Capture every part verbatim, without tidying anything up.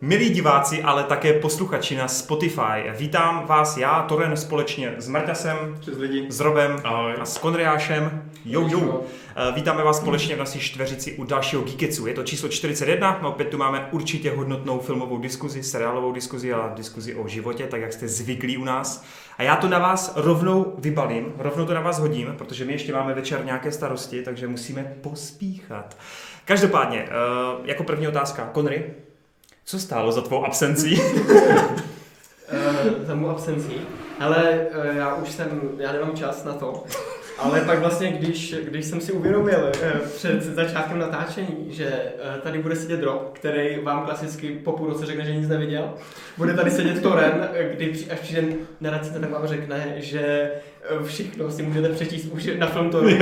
Milí diváci, ale také posluchači na Spotify, vítám vás já, Toren, společně s Marťasem, s Robem Ahoj. A s Konriášem. Jo, jo. Vítáme vás společně v naší čtveřici u dalšího Geeketsu. Je to číslo čtyřicet jedna, no opět tu máme určitě hodnotnou filmovou diskuzi, seriálovou diskuzi a diskuzi o životě, tak jak jste zvyklí u nás. A já to na vás rovnou vybalím, rovnou to na vás hodím, protože my ještě máme večer nějaké starosti, takže musíme pospíchat. Každopádně, jako první otázka, Konry, co stálo za tvou absencí? uh, za mou absencí? Ale uh, já už jsem, já nemám čas na to. Ale pak vlastně, když, když jsem si uvědomil uh, před začátkem natáčení, že uh, tady bude sedět Rob, který vám klasicky po půl roce řekne, že nic neviděl. Bude tady sedět Toren, kdy při, až přijde na radnici, tak vám řekne, že uh, všechno si můžete přečíst už na film Toren.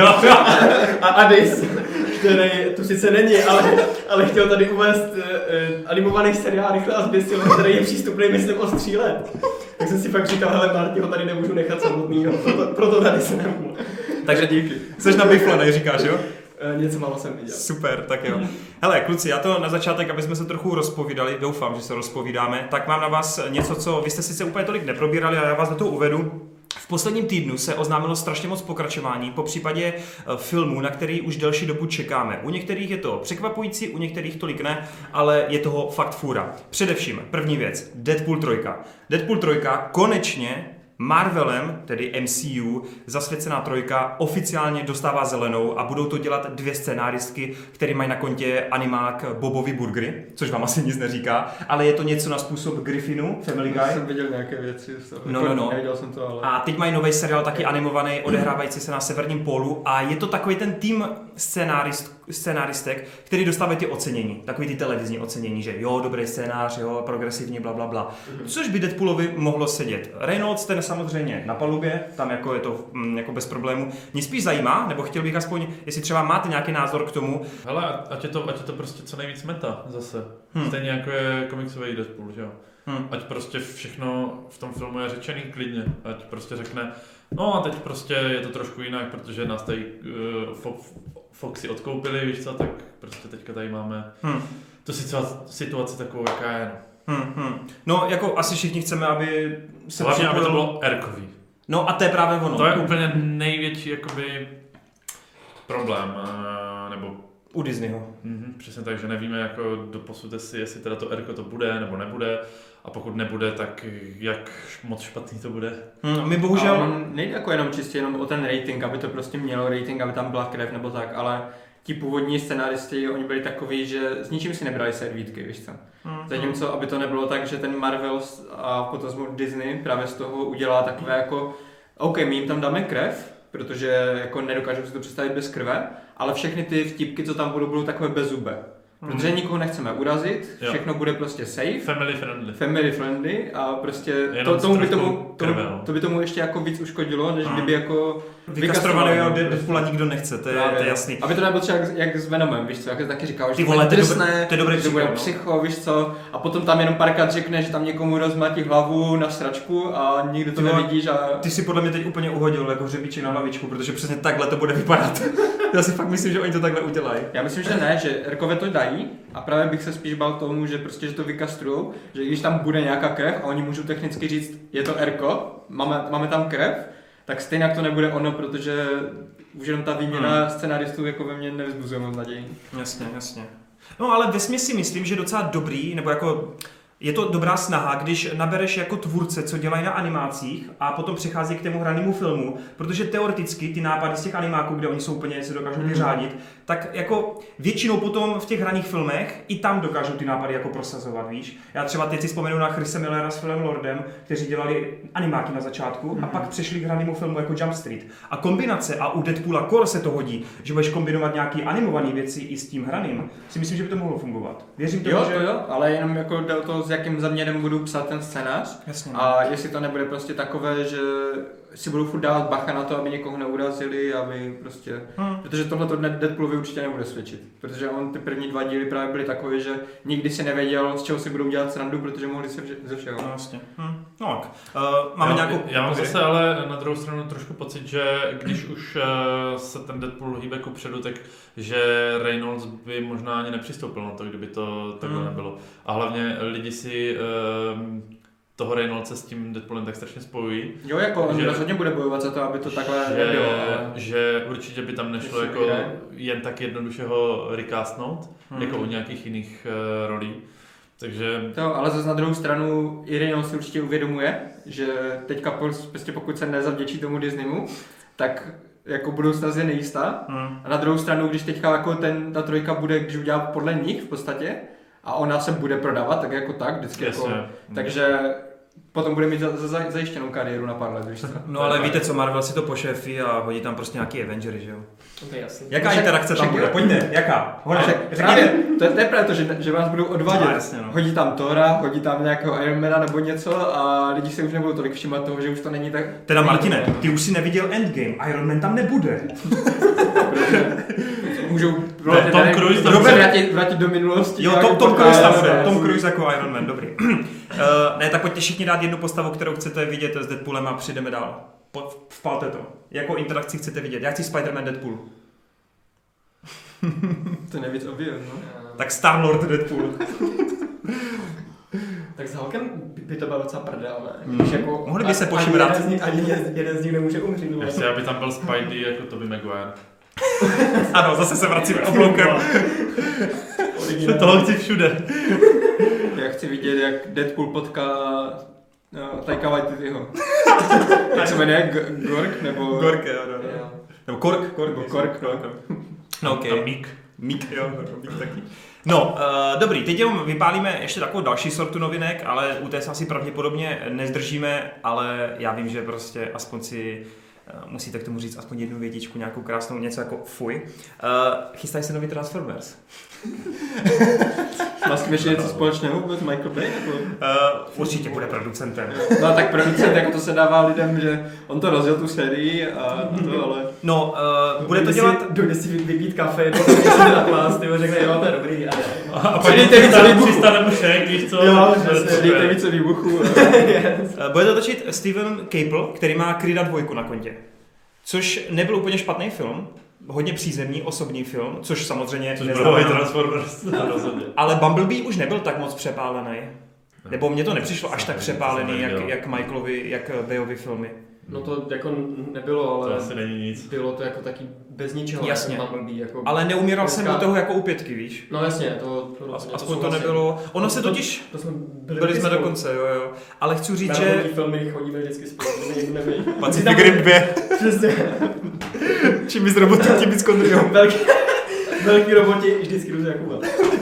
A Adis, který tu sice není, ale, ale chtěl tady uvést uh, animovaný seriál Rychle a zběsile, který je přístupný, myslím, o tří let. Tak jsem si fakt říkal, hele Marti, ho tady nemůžu nechat samotnýho, proto, proto tady se nemůžu. Takže díky. Jsi na bifle, říkáš, jo? E, něco málo jsem viděl. Super, tak jo. Hele, kluci, já to na začátek, aby jsme se trochu rozpovídali, doufám, že se rozpovídáme, tak mám na vás něco, co vy jste sice úplně tolik neprobírali, ale já vás do toho uvedu. V posledním týdnu se oznámilo strašně moc pokračování, po případě filmů, na který už delší dobu čekáme. U některých je to překvapující, u některých tolik ne, ale je toho fakt fůra. Především, první věc, Deadpool tři. Deadpool tři konečně Marvelem, tedy M C U, zasvěcená trojka, oficiálně dostává zelenou a budou to dělat dvě scénáristky, které mají na kontě animák Bobovy burgery, což vám asi nic neříká, ale je to něco na způsob Griffinu, Family Guy. Já jsem viděl nějaké věci, no, no, no. Neviděl jsem to, ale... A teď mají nový seriál taky animovaný, odehrávající se na severním pólu a je to takový ten tým scénárist, scénáristek, který dostávají ty ocenění, takový ty televizní ocenění, že jo, dobrý scénář, jo, progresivní, bla, bla, bla. Což by Deadpoolovi mohlo sedět. Reynolds ten samozřejmě na palubě, tam jako je to mm, jako bez problémů. Mě spíš zajímá, nebo chtěl bych aspoň, jestli třeba máte nějaký názor k tomu. Hele, ať je to, ať je to prostě co nejvíc meta zase. Hmm. Stejně jako je komiksový Deadpool, že jo. Hmm. Ať prostě všechno v tom filmu je řečený klidně. Ať prostě řekne, no a teď prostě je to trošku jinak, protože nás tady uh, Fo- Foxy odkoupili, víš co, tak prostě teďka tady máme hmm. tu situaci, situaci takovou, jaká je. Hmm, hmm. No, jako asi všichni chceme, aby se hlavně, aby to bylo erkový. No a to je právě ono. To je úplně největší jakoby problém, nebo u Disneyho. Mhm, přesně tak, že nevíme jako doposud si, jestli teda to erko to bude nebo nebude. A pokud nebude, tak jak moc špatný to bude? Hmm, my bohužel... A nejde jako jenom čistě jenom o ten rating, aby to prostě mělo rating, aby tam byla krev nebo tak, ale ti původní scenáristi, oni byli takový, že s ničím si nebrali servítky, víš co. Hmm. Zatímco, aby to nebylo tak, že ten Marvel a potom Disney právě z toho udělá takové jako OK, my jim tam dáme krev, protože jako nedokážu si to představit bez krve, ale všechny ty vtipky, co tam budou, budou takové bezzubé. Protože nikoho nechceme urazit, jo. Všechno bude prostě safe. Family friendly. Family friendly a prostě to, tomu by tomu, tomu, to by tomu ještě jako víc uškodilo, než kdyby jako vykastrovaného Deadpoola nikdo nechce, to je, to je jasný. Aby to nebylo třeba jak, jak s Venomem, víš co, jak taky říkal, že to je drsné, to je dobrý že bude psycho, víš co, a potom tam jenom párkrát řekne, že tam někomu rozmlatí hlavu na sračku a nikdo to nevidíš a... Ty si podle mě teď úplně uhodil jako hřebíček na hlavičku, protože přesně takhle to bude vypadat. Já si fakt myslím, že oni to takhle udělají. Já myslím, že ne, že Erkové to dají a právě bych se spíš bál tomu, že prostě že to vykastrujou, že když tam bude nějaká krev a oni můžou technicky říct, je to Erko, máme, máme tam krev, tak stejně to nebude ono, protože už jenom ta výměna hmm. scenáristů jako ve mně nevzbuzuje moc naději. Jasně, jasně. No ale vesměs si myslím, že docela dobrý, nebo jako... Je to dobrá snaha, když nabereš jako tvůrce, co dělají na animácích a potom přichází k tomu hranému filmu, protože teoreticky ty nápady z těch animáků, kde oni jsou úplně, se dokážou vyřádit, tak jako většinou potom v těch hraných filmech i tam dokážou ty nápady jako prosazovat, víš. Já třeba teď si vzpomenu na Chrise Millera s filmem Lordem, kteří dělali animáky na začátku a pak přešli k hranému filmu jako Jump Street. A kombinace, a u Deadpoola Core se to hodí, že budeš kombinovat nějaký animovaný věci i s tím hraným, si myslím, že by to mohlo fungovat. Věřím tomu, jo, že... to jo, ale jenom jako jde o to, s jakým zaměrem budu psát ten scénář. Jasně. A jestli to nebude prostě takové, že si budou furt dávat bacha na to, aby někoho neurazili, aby prostě... Hmm. Protože tohle to Deadpoolovi určitě nebude svědčit. Protože on ty první dva díly právě byly takové, že nikdy si nevěděl, z čeho si budou dělat srandu, protože mohli se vže, ze všeho. No, vlastně. Hmm. No tak. Uh, máme já, nějakou... Já mám zase ale na druhou stranu trošku pocit, že když už uh, se ten Deadpool hýbe kupředu, tak že Reynolds by možná ani nepřistoupil na to, kdyby to takhle hmm. nebylo. A hlavně lidi si um, toho Reynoldse s tím Deadpoolem tak strašně spojují. Jo, jako on že, rozhodně bude bojovat za to, aby to takhle že, nebylo. Ale... Že určitě by tam nešlo Že jako ne. jen tak jednoduše ho recastnout, hmm. jako u nějakých jiných uh, rolí. Takže... To, ale zase na druhou stranu i Reynolds si určitě uvědomuje, že teďka prostě pokud se nezavděčí tomu Disneymu, tak jako budoucnost je nejistá. Hmm. A na druhou stranu, když teďka jako ten, ta trojka bude, když udělá podle nich v podstatě, a ona se bude prodávat, tak jako tak, vždycky Jasně. jako, takže potom bude mít za, za, zajištěnou kariéru na pár let, víš co? No ale víte co, Marvel si to pošefí a hodí tam prostě nějaký Avengery, že jo? To je jasný. Jaká Však- interakce tam však bude? jo. Pojďte, jaká? Honem, Právě, to je, to je právě to, že, že vás budou odvádět. No, jasně, no. Hodí tam Thora, hodí tam nějakého Ironmana nebo něco a lidi se už nebudou tolik všímat toho, že už to není tak... Teda Martine, ty už si neviděl Endgame, Iron Man tam nebude. Můžou No, Tom Cruise tam Robert chce- vrátit, vrátit do minulosti. Jo, jako Tom, Tom podcast, Cruise tam bude, a- Tom Cruise jako Iron Man, dobrý. uh, ne, tak pojďte všichni dát jednu postavu, kterou chcete vidět s Deadpoolem a přijdeme dál. Po, vpalte to. Jakou interakci chcete vidět? Já chci Spider-Man Deadpool. To je nejvíc objev, no. Tak Star-Lord Deadpool. Tak s Hulkem by to bylo docela prdel, ne? Hmm. Když jako, Mohli by se a- pošimrat. Ani jeden z nich, ani jeden- jeden z nich nemůže umřít. Já chci, aby tam byl Spidey jako Tobey Maguire. Ano, zase se vracíme obloukem. Toho chci všude. Já chci vidět, jak Deadpool potká no, Taika Waititiho. Jak se jmenuje? G- Gork? Nebo... Gork, jo, no, no. Jo. Nebo Kork, Kork, Nebo Kork, no. No, ok. Tam Meek. Mík, jo, Mík taky. No, uh, dobrý, teď jenom vypálíme ještě takovou další sortu novinek, ale u té se asi pravděpodobně nezdržíme, ale já vím, že prostě aspoň si uh, musíte k tomu říct aspoň jednu větičku, nějakou krásnou, něco jako fuj. Uh, chystají se nový Transformers. Má s tím ještě něco společného vůbec Michael Bay? Nebo? Uh, určitě bude producentem. No tak producent, jako to se dává lidem, že on to rozjel tu sérii a to, ale... No, uh, bude to Dojde dělat... Si, dojde si vypít kafe, potom se na plás, ty řekne, jo, to je dobrý. A A pak Přidejte více tady výbuchu. přistane mušek, víš co? Jo, To je přesně, super. Dejte více výbuchů. yes. Uh, bude to točit Steven Caple, který má Creeda dvojku na kontě. Což nebyl úplně špatný film, hodně přízemní, osobní film, což samozřejmě Což neznamená- byl Transformers, rozhodně. Ale Bumblebee už nebyl tak moc přepálený. Nebo mně to nepřišlo až tak To přepálený, jsem jak, neviděl. jak Michaelovi, jak Bayovi filmy. No to jako nebylo, To ale asi není nic. bylo to jako taky bez ničeho. Jasně. Jako Bumblebee, jako... Ale neumíral jsem Dneska- u toho jako u pětky, víš? No jasně, to, to, As, to aspoň to souhlasím. nebylo. Ono se To- totiž... To jsme byli, Byli jsme dokonce, jo, jo. Ale chci říct, Na že... velký filmy chodíme vždycky spolu, kdyby někdo neví. Pacific Rim dva. Přesně. Čím víc robotů, tím víc kontrolů. Velký, velký roboti vždycky jdu Jakuba.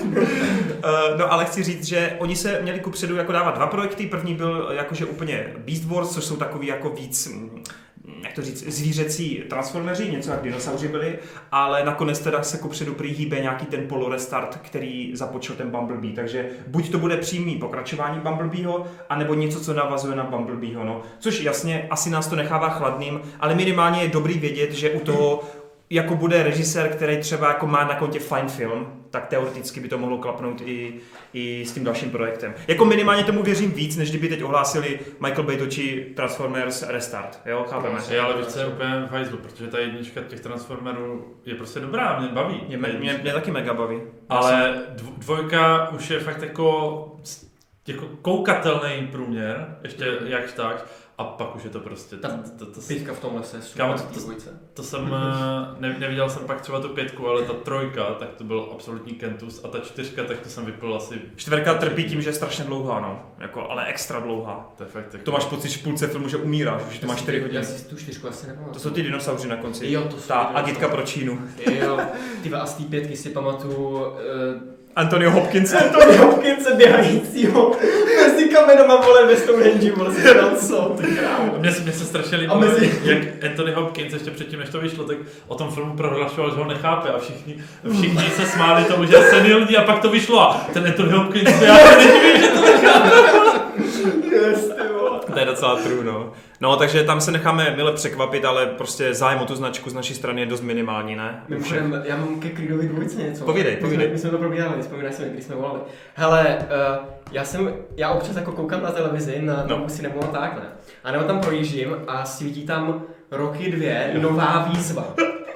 Uh, no ale chci říct, že oni se měli kupředu jako dávat dva projekty. První byl jakože úplně Beast Wars, což jsou takový jako víc, mm, jak to říct, zvířecí transformeři, něco jak dinosauři byli, ale nakonec teda se kupředu prý hýbe nějaký ten polorestart, který započal ten Bumblebee, takže buď to bude přímý pokračování Bumblebeeho, anebo něco, co navazuje na Bumblebeeho, no. Což jasně, asi nás to nechává chladným, ale minimálně je dobrý vědět, že u toho jako bude režisér, který třeba jako má na kontě fajn film, tak teoreticky by to mohlo klapnout i, i s tím dalším projektem. Jako minimálně tomu věřím víc, než kdyby teď ohlásili Michael Bay točí Transformers Restart, jo, chápeme? Je, ale víš, co je úplně v hajzlu, protože ta jednička těch Transformerů je prostě dobrá, mě baví. Mě, mě, mě taky mega baví. Ale dv- dvojka už je fakt jako, jako koukatelný průměr, ještě Mhm. jakž tak, a pak už je to prostě... Ta to, to, to, Pětka v tomhle se super. Kámo, to- v té dvojce. to jsem, eh, ne, neviděl jsem pak třeba tu pětku, ale ta trojka, tak to byl absolutní kentus a ta čtyřka, tak to jsem vypil asi... Čtverka trpí tím, že je strašně dlouhá, no. Jako, ale extra dlouhá. To je fakt jako... To máš pocit, že v půlce filmu, že umíráš, už to máš čtyři Já hodiny. si tu čtyřku asi nepamatuju. To jsou ty dinosauři na konci. Jo, to jsou Ta ty dinosauři. agitka pro Čínu. Jo, ty a z té pětky si pamatuju uh, Antonio Hopkins. Anthony Hopkinse běhajícího mezi kamenama, vole, ve Stonehenge, vole, si tam co, ty krávo. Mně, se- mně se strašně A líbilo, mezi- jak Anthony Hopkins ještě předtím, než to vyšlo, tak o tom filmu prohlašoval, že ho nechápe a všichni, všichni se smáli tomu, že je senilní a pak to vyšlo a ten Anthony Hopkins, já se nedivím, že to nechápe. Yes, ty vole. To je docela true, no. No, takže tam se necháme mile překvapit, ale prostě zájem o tu značku z naší strany je dost minimální, ne? Mimochodem, já mám ke Creedovi dvojce něco. Povídej, My jsme- povídej. My jsme to probírali, vzpomínáš si, když jsme volali. Hele, uh, já jsem, já občas jako koukám na televizi, na No. no. si nebo takhle. A nebo tam projíždím a svítí tam roky dvě, nová výzva.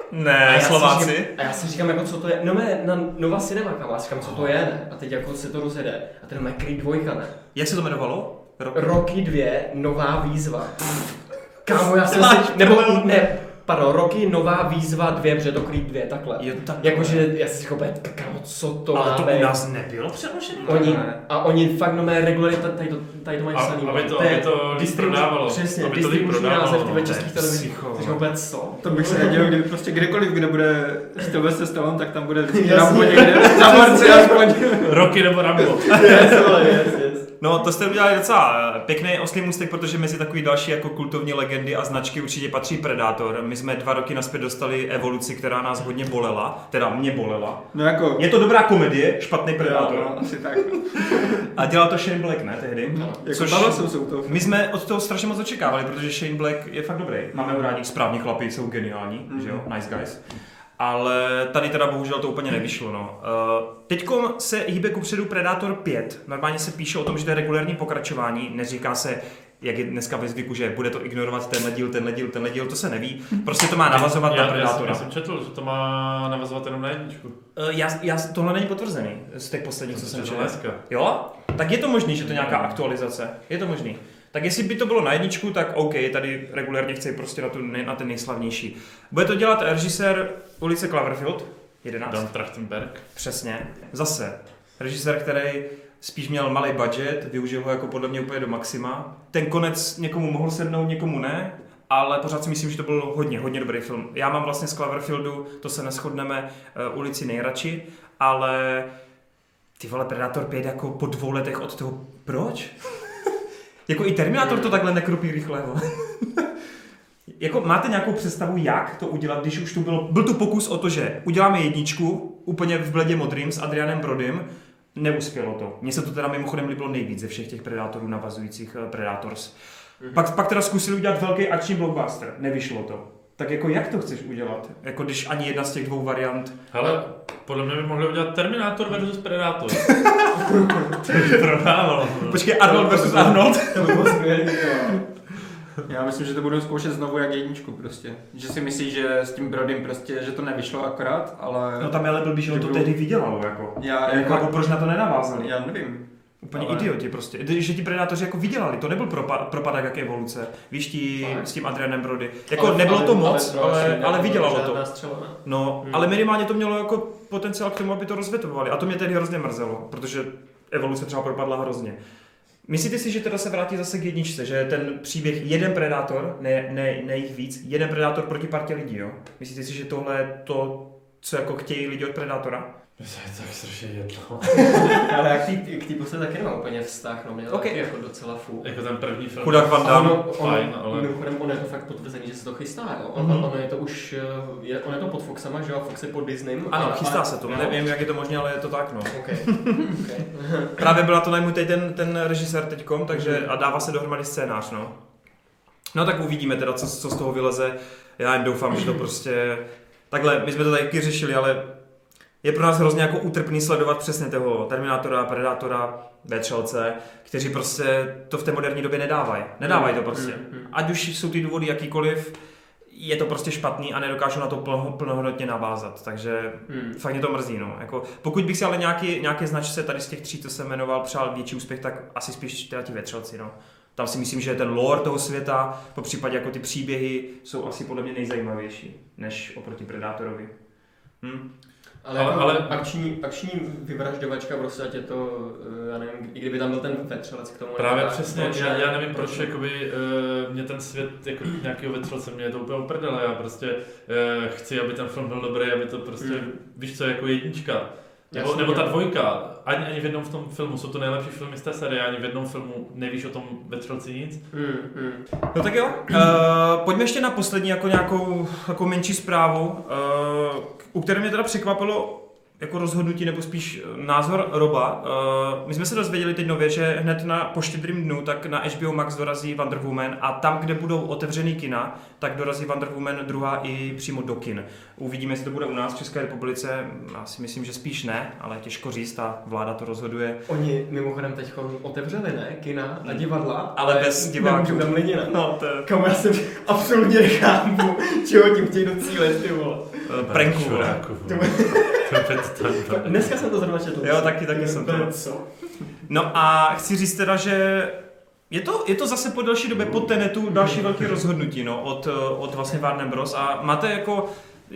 Ne, Slováci. Říkám, a já si říkám, jako co to je, no ne, na Nova Cinema, kam, já říkám, co to je, ne? A teď jako se to rozjede. A ten má Creed dvojka, ne? Jak se to jmenovalo? Rocky, Rocky dvě, nová výzva. Kámo, já jsem si, nebo ne, pardon, Rocky, nová výzva dvě, protože to Creed dvě, takhle. Jo, tak. Jakože, já si říkám, kámo, co to ale má to být? u nás nebylo přeložené. Oni, a oni fakt no mé regulárně tady to, tady to mají psaný. Aby to, aby to líp prodávalo. Přesně, aby to líp distribuční název prodávalo. v českých televizích. Takže vůbec co? To bych se nedělal, kdyby prostě kdekoliv, kde bude Sylvester Stallone, tak tam bude Jasně. Rambo někde, na marci aspoň. Rocky nebo Rambo. Yes, yes, yes. No, to jste udělali docela pěkný oslý můstek, protože mezi takový další jako kultovní legendy a značky určitě patří Predator. My jsme dva roky nazpět dostali evoluci, která nás hodně bolela, teda mě bolela. No jako... Je to dobrá komedie, špatný Predator. No, asi tak. A dělal to Shane Black, ne, tehdy? No, jako Což bavil jsem se u toho. my jsme od toho strašně moc očekávali, protože Shane Black je fakt dobrý. Máme ho rádi, správní chlapi, jsou geniální, mm. že jo, nice guys. Ale tady teda bohužel to úplně nevyšlo, no. Uh, teďkom se hýbe kupředu Predator pět. Normálně se píše o tom, že to je regulární pokračování. Neříká se, jak je dneska ve zvyku, že bude to ignorovat tenhle díl, tenhle díl, tenhle díl, to se neví. Prostě to má navazovat já, na Predatora. Já, já jsem četl, že to má navazovat jenom na jedničku. Uh, já, já, tohle není potvrzený z těch posledních, co jsem četl. Dneska. Jo? Tak je to možný, že to je nějaká aktualizace. Je to možný. Tak jestli by to bylo na jedničku, tak OK, tady regulérně chci prostě na, tu, na ten nejslavnější. Bude to dělat režisér Ulice Cloverfield, jedenáct. Dan Trachtenberg. Přesně. Zase. Režisér, který spíš měl malý budget, využil ho jako podle mě úplně do maxima. Ten konec někomu mohl sednout, někomu ne, ale pořád si myslím, že to byl hodně, hodně dobrý film. Já mám vlastně z Cloverfieldu, to se neshodneme, uh, Ulici nejradši, ale ty vole, Predator pět jako po dvou letech od toho, proč? Jako i Terminátor to takhle nekrupí rychle. Jako máte nějakou představu, jak to udělat, když už tu bylo, byl tu pokus o to, že uděláme jedničku úplně v bledě modrým s Adrianem Brodym, neuspělo to. Mně se to teda mimochodem líbilo nejvíc ze všech těch Predátorů navazujících uh, Predators. Mm-hmm. Pak, pak teda zkusili udělat velký akční blockbuster, nevyšlo to. Tak jako jak to chceš udělat? Jako když ani jedna z těch dvou variant... Hele, podle mě by mohli udělat Terminátor versus Predator. To by prodávalo. Počkej, Arnold versus Arnold. To by bylo skvělý, Já myslím, že to budou zkoušet znovu jak jedničku prostě. Že si myslí, že s tím Brodym prostě, že to nevyšlo akorát, ale... No tam je ale blbý, že on to budou... tehdy vydělalo jako. Já, jako, jako proč na to nenavázali? Já nevím. Úplně ale... idioti prostě. Že ti Predátoři jako vydělali, to nebyl propa- propadák jak evoluce. Víš, tí, s tím Adrianem Brody. Jako ale, nebylo ale, to moc, ale, ale, ale, ale vydělalo to. Střela, no, hmm. ale minimálně to mělo jako potenciál k tomu, aby to rozvětovali. A to mě tehdy hrozně mrzelo, protože evoluce třeba propadla hrozně. Myslíte si, že teda se vrátí zase k jedničce, že ten příběh jeden predátor, ne, ne, ne jich víc, jeden predátor proti partě lidí, jo? Myslíte si, že tohle je to, co jako chtějí lidi od Predátora? To je tak strašně jedno. Ale jak tý, k té posle taky nemá úplně vztah, no měl okay. taky jako docela fů. Jako ten první film. Chudák Van Damme. Ono, on, fajn, ale... Mimochodem, on je to fakt potvrzený, že se to chystá, jo? On, mm-hmm. on je to už, je, on je to pod Foxama, že jo? Fox je pod Disneym. Ano, a, chystá a, se to, no. nevím, jak je to možné, ale je to tak, no. Okay. Okay. Právě byla to najmutej ten, ten režisér teďkom, takže a dává se dohromady scénář, no. No tak uvidíme teda, co, co z toho vyleze. Já jen doufám, že to prostě... Takhle, my jsme to taky řešili, ale je pro nás hrozně jako útrpný sledovat přesně toho Terminátora, Predátora, bé tři el cé, kteří prostě to v té moderní době nedávají. Nedávají to prostě. Ať už jsou ty důvody jakýkoliv, je to prostě špatný a nedokážu na to plno, plnohodnotně navázat, takže hmm. fakt mě to mrzí, no. Jako, pokud bych si ale nějaký, nějaké značce tady z těch tří, co jsem jmenoval, přál větší úspěch, tak asi spíš teda ti vetřelci, no. Tam si myslím, že ten lore toho světa, po případě jako ty příběhy, jsou asi podle mě nejzajímavější, než oproti Predátorovi. Hm? Ale, ale, jako ale akční, akční vyvražďovačka prostě, ať je to, já nevím, i kdyby tam byl ten vetřelec k tomu. Právě tak, přesně, proč, já, já nevím proč, jakoby, uh, mě ten svět jako nějakého vetřelce, mě je to úplně uprdele, já prostě uh, chci, aby ten film byl dobrý, aby to prostě, mm. víš co, jako jednička. Nebo, Jasně, nebo ta dvojka, ani, ani v jednom v tom filmu, jsou to nejlepší filmy z té série, ani v jednom filmu nevíš o tom vetřelci nic. Mm, mm. No tak jo, uh, pojďme ještě na poslední jako nějakou jako menší zprávu, uh, u které mě teda překvapilo jako rozhodnutí, nebo spíš názor Roba. Uh, my jsme se dozvěděli teď nově, že hned na po štědrým dnu tak na H B O Max dorazí Wonder Woman a tam, kde budou otevřený kina, tak dorazí Wonder Woman druhá i přímo do kin. Uvidíme, jestli to bude u nás v České republice. Já si myslím, že spíš ne, ale těžko říct, ta vláda to rozhoduje. Oni mimochodem teď otevřeli, ne? Kina a divadla, ale, ale bez diváků. Nemůžu tam lidi, ne? No, to... Kamu já jsem absolutně nechápu, čeho tím chtějí docílit, ty vole. uh, pranku. Dneska jsem to zrovna četl. Jo, taky, taky jsem to. No a chci říct teda, že je to, je to zase po delší době po Tenetu další velké rozhodnutí, no, od, od vlastně Warner Bros. A máte jako,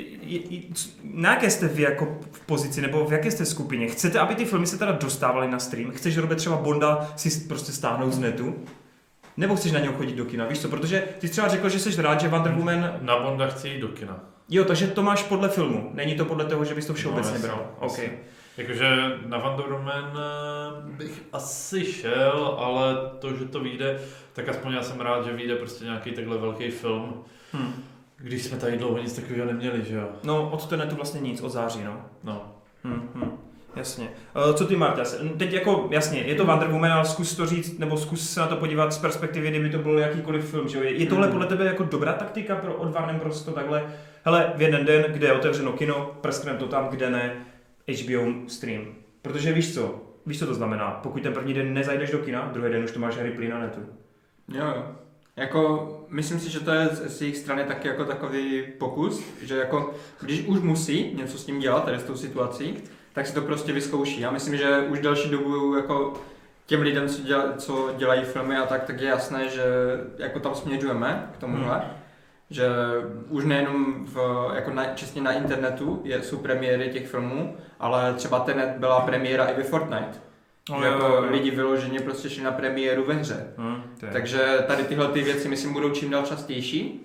na jaké jste vy jako v pozici, nebo v jaké jste skupině? Chcete, aby ty filmy se teda dostávaly na stream? Chceš, Robert, třeba Bonda si prostě stáhnout z netu? Nebo chceš na něho chodit do kina, víš co? Protože ty jsi třeba řekl, že jsi rád, že Wonder Woman... Na Bonda chci jít do kina. Jo, takže to máš podle filmu, není to podle toho, že bys to všeobecně no, bral. Okay. Jakože na Wonder Woman bych asi šel, ale to, že to vyjde, tak aspoň já jsem rád, že vyjde prostě nějaký takhle velký film. Hmm. Když jsme tady dlouho nic takového neměli, že jo? No, od Tenetu vlastně nic, od září, no. No. Hmm, hmm. Jasně. Uh, co ty, Marta? Teď jako, jasně, je to Wonder Woman, ale zkus to říct, nebo zkus se na to podívat z perspektivy, kdyby to byl jakýkoliv film, že jo? Je tohle podle tebe jako dobrá taktika pro od Warner Bros. To takhle, hele, v jeden den, kde je otevřeno kino, prskneme to tam, kde ne, H B O stream. Protože víš co? Víš, co to znamená? Pokud ten první den nezajdeš do kina, druhý den už to máš Harry Play na netu. Jo, jo. Jako, myslím si, že to je z jejich strany taky jako takový pokus, že jako, když už musí něco s tím dělat, tady s tou situací, tak si to prostě vyzkouší. Já myslím, že už další dobu jako těm lidem, co, děla, co dělají filmy a tak, tak je jasné, že jako tam směřujeme k tomuhle. Hmm. Že už nejenom v, jako na, čistě na internetu je, jsou premiéry těch filmů, ale třeba Tenet byla premiéra i ve Fortnite. No, jako jo, jo. Lidi vyloženě prostě šli na premiéru ve hře. Hmm, Takže tady tyhle ty věci myslím budou čím dál častější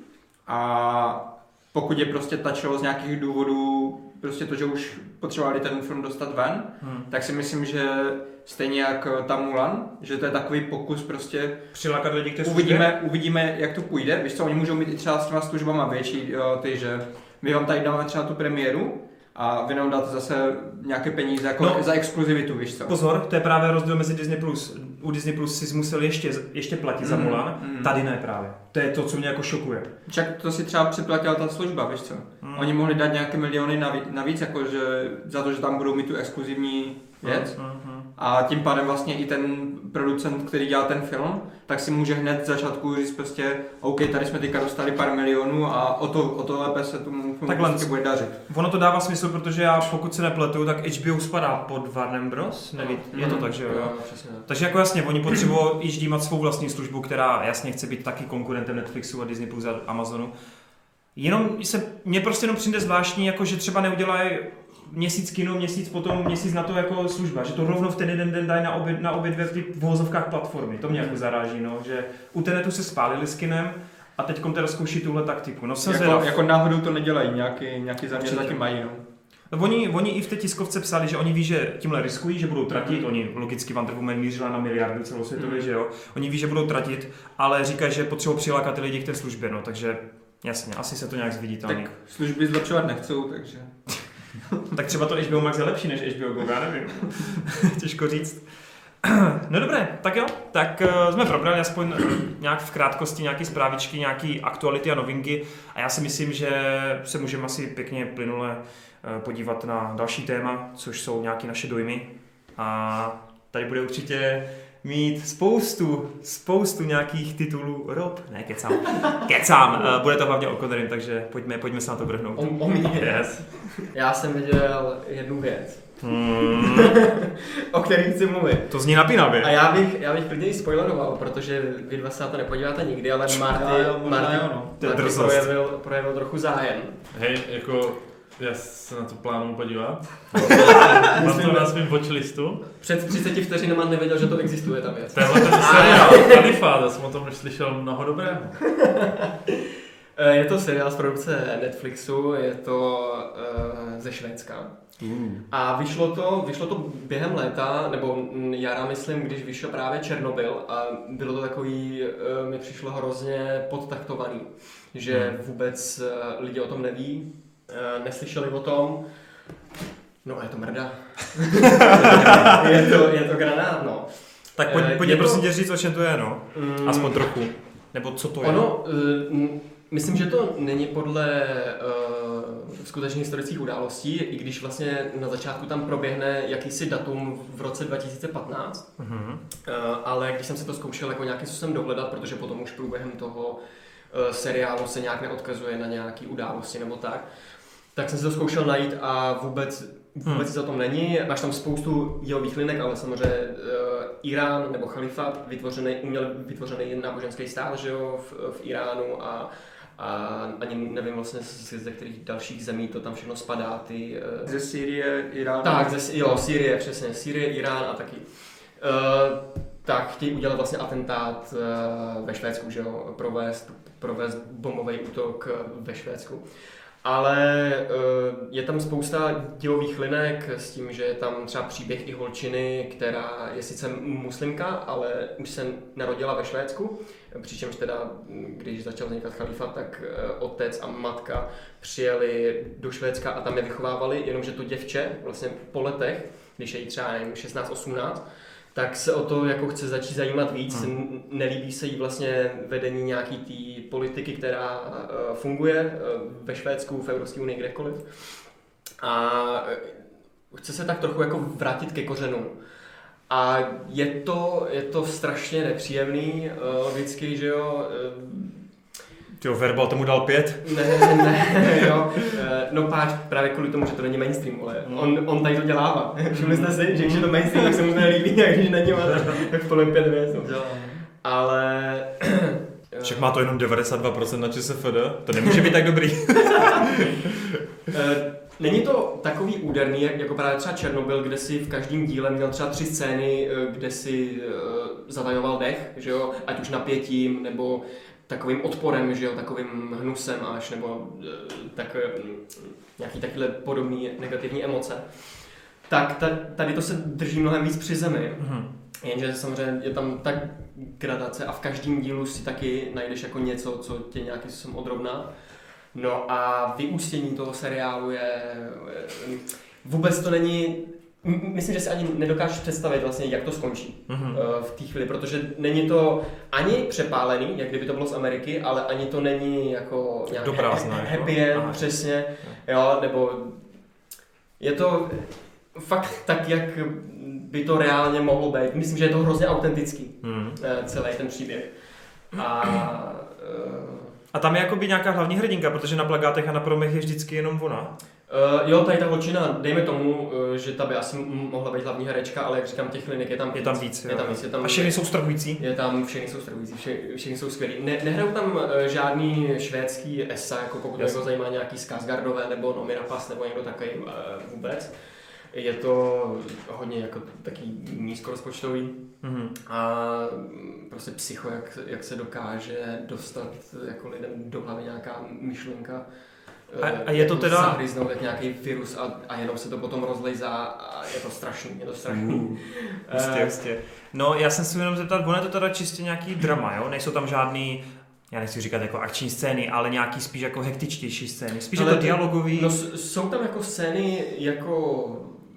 a pokud je prostě tačilo z nějakých důvodů prostě to, že už potřebovali ten film dostat ven, hmm. tak si myslím, že stejně jak ta Mulan, že to je takový pokus prostě přilákat lidi k té uvidíme, uvidíme, jak to půjde. Víš co, oni můžou mít i třeba s těma službama větší, ty, že my vám tady dáme třeba tu premiéru a vy nám dáte zase nějaké peníze jako no, za exkluzivitu, víš co. Pozor, to je právě rozdíl mezi Disney plus. U Disney plus si musel ještě, ještě platit mm, za Mulan, mm. tady ne právě. To je to, co mě jako šokuje. Však to si třeba připlatila ta služba, víš co. Mm. Oni mohli dát nějaké miliony navíc, jako že za to, že tam budou mít tu exkluzivní věc. Mm, mm, a tím pádem vlastně i ten producent, který dělá ten film, tak si může hned z začátku říct prostě OK, tady jsme teďka dostali pár milionů a o to, o to lépe se tomu filmu prostě bude dařit. Ono to dává smysl, protože já pokud se nepletu, tak H B O spadá pod Warner Bros. Neví, no. Je to tak, že jo? No, přesně. Takže jako jasně, oni potřebují již dímat svou vlastní službu, která jasně chce být taky konkurentem Netflixu a Disney plus a Amazonu. Jenom se, mě prostě jenom přijde zvláštní, jako že třeba neudělají měsíc kino, měsíc potom, měsíc na to jako služba, že to rovno v ten jeden den dají na obě, na obě dvě ty vozovkách platformy. To mě jako zaráží, no, že u Tenetu se spálili s kinem a teďkom teda zkouší tuhle taktiku. No, jako, zvědav... jako náhodou to nedělají, nějaký, nějaký záměr zatím mají, no. No, oni, oni i v té tiskovce psali, že oni ví, že tímhle riskují, že budou tratit, mm. oni logicky Wonder Woman mířila na miliardu celosvětově, mm. že jo, oni ví, že budou tratit, ale říkají, že potřebují přilákat ty lidi k té službě, no, takže jasně, asi se to nějak zviditelní. Tak služby zlepšovat nechcou, takže... Tak třeba to H B O Max je lepší než H B O Go, já nevím. Těžko říct. No dobré, tak jo, tak uh, jsme probrali aspoň nějak v krátkosti nějaké zprávičky, nějaké aktuality a novinky a já si myslím, že se můžeme asi pěkně plynule uh, podívat na další téma, což jsou nějaké naše dojmy a tady bude určitě mít spoustu, spoustu nějakých titulů. Rob, ne, kecám, kecám, uh, bude to hlavně o Connerim, takže pojďme, pojďme se na to vrhnout. O, o mě. Yes. Já jsem viděl jednu věc, hmm. o které chci mluvit. To zní napínavě. A já bych, já bych klidně i spoileroval, protože vy dva se na to nepodíváte nikdy, ale Marty, Marty, no. Marty projevil, projevil trochu zájem. Hej, jako... Já se na to plánuju podívat. Mám to na svým watchlistu. Před třiceti vteřinama nevěděl, že to existuje ta věc. Tenhle ten seriál, Kalifát, já jsem o tom už slyšel mnoho dobrého. Je to seriál z produkce Netflixu, je to uh, ze Švédska. Mm. A vyšlo to, vyšlo to během léta, nebo jara myslím, když vyšel právě Černobyl a bylo to takový, uh, mi přišlo hrozně podtaktovaný, že mm. vůbec uh, lidi o tom neví. Neslyšeli o tom, no je to mrda. je, to, je to granát, no. Tak pojď, pojď je prosím to... tě říct, o čem to je, no. Mm, Aspoň trochu. Nebo co to je? Ono, uh, myslím, že to není podle uh, skutečných historických událostí, i když vlastně na začátku tam proběhne jakýsi datum v roce dva tisíce patnáct. Mm-hmm. Uh, ale když jsem si to zkoušel jako nějakým způsobem dohledat, protože potom už průběhem toho uh, seriálu se nějak neodkazuje na nějaký události nebo tak, tak jsem si to zkoušel najít a vůbec, vůbec hmm. za tom není. Máš tam spoustu dělových linek, ale samozřejmě uh, Irán nebo chalifát, vytvořený, uměle vytvořený náboženský stát, že jo, v, v Iránu a a ani nevím vlastně ze kterých dalších zemí to tam všechno spadá, ty... Uh... Ze Sýrie, Irán. Tak, ze, jo, Sýrie, přesně, Sýrie, Irán a taky. Uh, tak chtějí udělat vlastně atentát uh, ve Švédsku, že jo, provést, provést bombový útok ve Švédsku. Ale uh, je tam spousta dělových linek s tím, že je tam třeba příběh i holčiny, která je sice muslimka, ale už se narodila ve Švédsku. Přičemž teda, když začal vznikat chalifát, tak uh, otec a matka přijeli do Švédska a tam je vychovávali, jenomže to děvče vlastně po letech, když je jí třeba šestnáct osmnáct, tak se o to jako chce začít zajímat víc, hmm. nelíbí se jí vlastně vedení nějaký té politiky, která uh, funguje uh, ve Švédsku, v Evropské unii, kdekoliv. A uh, chce se tak trochu jako vrátit ke kořenům. A je to, je to strašně nepříjemný uh, vždycky, že jo. Uh, Tyjo, Verbal tomu dal pět? Ne, ne, jo. No páč, právě kvůli tomu, že to není mainstream, ale on, on tady to dělává. Všimli jste si, že když je to mainstream, tak se mu to nelíbí, a když není, tak v plném pět věc. Ale... Však má to jenom devadesát dva procent na ČSFD, to nemůže být tak dobrý. Není to takový úderný, jako právě třeba Černobyl, kde si v každém díle měl třeba tři scény, kde si zatajoval dech, že jo, ať už napětím, nebo takovým odporem, že jo, takovým hnusem až, nebo tak, nějaký takovýhle podobný negativní emoce. Tak tady to se drží mnohem víc při zemi. Mm-hmm. Jenže samozřejmě je tam tak gradace a v každém dílu si taky najdeš jako něco, co tě nějakým způsobem odrovná. No a vyústění toho seriálu je... Vůbec to není... Myslím, že si ani nedokážeš představit vlastně, jak to skončí mm-hmm. v té chvíli, protože není to ani přepálený, jak kdyby to bylo z Ameriky, ale ani to není jako nějaký Dobrázná, ha- happy end, aha. Přesně, jo, nebo je to fakt tak, jak by to reálně mohlo být. Myslím, že je to hrozně autentický, mm. celý ten příběh. A, a tam je jakoby nějaká hlavní hrdinka, protože na plakátech a na promech je vždycky jenom ona. Uh, jo, tady ta holčina, dejme tomu, uh, že ta by asi mohla být hlavní herečka, ale jak říkám, těch linek je tam víc. Je tam víc, je tam víc je tam, a všechny jsou strhující? Je tam, všechny jsou strhující, vše, všechny jsou skvělí. Ne, nehrajou tam uh, žádný švédský esa, jako pokud někoho zajímá nějaký Skarsgårdové nebo Noomi Rapace nebo někdo takový uh, vůbec. Je to hodně jako taky nízkorozpočtový mm-hmm. a prostě psycho, jak, jak se dokáže dostat jako lidem do hlavy nějaká myšlenka. A, a je to teda... Zahryznout jak nějaký virus a, a jenom se to potom rozlejzá a je to strašný, je to strašný. Uh, Jistě, jistě. No já jsem si jenom zeptat, ono je to teda čistě nějaký drama, jo? Nejsou tam žádný, já nechci říkat jako akční scény, ale nějaký spíš jako hektičtější scény, spíš ale je to dialogový. No jsou tam jako scény jako...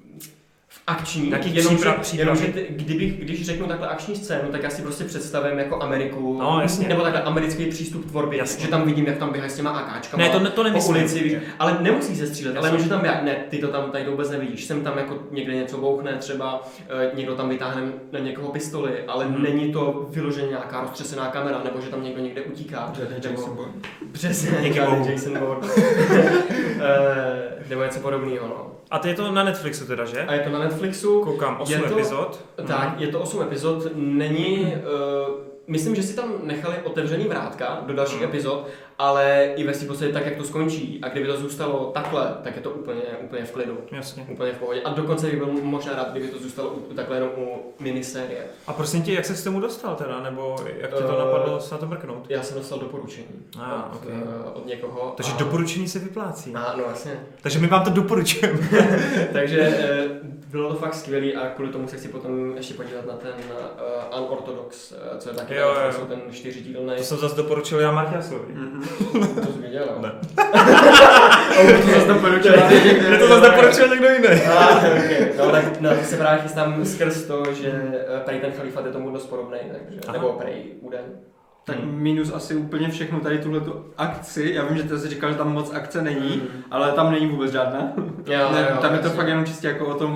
akční, Jaký jenom, příprav, že, jenom že ty, kdybych, když řeknu takhle akční scénu, tak já si prostě představím jako Ameriku, no, nebo takhle americký přístup k tvorbě, jasně. Že tam vidím, jak tam běhají s těma akáčkama ne, to, to po ulici, víš, že? Ale nemusí se střílet, jasně. Ale že tam já, ne, ty to tam tady vůbec nevidíš, jsem tam jako někde něco bouchne, třeba e, někdo tam vytáhne na někoho pistoli, ale hmm. není to vyloženě nějaká roztřesená kamera, nebo že tam někdo někde utíká. Přesně, Jason Bourne. Nebo něco podobného, no. A to je to na Netflixu teda, že? A je to na Netflixu. Koukám, osm epizod. Tak, je to osm epizod. Není... Uh, myslím, že si tam nechali otevřený vrátka do dalších hmm. epizod, ale i ve svým podstatě tak, jak to skončí. A kdyby to zůstalo takhle, tak je to úplně, úplně v klidu. Jasně. Úplně v pohodě. A dokonce bych byl možná rád, kdyby to zůstalo takhle jenom u minisérie. A prosím tě, jak se s tomu dostal teda? Nebo jak tě to uh, napadlo se na to mrknout? Já jsem dostal doporučení ah, od, okay. uh, od někoho. Takže a... doporučení se vyplácí. A, no jasně. Takže my vám to doporučujeme. Takže uh, bylo to fakt skvělý a kvůli tomu se chci potom ještě podívat na ten uh, Unorthodox, uh, co je taky jo, jo. ten čtyřidílný. To jsem zase doporučil já Marťasovi. Mm-hmm. To jsi viděl, ne. to zase doporučil. Je to zase doporučil někdo jiný. Ah, okay. No tak no, se právě chystám skrz to, že prej ten chalifát je tomu dost podobnej, takže, nebo prej úden. Tak minus asi úplně všechno tady tuhletu akci. Já vím, že ty jsi říkal, že tam moc akce není, mm. ale tam není vůbec žádná. Jo, ne, jo, tam je to jasně. fakt jenom čistě jako o tom,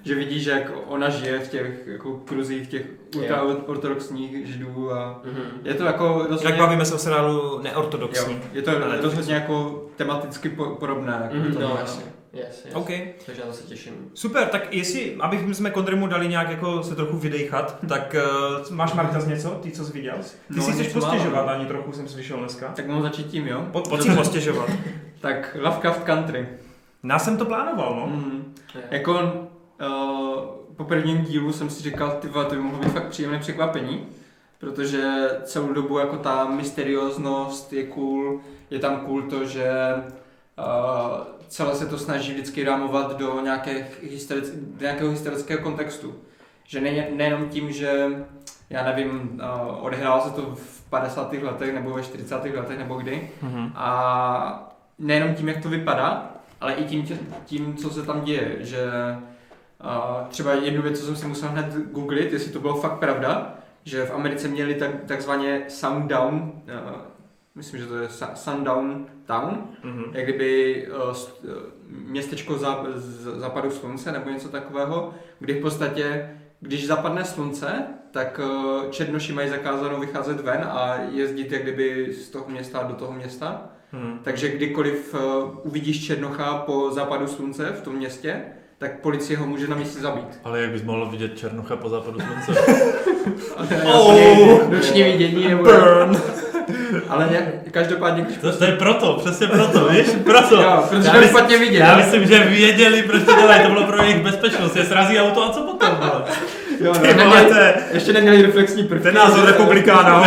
že vidí, že jak ona žije v těch jako kruzích těch ultraortodoxních židů a mm-hmm. je to jako rozhodně... Jak bavíme se o seriálu neortodoxní. Jo, je to rozhodně jako tematicky podobné. Jako mm-hmm, to no, jasně. Yes, yes. Okay. Takže já se těším. Super, tak jestli, abych jsme Kondrymu dali nějak jako se trochu vydejchat, tak uh, máš Marta něco, ty co jsi viděl? Ty no, si chceš postěžovat, málo. ani trochu jsem slyšel dneska. Tak mohu začít tím, jo? Po, pojď si postěžovat. Tak Lovecraft Country. Já jsem to plánoval, no. Mm. Jako uh, po prvním dílu jsem si říkal, tyva, to by mohlo být fakt příjemné překvapení, protože celou dobu jako ta mysterióznost je cool, je tam cool to, že uh, celé se to snaží vždycky rámovat do, nějaké historic, do nějakého historického kontextu. Že ne, nejenom tím, že já nevím, uh, odehrálo se to v padesátých letech nebo ve čtyřicátých letech nebo kdy mm-hmm. a nejenom tím, jak to vypadá, ale i tím, tím co se tam děje, že uh, třeba jednu věc, co jsem si musel hned googlit, jestli to bylo fakt pravda, že v Americe měli tak, takzvaně Sundown, uh, myslím, že to je Sundown Town, mm-hmm. jak kdyby uh, městečko za, z, západu slunce nebo něco takového, kdy v podstatě, když zapadne slunce, tak uh, černoši mají zakázáno vycházet ven a jezdit jak kdyby z toho města do toho města. Hmm. Takže kdykoliv uh, uvidíš černocha po západu slunce v tom městě, tak policie ho může na místě zabít. Ale jak bys mohl vidět černocha po západu slunce? oh, noční vidění nebo... Burn! Ale ne, každopádně... Když to, to je proto, přesně proto, víš? Proto. Jo, protože to špatně vidět. Já myslím, že věděli, proč to dělají, to bylo pro jejich bezpečnost. Je srazí auto a co potom? Jo, ne, neměli, ještě neměli reflexní prvky. Ten názor republikána,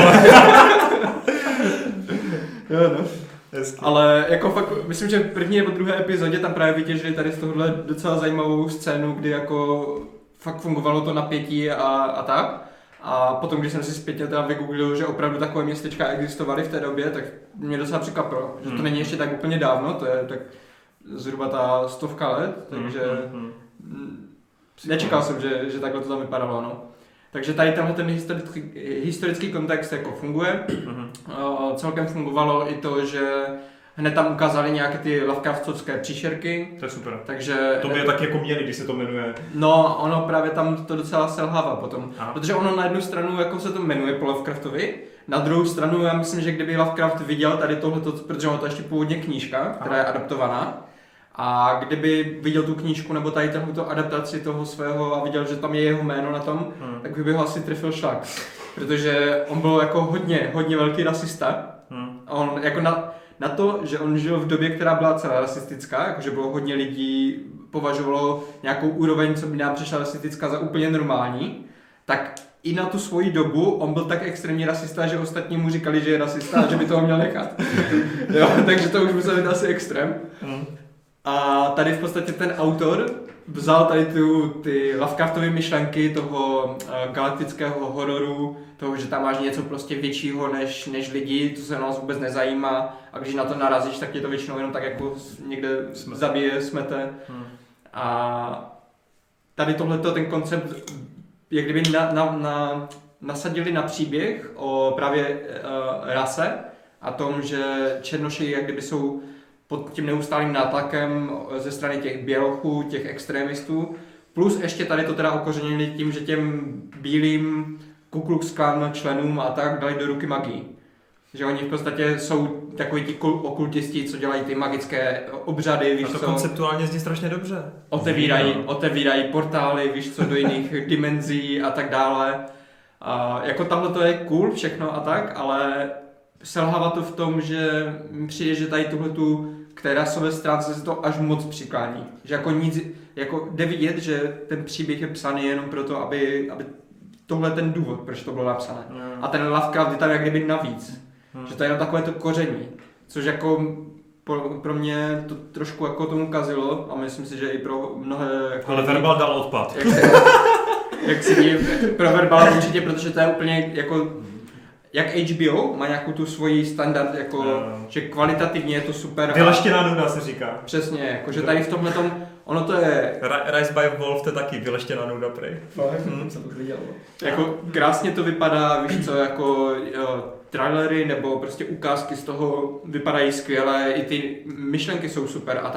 jo, no. Hezky. Ale jako fakt, myslím, že v první nebo druhé epizodě tam právě vytěžili tady z tohohle docela zajímavou scénu, kdy jako fakt fungovalo to napětí a, a tak. A potom, když jsem si zpětně teda vygooglil, že opravdu takové městečka existovaly v té době, tak mě docela překvapilo, že to není ještě tak úplně dávno, to je tak zhruba ta stovka let, takže nečekal jsem, že, že takhle to tam vypadalo, no. Takže tady tenhle ten historický, historický kontext jako funguje. Uh, celkem fungovalo i to, že hned tam ukázali nějaké ty Lovecraftovské příšerky. To je super. Takže to by je tak jako měli, když se to jmenuje. No, ono právě tam to docela selhává potom. Aha. Protože ono na jednu stranu jako se to jmenuje po Lovecraftovi, na druhou stranu já myslím, že kdyby Lovecraft viděl tady tohleto, protože ono to ještě původně knížka, která Aha. je adaptovaná, a kdyby viděl tu knížku nebo tady tohleto adaptaci toho svého a viděl, že tam je jeho jméno na tom, hmm. tak by ho asi trefil šlak. Protože on byl jako hodně, hodně velký rasista. Hmm. A on jako na, na to, že on žil v době, která byla celá rasistická, jakože bylo hodně lidí, považovalo nějakou úroveň, co by nám přišla rasistická za úplně normální, tak i na tu svoji dobu on byl tak extrémně rasista, že ostatní mu říkali, že je rasista a že by toho měl nechat. Jo, takže to už musel být asi extrém. Hmm. A tady v podstatě ten autor vzal tady tu, ty Lovecraftovy myšlenky toho uh, galaktického hororu, toho, že tam máš něco prostě většího než, než lidi, to se nás vůbec nezajímá a když na to narazíš, tak tě to většinou jenom tak jako někde smete. zabije, smete. Hmm. A tady tohleto, ten koncept, jak kdyby na, na, na, nasadili na příběh o právě uh, rase a tom, že černoši jak kdyby jsou pod tím neustálým nátlakem ze strany těch bělochů, těch extrémistů. Plus ještě tady to teda okořenili tím, že těm bílým Ku Klux Klan členům a tak dali do ruky magii. Že oni v podstatě jsou takový ti okultisti, co dělají ty magické obřady, víš co. A to co, konceptuálně zní strašně dobře. Otevírají, otevírají portály, víš co, do jiných dimenzí a tak dále. A jako tamhle to je cool všechno a tak, ale selhává to v tom, že mi přijde, že tady tuhletu k té rasové stránce se to až moc přiklání. Že jako nic, jako jde vidět, že ten příběh je psaný jenom proto, aby, aby tohle ten důvod, proč to bylo napsané. Mm. A ten Lovecraft je tam jak kdyby navíc. Mm. Že to je jenom takové to koření. Což jako pro, pro mě to trošku jako tomu kazilo a myslím si, že i pro mnohé... Jako ale Verbal dal odpad. Jak, se, jak si dím, pro Verbal určitě, protože to je úplně jako... Jak H B O má nějakou tu svoji standard, jako, no. že kvalitativně je to super. Vyleštěná nuda se říká. Přesně, jako, že tady v tomhletom, ono to je... Rise by Wolf to je taky vyleštěná nuda, prej. Fakt, hmm. jsem to už viděl. Jako krásně to vypadá, víš co, jako jo, trailery nebo prostě ukázky z toho vypadají skvěle, i ty myšlenky jsou super a tak.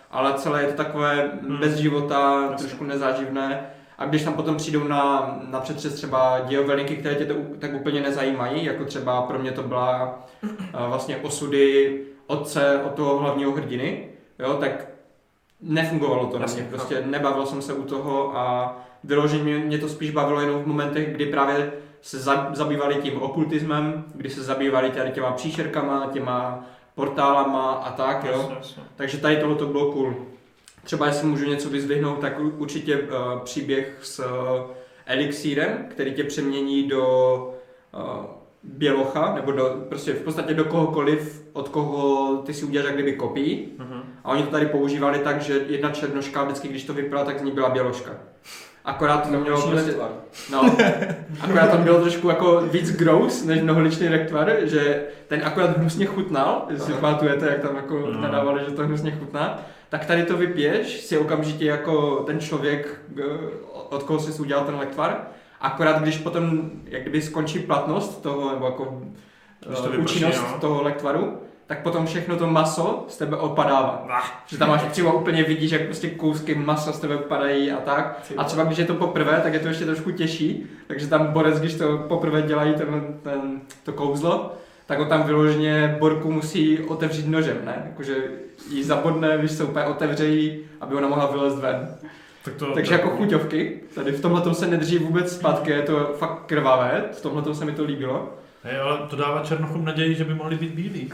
ale celé je to takové hmm. bez života, Jasně. trošku nezáživné. A když tam potom přijdou na, na přetřes třeba dějovelinky, které tě to tak úplně nezajímají, jako třeba pro mě to byla uh, vlastně osudy otce od toho hlavního hrdiny, jo, tak nefungovalo to na mě, prostě nebavil jsem se u toho a vyloženě mě, mě to spíš bavilo jenom v momentech, kdy právě se za, zabývali tím okultismem, kdy se zabývali tady těma příšerkama, těma portálama a tak, jo. Takže tady tohle to bylo cool. Třeba jestli můžu něco vyzdvihnout, tak určitě uh, příběh s uh, elixírem, který tě přemění do uh, bělocha, nebo do, prostě v podstatě do kohokoliv, od koho ty si uděláš jak kdyby kopii. Uh-huh. A oni to tady používali tak, že jedna černoška vždycky, když to vypila, tak z ní byla běložka. Akorát to mělo prostě, no, akorát to bylo trošku jako víc gross než mnoholičný rektvar, že ten akorát hnusně chutnal, jestli si pamatujete, jak tam jako no. nadávali, že to hnusně chutná, tak tady to vypiješ, si okamžitě jako ten člověk, od koho jsi udělal ten lektvar, akorát když potom jak kdyby skončí platnost toho, nebo jako uh, účinnost no. toho lektvaru, tak potom všechno to maso z tebe opadává. Ah. Že tam máš třeba úplně vidíš, jak prostě kousky masa z tebe padají a tak. A třeba když je to poprvé, tak je to ještě trošku těžší. Takže tam borec, když to poprvé dělají ten, ten, to kouzlo, tak ho tam vyloženě borku musí otevřít nožem, ne? Jakože jí zabodne, když se úplně otevřejí, aby ona mohla vylézt ven. Tak to, Takže tak... jako chuťovky. Tady v tomhle se nedrží vůbec zpátky, je to fakt krvavé, v tomhle se mi to líbilo. Hej, ale to dává černochům naději, že by mohli být bílí.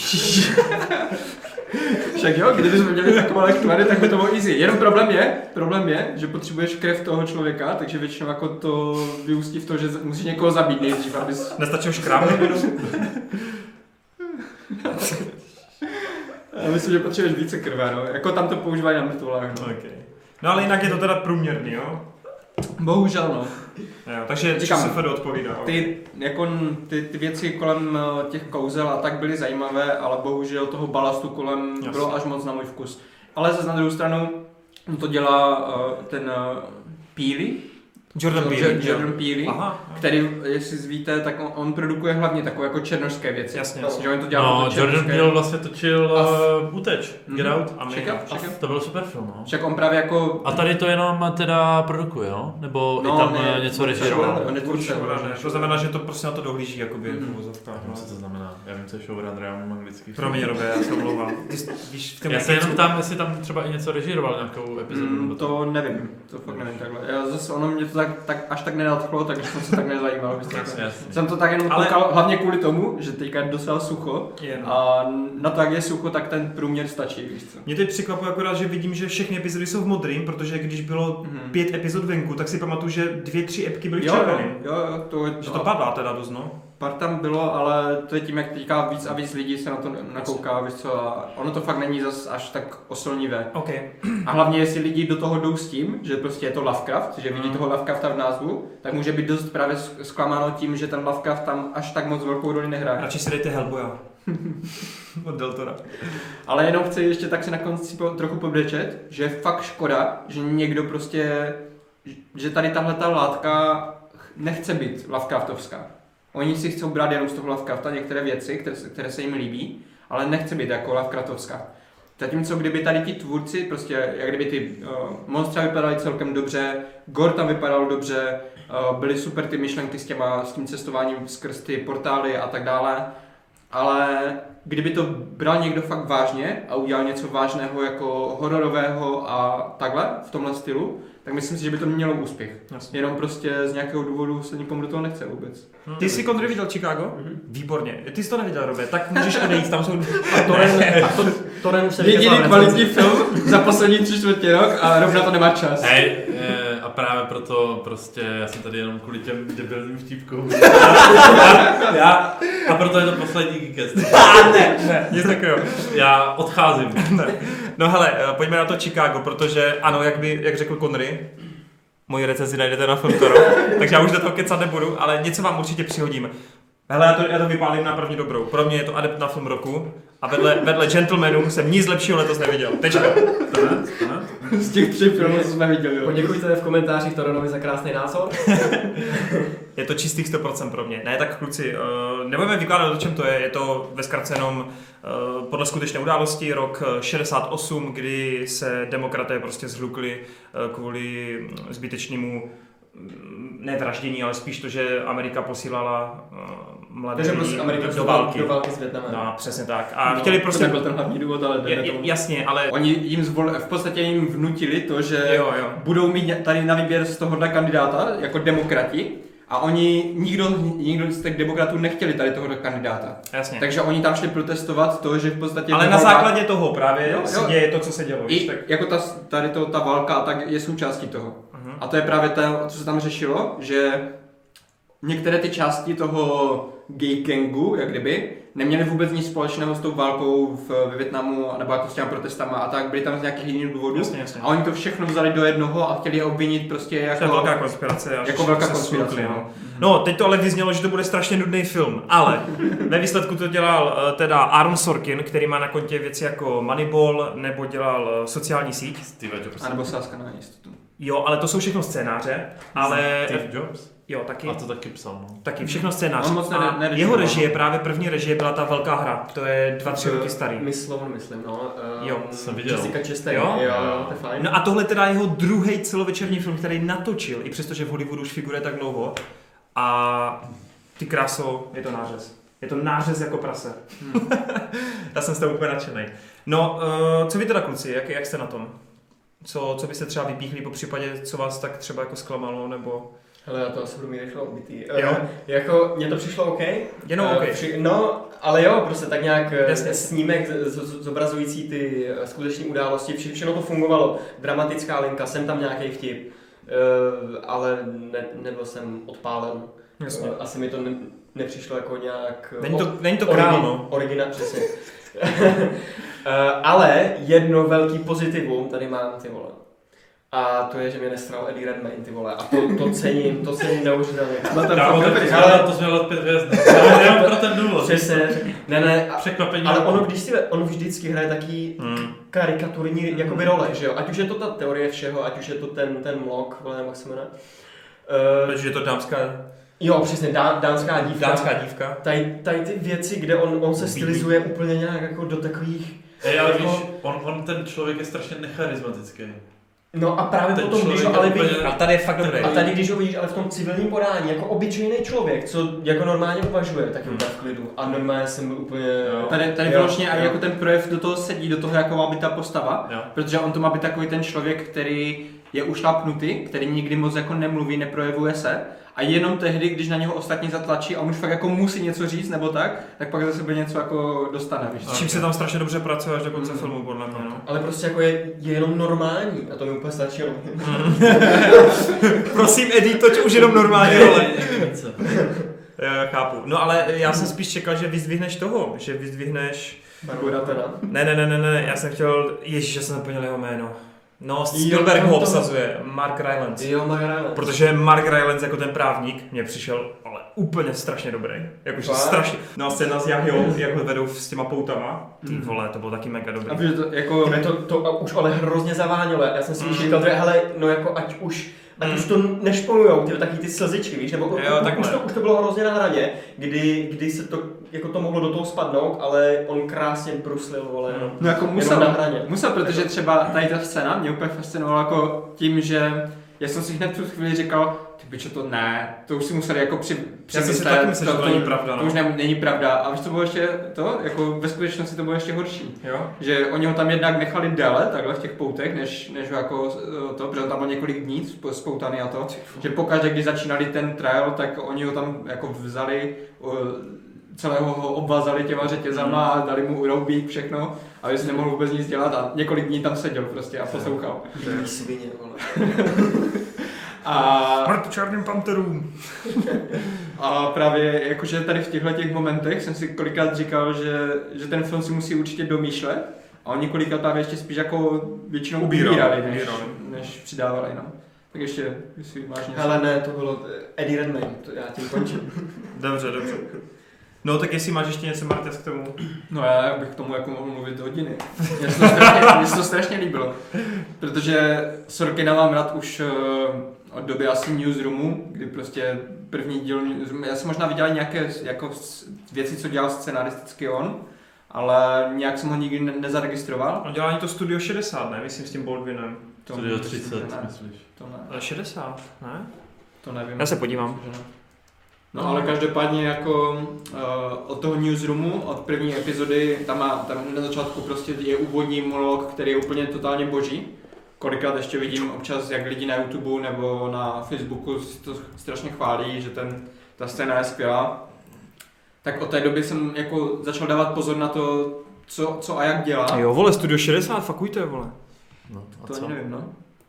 Však jo, kdybychom měli takové lektvary, tak by to bylo easy. Jenom problém je, problém je, že potřebuješ krev toho člověka, takže většinou jako to vyústí v to, že musíš někoho zabít nejdřív, abys... Nestačil škrábnout jenom? Já myslím, že potřebuješ více krve, no. Jako tam to používají na mrtvolách, no. Okay. No ale jinak je to teda průměrný, jo? Bohužel, no. Jo, takže říkám, se Fedo odpovídá. Ty, jako, ty, ty věci kolem těch kouzel a tak byly zajímavé, ale bohužel toho balastu kolem Jasně. bylo až moc na můj vkus. Ale zase na druhou stranu to dělá uh, ten uh, Peely, Jordan Peele, Jordan Peele, který, jestli víte, tak on, on produkuje hlavně takové jako černošské věci. Jasně, jasně. Že on to dělá no, Jordan Peele vlastně točil uh, Uteč, Get mm-hmm. Out. A Však, a to byl super film, no. Však on právě jako... A tady to jenom teda produkuje, jo? Nebo no, i tam ne, něco režíroval? To znamená, že to prostě na to dohlíží, jakoby v uvozovkách. No. Co to znamená? Já vím, co je showrunner, já mám anglický. Pro mě robě, já se omlouvám. Já se jenom tam, jestli tam třeba i něco režíroval, nějakou epizodu. Mm, to nevím, to fakt nevím takhle. Já zase ono mě to tak, tak až tak nenadchlo, takže jsem se tak nezajímal. Jsem to tak jenom ale... koukal hlavně kvůli tomu, že teďka je docela sucho Jen. a na to, jak je sucho, tak ten průměr stačí. Víš co? Mě teď překvapuje akorát, že vidím, že všechny epizody jsou v modrým, protože když bylo mm-hmm. pět epizod venku, tak si pamatuju, že dvě, tři epky byly červený. Jo, jo, to je... Že to padá teda dost, no. Pár tam bylo, ale to je tím, jak teďka víc a víc lidí se na to nakouká, víš co, a ono to fakt není zas až tak oslnivé. Okay. A hlavně, jestli lidi do toho jdou s tím, že prostě je to Lovecraft, že vidí mm. toho Lovecrafta v názvu, tak může být dost právě zklamáno tím, že ten Lovecraft tam až tak moc velkou roli nehraje. Radši si dejte Hellboya. Od Del Tora. Ale jenom chci ještě tak si na konci po, trochu pobrečet, že je fakt škoda, že někdo prostě, že tady tahle ta látka nechce být Lovecraftovská. Oni si chcou brát jenom z toho Lovecrafta některé věci, které, které se jim líbí, ale nechce být jako Lovecraftovská. Zatímco kdyby tady ti tvůrci, prostě jak kdyby ty uh, monstra vypadaly celkem dobře, gore tam vypadal dobře, uh, byly super ty myšlenky s, těma, s tím cestováním skrz ty portály a tak dále, ale kdyby to bral někdo fakt vážně a udělal něco vážného jako hororového a takhle v tomhle stylu, tak myslím si, že by to mělo úspěch. Jasně. Jenom prostě z nějakého důvodu se nikomu do toho nechce vůbec. Hmm. Ty jsi Connery viděl Chicago? Mm-hmm. Výborně. Ty jsi to neviděl, Robe, tak můžeš odejít, tam jsou... A Toren, a to, Toren už se viděl. Jediný kvalitní film za poslední tři čtvrtě rok a Rob na to nemá čas. Hej, a právě proto prostě, já jsem tady jenom kvůli těm debilním vtípkům. já, a proto je to poslední Geekest. ne, ne, nic takového. Já odcházím. Ne. No hele, pojďme na to Chicago, protože ano, jak, by, jak řekl Connery, moji recenzi najdete na Filmtoro, takže já už do toho kecat nebudu, ale něco vám určitě přihodím. Hele, já to, já to vypálím na první dobrou. Pro mě je to adept na film roku a vedle, vedle Gentlemanů jsem nic lepšího letos neviděl. Tečka. Z těch třech filmů, co jsme viděli. Poděkujte v komentářích Toronovi za krásný názor. Je to čistých sto procent pro mě. Ne, tak kluci, uh, nebudeme vykládat, o čem to je. Je to ve zkratce jenom uh, podle skutečné události rok šedesát osm, kdy se demokraté prostě zhlukli uh, kvůli zbytečnému ne vraždění, ale spíš to, že Amerika posílala uh, mladé Takže prostě Amerika do války. Do války s Vietnamem. No, přesně tak. A no, chtěli prostě... To byl ten hlavní důvod, ale je, je, jasně, ale... Oni jim zvol, v podstatě jim vnutili to, že jo, jo. budou mít tady na výběr z tohohle kandidáta jako demokrati a oni, nikdo, nikdo z těch demokratů nechtěli tady tohohle kandidáta. Jasně. Takže oni tam šli protestovat to, že v podstatě... Ale na válka, základě toho právě jo, se jo. děje to, co se dělo. I tak... jako ta, tady to, ta válka tak je součástí toho. Uh-huh. A to je právě to, co se tam řešilo, že některé ty části toho gay gangu, jak kdyby, neměly vůbec nic společného s tou válkou v, ve Vietnamu, nebo jako s těmi protestama a tak, byli tam z nějakých jiných důvodů. Jasně, jasně. A oni to všechno vzali do jednoho a chtěli je obvinit prostě jako... To je velká konspirace. Jako velká konspirace, slukli, no. No, teď to ale vyznělo, že to bude strašně nudný film, ale ve výsledku to dělal uh, teda Aaron Sorkin, který má na kontě věci jako Moneyball, nebo dělal uh, Sociální síť. Steve Jobs. A nebo Sáska na jistotu. Jo, ale to jsou všechno scénáře, ale... Steve Jobs? Jo, taky. A to taky psal, no. Taky, všechno scénář. On moc ne- a nerežíroval. jeho režie, právě první režie byla ta velká hra, to je dva, tři roky starý. Mysloun, myslím, no. Um, Jo, to jsem viděl. Jessica Chastain, Jo? jo, jo, to je fajn. No a tohle teda jeho druhý celovečerní film, který natočil, i přestože v Hollywoodu už figuruje tak dlouho. A ty kráso, je to nářez. Je to nářez jako prase. Hmm. Já jsem z toho úplně nadšenej. No, uh, co vy teda kluci, jak, jak jste na tom? Co, co byste třeba vypíchli po případě, co vás tak třeba jako zklamalo, nebo... Hele, já to asi budu mít rychle obitý. Jo? Uh, jako, mně to přišlo OK. Jenom Uh, OK. Při, no, ale jo, prostě tak nějak Jasně. snímek z, z, zobrazující ty skutečné události, vše, všechno to fungovalo. Dramatická linka, jsem tam nějaký vtip, uh, ale ne, nebyl jsem odpálen. Jasně. Uh, asi mi to ne, nepřišlo jako nějak... Není to, o- není to origi- král, no. Originál, přesně. uh, ale jedno velký pozitivum tady mám, ty vole. A to je, že mě nestral Eddie Redmayne, ty vole. A to, to cením, to cením neuvěřitelně. No, ten Kámo, fakt to, dobrý, ale ale- to jsme let pět hvězd. Ale jenom pro ten důvod. Přesně. Ne, ne. A, Překvapení. ale ono, když si, on vždycky hraje taký Hmm. karikaturní jakoby role, že jo? Ať už je to ta teorie všeho, ať už je to ten, ten mlok, vole, nebo jak se jmenuje. Uh, Takže je to dámská, jo, přesně, dá, dánská dívka. dámská dívka. Tady, tady ty věci, kde on, on se stylizuje úplně nějak jako do takových... Ej, ale jako- víš, on, on ten člověk je strašně necharismatický. No a právě Ten potom, když člověk ho je ale vidíš, úplně- A tady je fakt dobrý. a tady když ho vidíš ale v tom civilním podání, jako obyčejný člověk, co jako normálně uvažuje, tak je úplně v klidu. A normálně jsem byl úplně... Jo. Tady, tady Jo, vyloženě a jo. jako ten projev do toho sedí, do toho, jako má být ta postava, Jo. protože on to má být takový ten člověk, který je ušlapnutý, který nikdy moc jako nemluví, neprojevuje se a jenom tehdy, když na něho ostatní zatlačí a on už fakt jako musí něco říct nebo tak, tak pak za sebe něco jako dostane, víš. S čím se tam strašně dobře pracuje až do konce filmu, podle mě. No. Ale prostě jako je, je jenom normální a to mi úplně stačilo. Prosím, Eddie, toč už jenom normálně role. Někdy více. Já chápu. No ale já jsem spíš čekal, že vyzdvihneš toho, že vyzdvihneš... Barbara teda. Ne, ne, ne, ne, ne, já jsem chtěl... Ježíš, já jsem zapomněl jeho jméno. No, Jo, Spielberg tam ho to- obsazuje, Mark Rylance. Jo, Mark Rylance. Protože Mark Rylance jako ten právník mě přišel ale úplně strašně dobrý. Jakože Fakt? strašně. No a scéna s Yahoo, jak ho vedou s těma poutama. Ty vole, to bylo taky mega dobrý. A víš, to jako... Mě to, to už ale hrozně zavánělo. Já jsem si už říkal, že hele, no jako ať už, ať Mm. už to nešponujou, ty taky ty slzičky, víš, nebo Jo, už, takhle. to, už to bylo hrozně na hraně, kdy, kdy se to, jako to mohlo do toho spadnout, ale on krásně bruslil, vole, Mm. no. No jako musel, na hraně. musel, protože třeba tady ta scéna mě úplně fascinovala jako tím, že já jsem si hned tu chvíli říkal, ty piče, to ne, to už si museli jako při, Já jsem si přemyslet, taky myslel, že to není pravda, To no. už ne, není pravda. A víš, co bylo ještě to? Jako ve skutečnosti to bylo ještě horší. Jo? Že oni ho tam jednak nechali déle, takhle v těch poutech, než, než ho jako eh, to, protože on tam byl několik dní sp- spoutaný a to, že pokaždé, když začínali ten trial, tak oni ho tam jako vzali, eh, celého ho obvazali těma řetězama a dali mu roubík, všechno, aby si nemohl vůbec nic dělat a několik dní tam seděl prostě a poslouchal. Bílý svině, vole. A, Smrt černým panterům. a právě jakože tady v těchto těch momentech jsem si kolikrát říkal, že, že ten film si musí určitě domýšlet a oni kolikrát právě ještě spíš jako většinou Ubírali, ubírali, než, ubírali. než přidávali. No. Tak ještě, jestli máš něco. Hele ne, to bylo Eddie Redmayne, to já tím končím. Dobře, dobře. No tak jestli máš ještě něco, Martes, k tomu. No já bych k tomu jako mohl mluvit hodiny. Mně se to strašně, mně se to strašně líbilo, protože Sorkina mám rád už uh, od doby asi Newsroomu, kdy prostě první díl, já jsem možná viděl nějaké jako věci, co dělal scenaristicky on, ale nějak jsem ho nikdy ne- nezaregistroval. On dělá ani to Studio šedesát, ne? Myslím s tím Baldwinem. To Studio myslím, třicet, že ne. myslíš? To ne. Ale šedesát, ne? To nevím. Já se podívám. Že ne. No ale každopádně jako uh, od toho newsroomu, od první epizody, tam, má, tam na začátku prostě je úvodní monolog, který je úplně totálně boží. Kolikrát ještě vidím občas, jak lidi na YouTube nebo na Facebooku to strašně chválí, že ten, ta scéna je skvělá. Tak od té doby jsem jako začal dávat pozor na to, co, co a jak dělá. A jo, vole, Studio šedesát, fakujte, vole. No, a To co? ani nevím, no.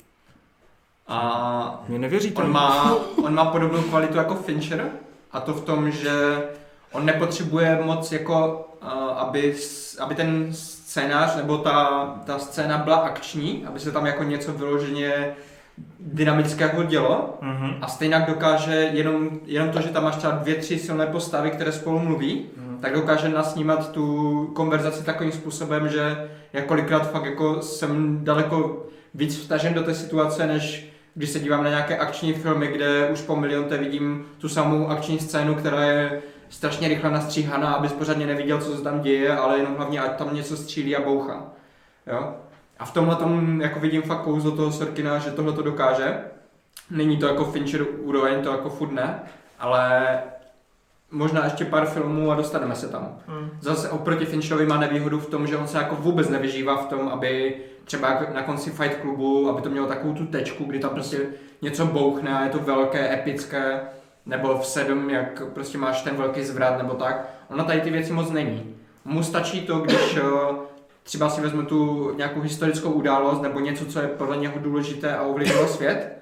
A Mě nevěříte. on má, on má podobnou kvalitu jako Fincher, a to v tom, že on nepotřebuje moc jako, uh, aby, aby ten scénář nebo ta, ta scéna byla akční, aby se tam jako něco vyloženě dynamického dělo, Mm-hmm. a stejně dokáže jenom, jenom to, že tam máš třeba dvě, tři silné postavy, které spolu mluví, Mm. tak dokáže nasnímat tu konverzaci takovým způsobem, že já kolikrát fakt jako jsem daleko víc vtažen do té situace, než když se dívám na nějaké akční filmy, kde už po milionte vidím tu samou akční scénu, která je strašně rychle nastříhaná, abys pořádně neviděl, co se tam děje, ale jenom hlavně ať tam něco střílí a bouchá. Jo? A v tomhle tom jako vidím fakt kouzlo toho Sorkina, že tohle to dokáže. Není to jako Fincher úroveň, to jako furt ne, ale možná ještě pár filmů a dostaneme se tam. Mm. Zase oproti Fincherovi má nevýhodu v tom, že on se jako vůbec nevyžívá v tom, aby třeba na konci Fight Clubu, aby to mělo takovou tu tečku, kdy tam prostě něco bouchne a je to velké, epické, nebo v sedm, jak prostě máš ten velký zvrat nebo tak. Ona tady ty věci moc není. Mu stačí to, když třeba si vezmu tu nějakou historickou událost nebo něco, co je podle něho důležité a ovlivnilo svět,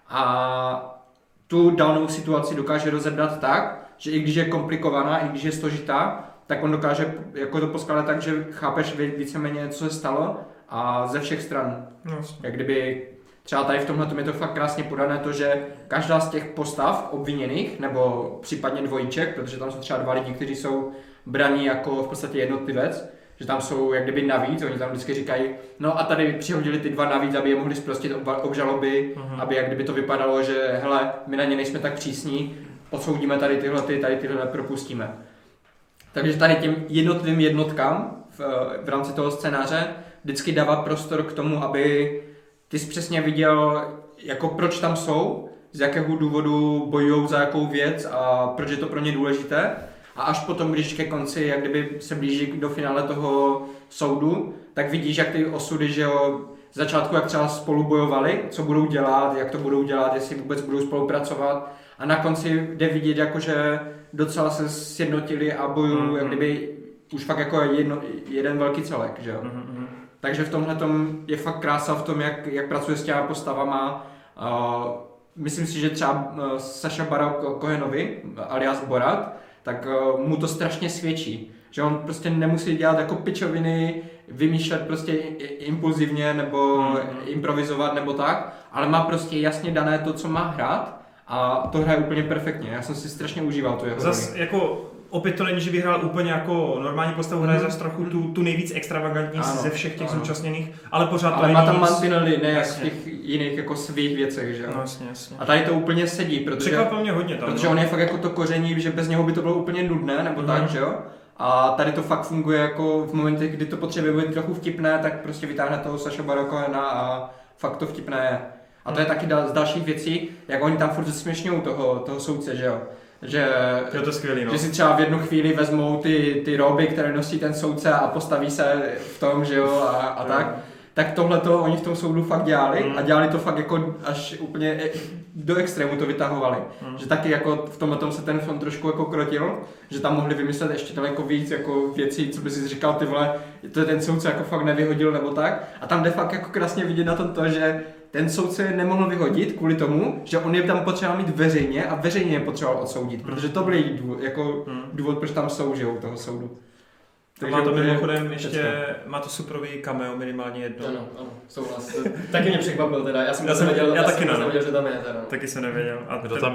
a tu danou situaci dokáže rozebrat tak, že i když je komplikovaná, i když je složitá, tak on dokáže jako to poskládat tak, že chápeš víceméně, co se stalo a ze všech stran. No, Jak kdyby třeba tady v tomhle je to fakt krásně podané to, že každá z těch postav obviněných, nebo případně dvojíček, protože tam jsou třeba dva lidi, kteří jsou braní jako v podstatě jednotlivec, že tam jsou jak kdyby navíc, oni tam vždycky říkají, no a tady přihodili ty dva navíc, aby je mohli zprostit obžaloby, uh-huh. aby jak kdyby to vypadalo, že hele, my na ně nejsme tak přísní, odsoudíme tady tyhle, ty, tady tyhle propustíme. Takže tady těm jednotlivým jednotkám v, v rámci toho scénáře vždycky dává prostor k tomu, aby ty jsi přesně viděl, jako proč tam jsou, z jakého důvodu bojují za jakou věc a proč je to pro ně důležité. A až potom, když ke konci, jak kdyby se blíží do finále toho soudu, tak vidíš, jak ty osudy, že jo, z začátku jak třeba spolu bojovali, co budou dělat, jak to budou dělat, jestli vůbec budou spolupracovat. A na konci jde vidět, jakože docela se sjednotili a bojují, mm-hmm. jak kdyby už fakt jako jedno, jeden velký celek, že jo. Mm-hmm. Takže v tomhle je fakt krása v tom, jak, jak pracuje s těma postavama. Uh, myslím si, že třeba uh, Saša Baron Cohenovi, alias Borat, tak uh, mu to strašně svědčí. Že on prostě nemusí dělat jako pičoviny, vymýšlet prostě impulzivně nebo mm-hmm. improvizovat nebo tak, ale má prostě jasně dané to, co má hrát, a to hraje úplně perfektně. Já jsem si strašně užíval tu jeho Zas roli. Jako opět to není, že by hrál úplně jako normální postavu, hraje mm-hmm. zase trochu tu, tu nejvíc extravagantní ano, ze všech těch ano. zúčastněných, ale pořád ale to má tam nic... mantinely, ne jak v těch jiných jako svých věcech, že jo. No, jasně, jasně. A tady to úplně sedí, protože, překvapil mě hodně tam, protože no. on je fakt jako to koření, že bez něho by to bylo úplně nudné, nebo mm-hmm. tak, že jo. A tady to fakt funguje jako v momentech, kdy to potřebuje být trochu vtipné, tak prostě vytáhne toho Saša Baron Cohena a fakt to vtipné je. A to je taky dal, z dalších věcí, jak oni tam furt zesměšňují toho, toho soudce, že jo. Že, je to skvělý, no. Že si třeba v jednu chvíli vezmou ty, ty roby, které nosí ten soudce a postaví se v tom, že jo, a, a tak. Tak tohleto oni v tom soudu fakt dělali mm. a dělali to fakt jako až úplně do extrému to vytahovali. Mm. Že taky jako v tomhle se ten film trošku jako krotil, že tam mohli vymyslet ještě daleko víc jako věcí, co by si říkal, ty vole, to je ten soudce jako fakt nevyhodil nebo tak. A tam jde fakt jako krásně vidět na tom to, že ten soudce nemohl vyhodit kvůli tomu, že on je tam potřeboval mít veřejně a veřejně je potřeboval odsoudit, protože to byl její důvod, jako důvod, proč tam jsou, že jo, toho soudu. Takže má to mimochodem ještě, má to superový cameo minimálně jedno. Ano, ano, souhlas. Taky mě překvapil teda, já jsem já to nevěděl, já, já já taky jsem ne, nevěděl, že tam je teda. Taky jsem nevěděl. A kdo tam je?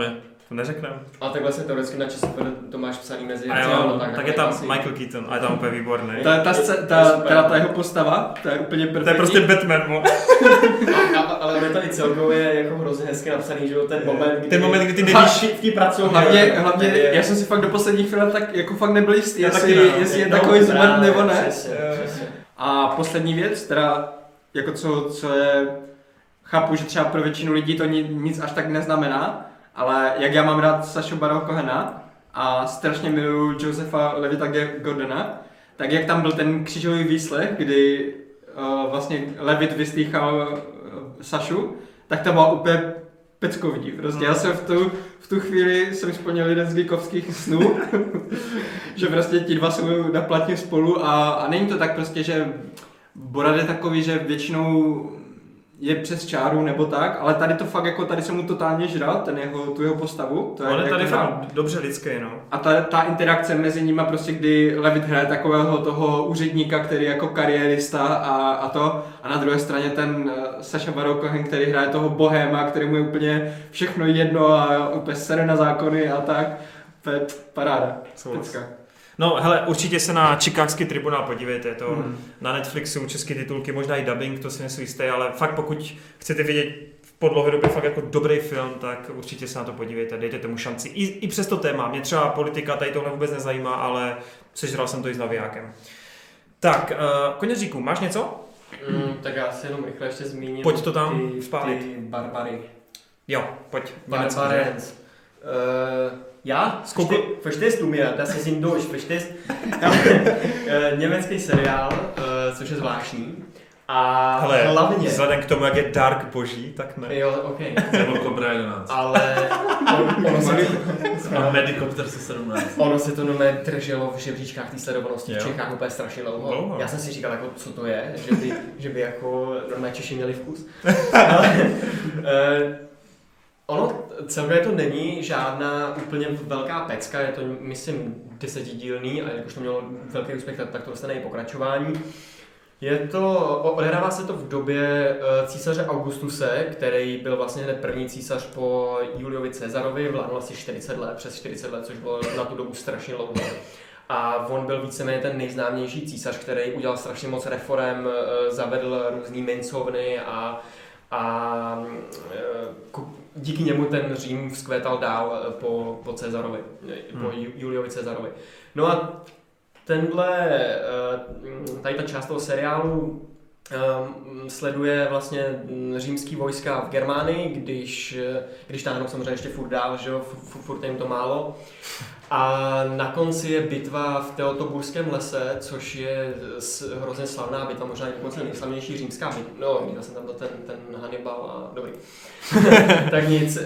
To neřekneme. A takhle se teoreticky na ČSFD to máš psaný mezi... A jo, no, tak, tak je tam asi Michael Keaton a je tam úplně výborný. Ta, ta, ta, ta, ta jeho postava, to je úplně perfektní. To je prostě Batman, mo. a, a, ale on je tady celkově jako hrozně hezky napsaný, že jo, ten moment, kdy... Ten moment, kdy ty nevíš... V té pracovně... Hlavně, hlavně, já jsem si fakt do posledních chvíle tak jako fakt nebyl jistý, jestli, jestli je no, takový zmrt nebo ne. Přesně, přesně. A poslední věc, teda jako co, co je... Chápu, že třeba pro většinu lidí to nic až tak neznamená, ale jak já mám rád Sašu Baron Cohena a strašně miluju Josepha Levita Gordona, tak jak tam byl ten křížový výslech, kdy uh, vlastně Levit vyslýchal uh, Sašu, tak to bylo úplně peckový. Prostě já jsem v tu, v tu chvíli jsem splnil jeden z geekovských snů, že prostě ti dva jsou na platně spolu a, a není to tak prostě, že Borat je takový, že většinou je přes čáru nebo tak, ale tady to fakt jako, tady jsem mu totálně žral, ten jeho, tu jeho postavu. To je, on je tady jako fakt dobře lidský, no. A ta, ta interakce mezi nimi prostě, kdy Levit hraje takového toho úředníka, který je jako kariérista a, a to, a na druhé straně ten uh, Saša Baron Cohen, který hraje toho bohéma, který mu je úplně všechno jedno a úplně sere na zákony a tak. To je paráda. Pecka. No hele, určitě se na Chicagský tribunál podívejte, je to hmm. na Netflixu, české titulky, možná i dubbing, to si nejsem jistý, ale fakt pokud chcete vidět po dlouhé době fakt jako dobrý film, tak určitě se na to podívejte, dejte tomu šanci. I, i přes to téma, mě třeba politika tady tohle vůbec nezajímá, ale sežral jsem to i s navijákem. Tak, uh, Koněříku, máš něco? Mm, tak já si jenom rychle ještě zmíním Pojď to tam ty, spálit. ty barbary. Jo, pojď. Barbarens. Uh, ja? Skoko... Verstehst du mir? Das ist in Deutsch, verstehst? Německý seriál, uh, což je zvláštní. A hele, hlavně... vzhledem k tomu, jak je dark boží, tak ne. Jo, ok. Nebo Cobra jedenáct. Ale on, ono, se to, a Medicopter se sedmnáct. ono se to nové drželo v žebříčkách té sledovanosti v Jo. Čechách úplně strašně dlouho. Dlouho. Já jsem si říkal, jako, co to je, že by, že by jako normálně Češi měli vkus. Ale, uh, ono celkově to není žádná úplně velká pecka, je to myslím desetidílný a jakož to mělo velký úspěch, tak to dostane i pokračování. Je to, odehrává se to v době císaře Augustuse, který byl vlastně hned první císař po Juliovi Caesarovi, vládnul asi čtyřicet let, přes čtyřicet let, což bylo na tu dobu strašně dlouho. A on byl víceméně ten nejznámější císař, který udělal strašně moc reforem, zavedl různý mincovny a, a díky němu ten Řím vzkvétal dál po, po Caesarovi, po Juliovi Caesarovi. No a tenhle, tady ta část toho seriálu sleduje vlastně římský vojska v Germánii, když, když táhnou samozřejmě ještě furt dál, že jo, furt jim to málo. A na konci je bitva v Teotoburském lese, což je hrozně slavná bitva, možná dokonce nejslavnější římská bitva. No, viděl jsem tam ten, ten Hannibal a dobrý. Tak nic.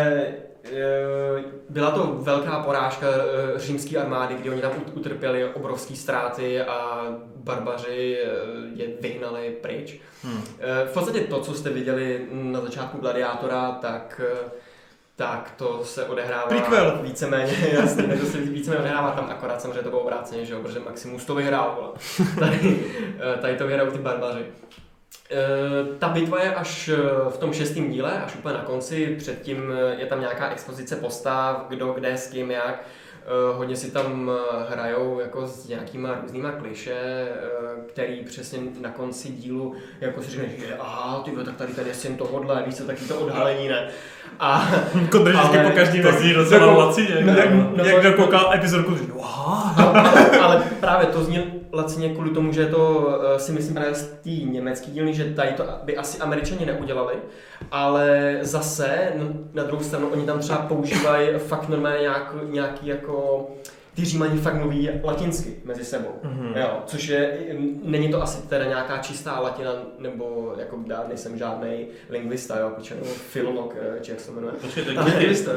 Byla to velká porážka římské armády, kdy oni tam utrpěli obrovské ztráty a barbaři je vyhnali pryč. Hmm. V podstatě to, co jste viděli na začátku Gladiátora, tak, tak to se odehrává Prequel. víceméně, jasně, to se víceméně odehrává tam, akorát samozřejmě to bylo obráceně, že jo, protože Maximus to vyhrál, tady, tady to vyhrál ty barbaři. Ta bitva je až v tom šestém díle, až úplně na konci, předtím je tam nějaká expozice postav, kdo, kde, s kým, jak. Hodně si tam hrajou jako s nějakýma různýma kliše, který přesně na konci dílu jako si řekneš, že aha, tyhle, tak tady ten je syn tohodle, víš co, taky to odhalení, ne? A Kondr vždycky po každý to zní docela lacině. No, jak, no, jak dokoukal epizodku, že ale právě to zní lacině kvůli tomu, že to si myslím právě z té německé dílny, že tady to by asi Američani neudělali, ale zase na druhou stranu oni tam třeba používají fakt normálně nějak, nějaký jako ty Římani fakt mluví latinsky mezi sebou, mm-hmm. jo, což je, není to asi teda nějaká čistá latina, nebo jako já nejsem žádnej lingvista, jo, nebo filolog, či jak se jmenuje. Počkej, to je lingvista,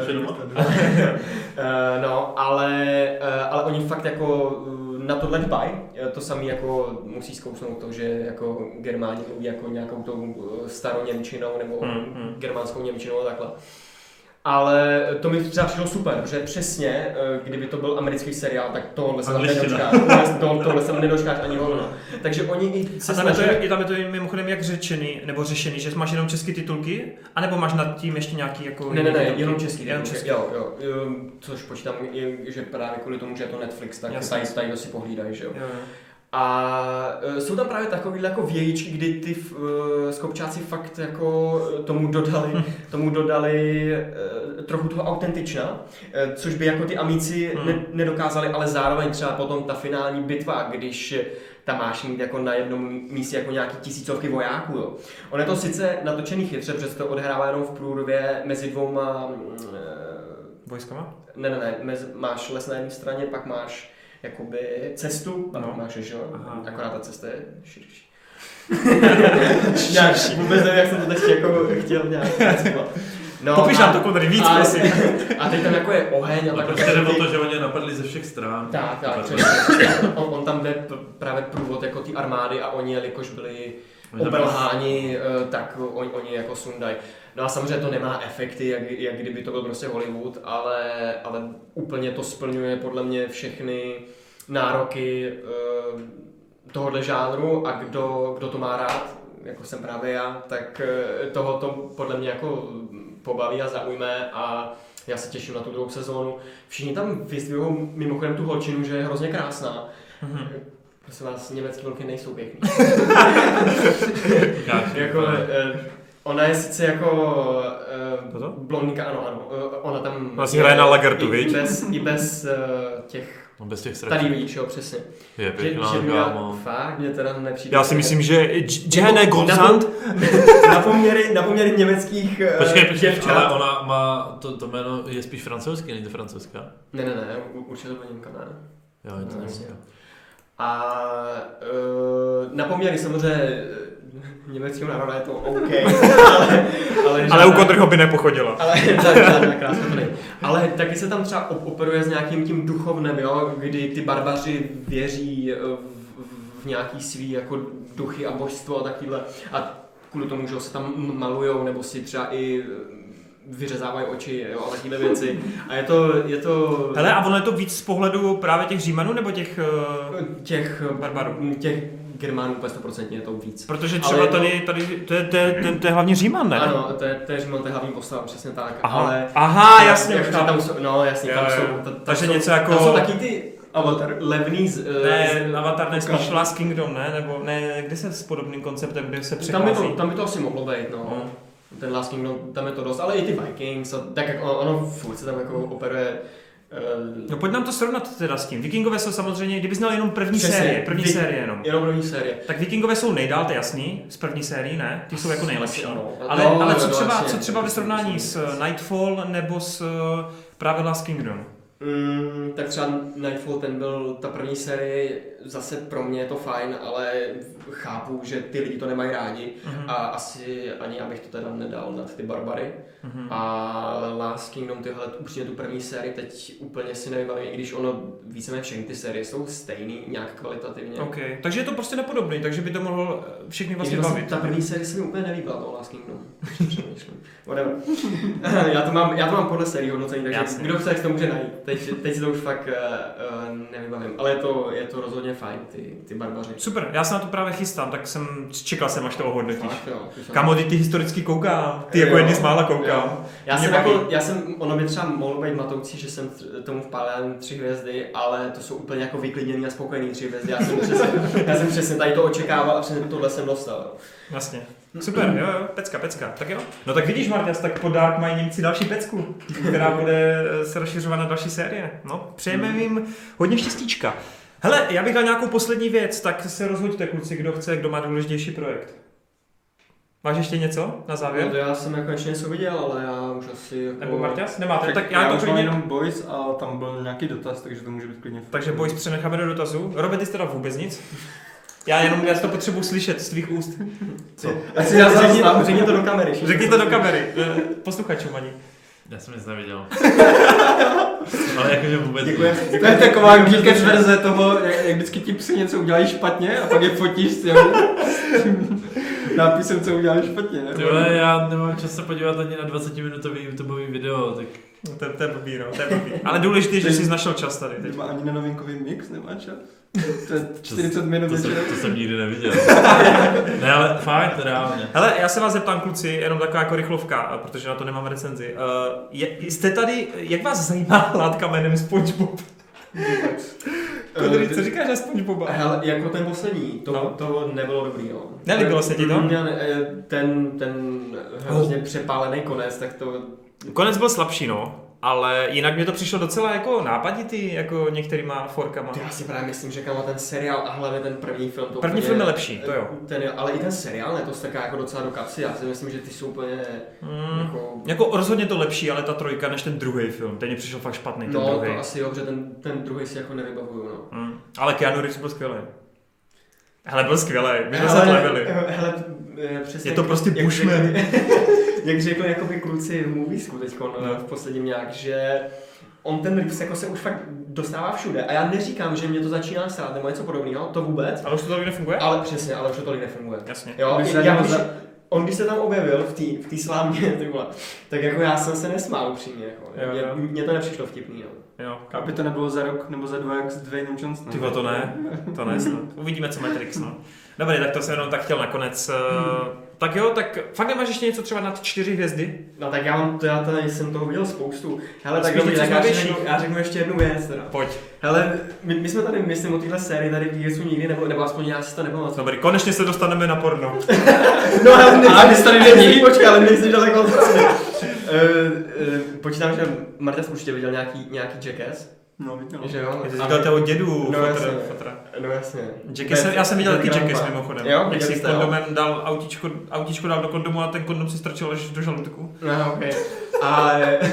no, ale, ale oni fakt jako na tohle dbají, to samé jako musí zkousnout to, že jako Germáni mluví jako nějakou tou starou němčinou nebo mm-hmm. germánskou němčinou a takhle. Ale to mi třeba přišlo super, protože přesně, kdyby to byl americký seriál, tak tohle se tam Angličtina. nedočkáš. Tohle, tohle se tam nedočkáš ani hovno. Takže oni i se A tam je, to, snaží... je, tam je to mimochodem jak řečený, nebo řešený, že máš jenom české titulky, anebo máš nad tím ještě nějaký jako... Ne, ne, ne, titulky? jenom český. Jenom český. český. Jo, jo, jo, což počítám, že právě kvůli tomu, že je to Netflix, tak Jasně. tady, tady to si pohlídají, že jo. Jo, jo. A e, jsou tam právě takovýhle jako vějíčky, kdy ty e, skopčáci fakt jako tomu dodali, tomu dodali e, trochu toho autentična, e, což by jako ty amíci Hmm. ne, nedokázali, ale zároveň třeba potom ta finální bitva, když tam máš mít jako na jednom místě jako nějaký tisícovky vojáků. Jo. On je to sice natočený chytře, protože to odehrává jenom v průrvě mezi dvouma... E, Vojskama? ne, ne, ne, mezi, máš les na jedné straně, pak máš jakoby cestu, a No. no. máš, že jo, Aha. akorát ta cesta je širší. Nějak, vůbec nevím, jak jsem to teď jako chtěl nějak nazvat. No, Popiš a- nám to Konrad víc, a, prosím. a teď tam jako je oheň a No tak. prostě jde o to, že oni je napadli ze všech stran. Tak, tak, Napadli. přesně. On, on tam jde pr- právě průvod jako ty armády a oni, jelikož byli Oni tam- obelháni, eh, tak oni, oni jako sundají. No a samozřejmě to nemá efekty, jak, jak kdyby to byl prostě Hollywood, ale, ale úplně to splňuje podle mě všechny nároky eh, tohohle žánru a kdo, kdo to má rád, jako jsem právě já, tak eh, toho to podle mě jako pobaví a zaujme a já se těším na tu druhou sezónu. Všichni tam vyzdvihují mimochodem tu holčinu, že je hrozně krásná. Mhm. Prosím vás, německý holky nejsou pěkný. Jak, jako, eh, ona je sice jako Toto? eh, blondýnka, ano, ano. Eh, ona tam Vlastně hraje na Lagertu, i, viď? i bez, i bez eh, těch, No bez těch tady sraček. vidíš, jo, přesně. Je Že, pěkná, že měla, kámo. fakt, mě teda nepřijde. Já si myslím, že Jehne Goldsand... Na poměry, na poměry německých eh, Počkej, počkej, děvčat. ale ona má, to, to jméno je spíš francouzský, není to francouzská? Ne, ne, ne, u- určitě to byla Němka, ne. Jo, je to No, Německá. A uh, na poměry samozřejmě eh, německého národa je to OK, ale, ale, Ale u Kontrho by nepochodila. ale tak, žádná krása to není. Ale taky se tam třeba op- operuje s nějakým tím duchovnem, jo, kdy ty barbaři věří eh, v, v nějaký svý jako duchy a božstvo a takovýhle. A kvůli tomu, že se tam malujou, nebo si třeba i vyřezávají oči, jo, a takovéhle věci. A je to, je to... Hele, a ono je to víc z pohledu právě těch Římanů, nebo těch... Uh, těch barbarů? Těch Germánů úplně stoprocentně je to víc. protože Ale třeba je to- tady, tady to, je, to, je, to, je, to je hlavně Říman, ne? Ano, to je, to je Říman, to je hlavní postava, přesně tak. Aha, Ale, Aha jasně, jak, už tam chápu. jsou, no jasně, tam Jo, jsou, jo. ta, tam Takže jsou, něco jako- tam jsou taky ty Avatar, levný z... Ne, z- Avatar ne, spíš ukáž. Last Kingdom, ne? Nebo ne, kde se s podobným konceptem, kde se tam přechází? by, to, tam by to asi mohlo být, no. No. Ten Last Kingdom, tam je to dost, ale i ty Vikings, a tak jak ono, ono furt se tam jako operuje... Uh, No pojď nám to srovnat teda s tím. Vikingové jsou samozřejmě, kdyby znal jenom první Přesně. série, první Vy- série jenom. jenom první série. Tak Vikingové jsou nejdál, to je jasný, z první série, ne? Ty jsou jako nejlepší. Asi ano. Ale, No, ale no, co no, třeba, jasně. co třeba ve srovnání s Nightfall nebo s uh, právě Last Kingdom? Mm, tak třeba Nightfall, ten byl, ta první série, zase pro mě je to fajn, ale chápu, že ty lidi to nemají rádi Mhm. a asi ani abych to teda nedal nad ty barbary. Mhm. A Last Kingdom, tyhle, upřímně tu první sérii, teď úplně si nevybavím, i když ono víceméně všechny ty série jsou stejný nějak kvalitativně. OK, takže je to prostě nepodobný, takže by to mohlo všechny vlastně Vlastně bavit. ta první série se mi úplně nelíbila, to Last Kingdom. Ještě přemýšlím. Whatever. já, to mám, já to mám podle série hodnocení, takže Jasně. kdo chce, tak to může najít. Teď, teď si to už fakt uh, nevybavím, ale je to, je to rozhodně fajn, ty, ty barbaři. Super, já se na to právě chystám, tak jsem čekal jsem, až to ohodnotíš. Fakt, jo, ty jsem- Kamo, ty, ty historicky koukám, ty Jo, jako jedni z mála jo. koukám. Já Mě jsem, baví. jako, já jsem, ono by třeba mohlo být matoucí, že jsem t- tomu vpálil tři hvězdy, ale to jsou úplně jako vyklidněný a spokojený tři hvězdy. Já jsem přesně, já jsem přesně tady to očekával a přesně tohle jsem dostal. Jasně. Super, jo, jo, pecka, pecka. Tak jo. No tak vidíš, Marťas, tak po Dark mají Němci další pecku, která bude se rozšiřovat na další série. No, přejeme jim hodně štěstíčka. Hele, já bych dal nějakou poslední věc, tak se rozhoďte, kluci, kdo chce, kdo má důležitější projekt. Máš ještě něco na závěr? No to já jsem jako ještě něco viděl, ale já už asi jako... Nebo Marťas? Nemáte? Tak, Tak já, já to už mám klidně... jenom Boys a tam byl nějaký dotaz, takže to může být klidně. Takže Boys přenecháme do dotazu. Robert, ty jsi teda vůbec nic? Já jenom já to potřebuji slyšet z tvých úst. Co? Ať si já Řekni- řekni, řekni to do kamery. Řekni to do kamery, eh, posluchačům ani. Já jsem nic neviděl. Ale jakože vůbec Děkujem. nic. To je taková geekers verze toho, jak, jak vždycky ti psi něco udělají špatně a pak je fotíš s těmi. nápisem, co udělali špatně, ne? Tyhle, já nemám čas se podívat ani na dvacetiminutový YouTubeový video, tak... No, to, to je blbý, no, to je blbý. Ale důležité je, že jsi našel čas tady. Teď. Nemá ani na novinkový mix, nemá čas. To je čtyřicet minut to, jsem, večer. to jsem nikdy neviděl. Ne, ale fakt, reálně. Hele, já se vás zeptám, kluci, jenom taková jako rychlovka, protože na to nemám recenzi. Uh, je, jste tady, jak vás zajímá látka jménem SpongeBob? Kodry, co říkáš na SpongeBoba? Hele, jako ten poslední, to, no. to nebylo dobrý, no. Nelíbilo se ti to? Ten, ten hrozně oh. přepálený konec, tak to... Konec byl slabší, no. Ale jinak mě to přišlo docela jako nápaditý, jako některýma forkama. Já si právě myslím, že kamo ten seriál a hlavně ten první film. To první úplně, film je lepší, to jo. Ten, ale i ten seriál, ne, to strká jako docela do kapsy. Já si myslím, že ty jsou úplně mm, jako... jako rozhodně to lepší, ale ta trojka než ten druhý film. Ten mě přišel fakt špatný, ten no, druhý. No to asi jo, že ten, ten druhý si jako nevybavuju, no. Mm, ale Keanu Reeves byl skvělý. Hele, byl skvělý, my jsme se tlevili. Hele, přesně... Je to prostě Bushman. Jak řekli jakoby kluci v moviesku teďko no. v posledním nějak, že on ten Reeves jako se už fakt dostává všude a já neříkám, že mě to začíná srát nebo něco podobného, to vůbec. Ale už to tolik nefunguje? Ale přesně, ale už to tolik nefunguje. Jasně. Jo, já, když, on když se tam objevil v té v té slámě, ty vole, tak jako já jsem se nesmál upřímně, jako. Jo, jo. Mě, mě to nepřišlo vtipný, jo. Jo. Aby to nebylo za rok nebo za dva jak s Dwaynem Johnsonem. Tyvo, to ne, to ne snad. Uvidíme, co Matrix, no. Dobrý, tak to jsem jenom tak chtěl nakonec. Hmm. Tak jo, tak fakt nemáš ještě něco třeba na čtyři hvězdy? No tak já mám, to, já tady jsem toho viděl spoustu. Hele, tak Spíš dobrý, tak já větší. řeknu, já řeknu ještě jednu věc teda. Pojď. Hele, my, my jsme tady, myslím, o téhle sérii tady v Geesu nikdy, nebo, nebo aspoň já si to nepamatuju. Dobrý, konečně se dostaneme na porno. No ale nejsi tady není. Počkej, ale nejsi daleko od uh, uh, Počítám, že Marta určitě viděl nějaký, nějaký Jackass. No, viděl. Že jo? Jsi říkal toho dědu, no, fotra, jasně. fotra. No jasně. Jackass, já jsem viděl taky Jackass mimochodem. Jo, jak si jste, kondomem jo. dal autíčko, autíčko dal do kondomu a ten kondom si strčil až do žaludku. No, okay. A,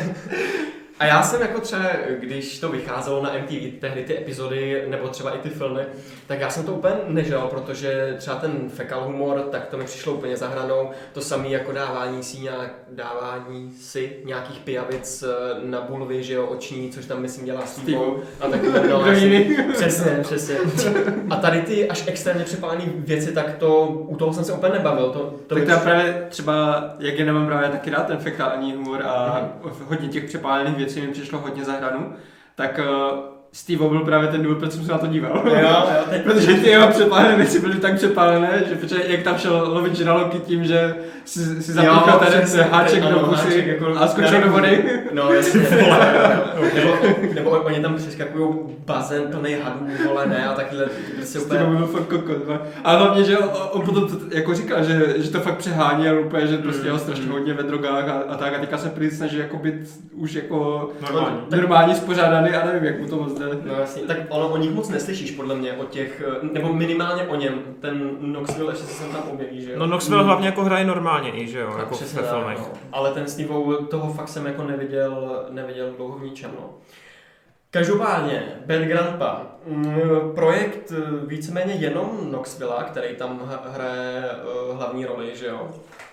a já jsem jako třeba, když to vycházelo na M T V, tehdy ty epizody, nebo třeba i ty filmy, tak já jsem to úplně nežal, protože třeba ten fekal humor, tak to mi přišlo úplně za hranou. To samé jako dávání si, nějak, dávání si nějakých pijavic na bulvy, že jo, oční, což tam myslím dělá Steve. A tak no, přesně, přesně. A tady ty až extrémně přepálené věci, tak to, u toho jsem se úplně nebavil. To, to tak bych... to já právě třeba, jak je nemám právě taky rád ten fekální humor a mm. hodně těch přepálených věcí mi přišlo hodně za hranu, tak uh, Steve byl právě ten důvod, proč jsem se na to díval. Jo, jo, teď... Protože ty jeho přepálené věci byly tak přepálené, že protože jak tam šel lovit žraloky tím, že si, si zapíchal ten háček do pusy jako a skočil do vody. No jasně. nebo, nebo oni tam přeskakujou bazén plný hadů, vole, ne, a takhle prostě úplně... Steve byl fakt kokot. A hlavně, že on, on potom to, jako říkal, že, že to fakt přehání a úplně, že prostě ho strašně hodně ve drogách a, a tak. A teďka se prý snaží jako být už jako normální, normální spořádaný a nevím, jak mu to moc jde. No jasně, tak ono o nich moc neslyšíš podle mě, o těch, nebo minimálně o něm, ten Knoxville ještě se sem tam objeví, že jo? No Knoxville hmm. hlavně jako hraje normálně i, že jo, no, jako ve filmech. No. Ale ten Steve toho fakt jsem jako neviděl, neviděl dlouho v ničem, no. Každopádně, Bad Grandpa, projekt víceméně jenom Knoxville, který tam hraje hlavní roli, že jo?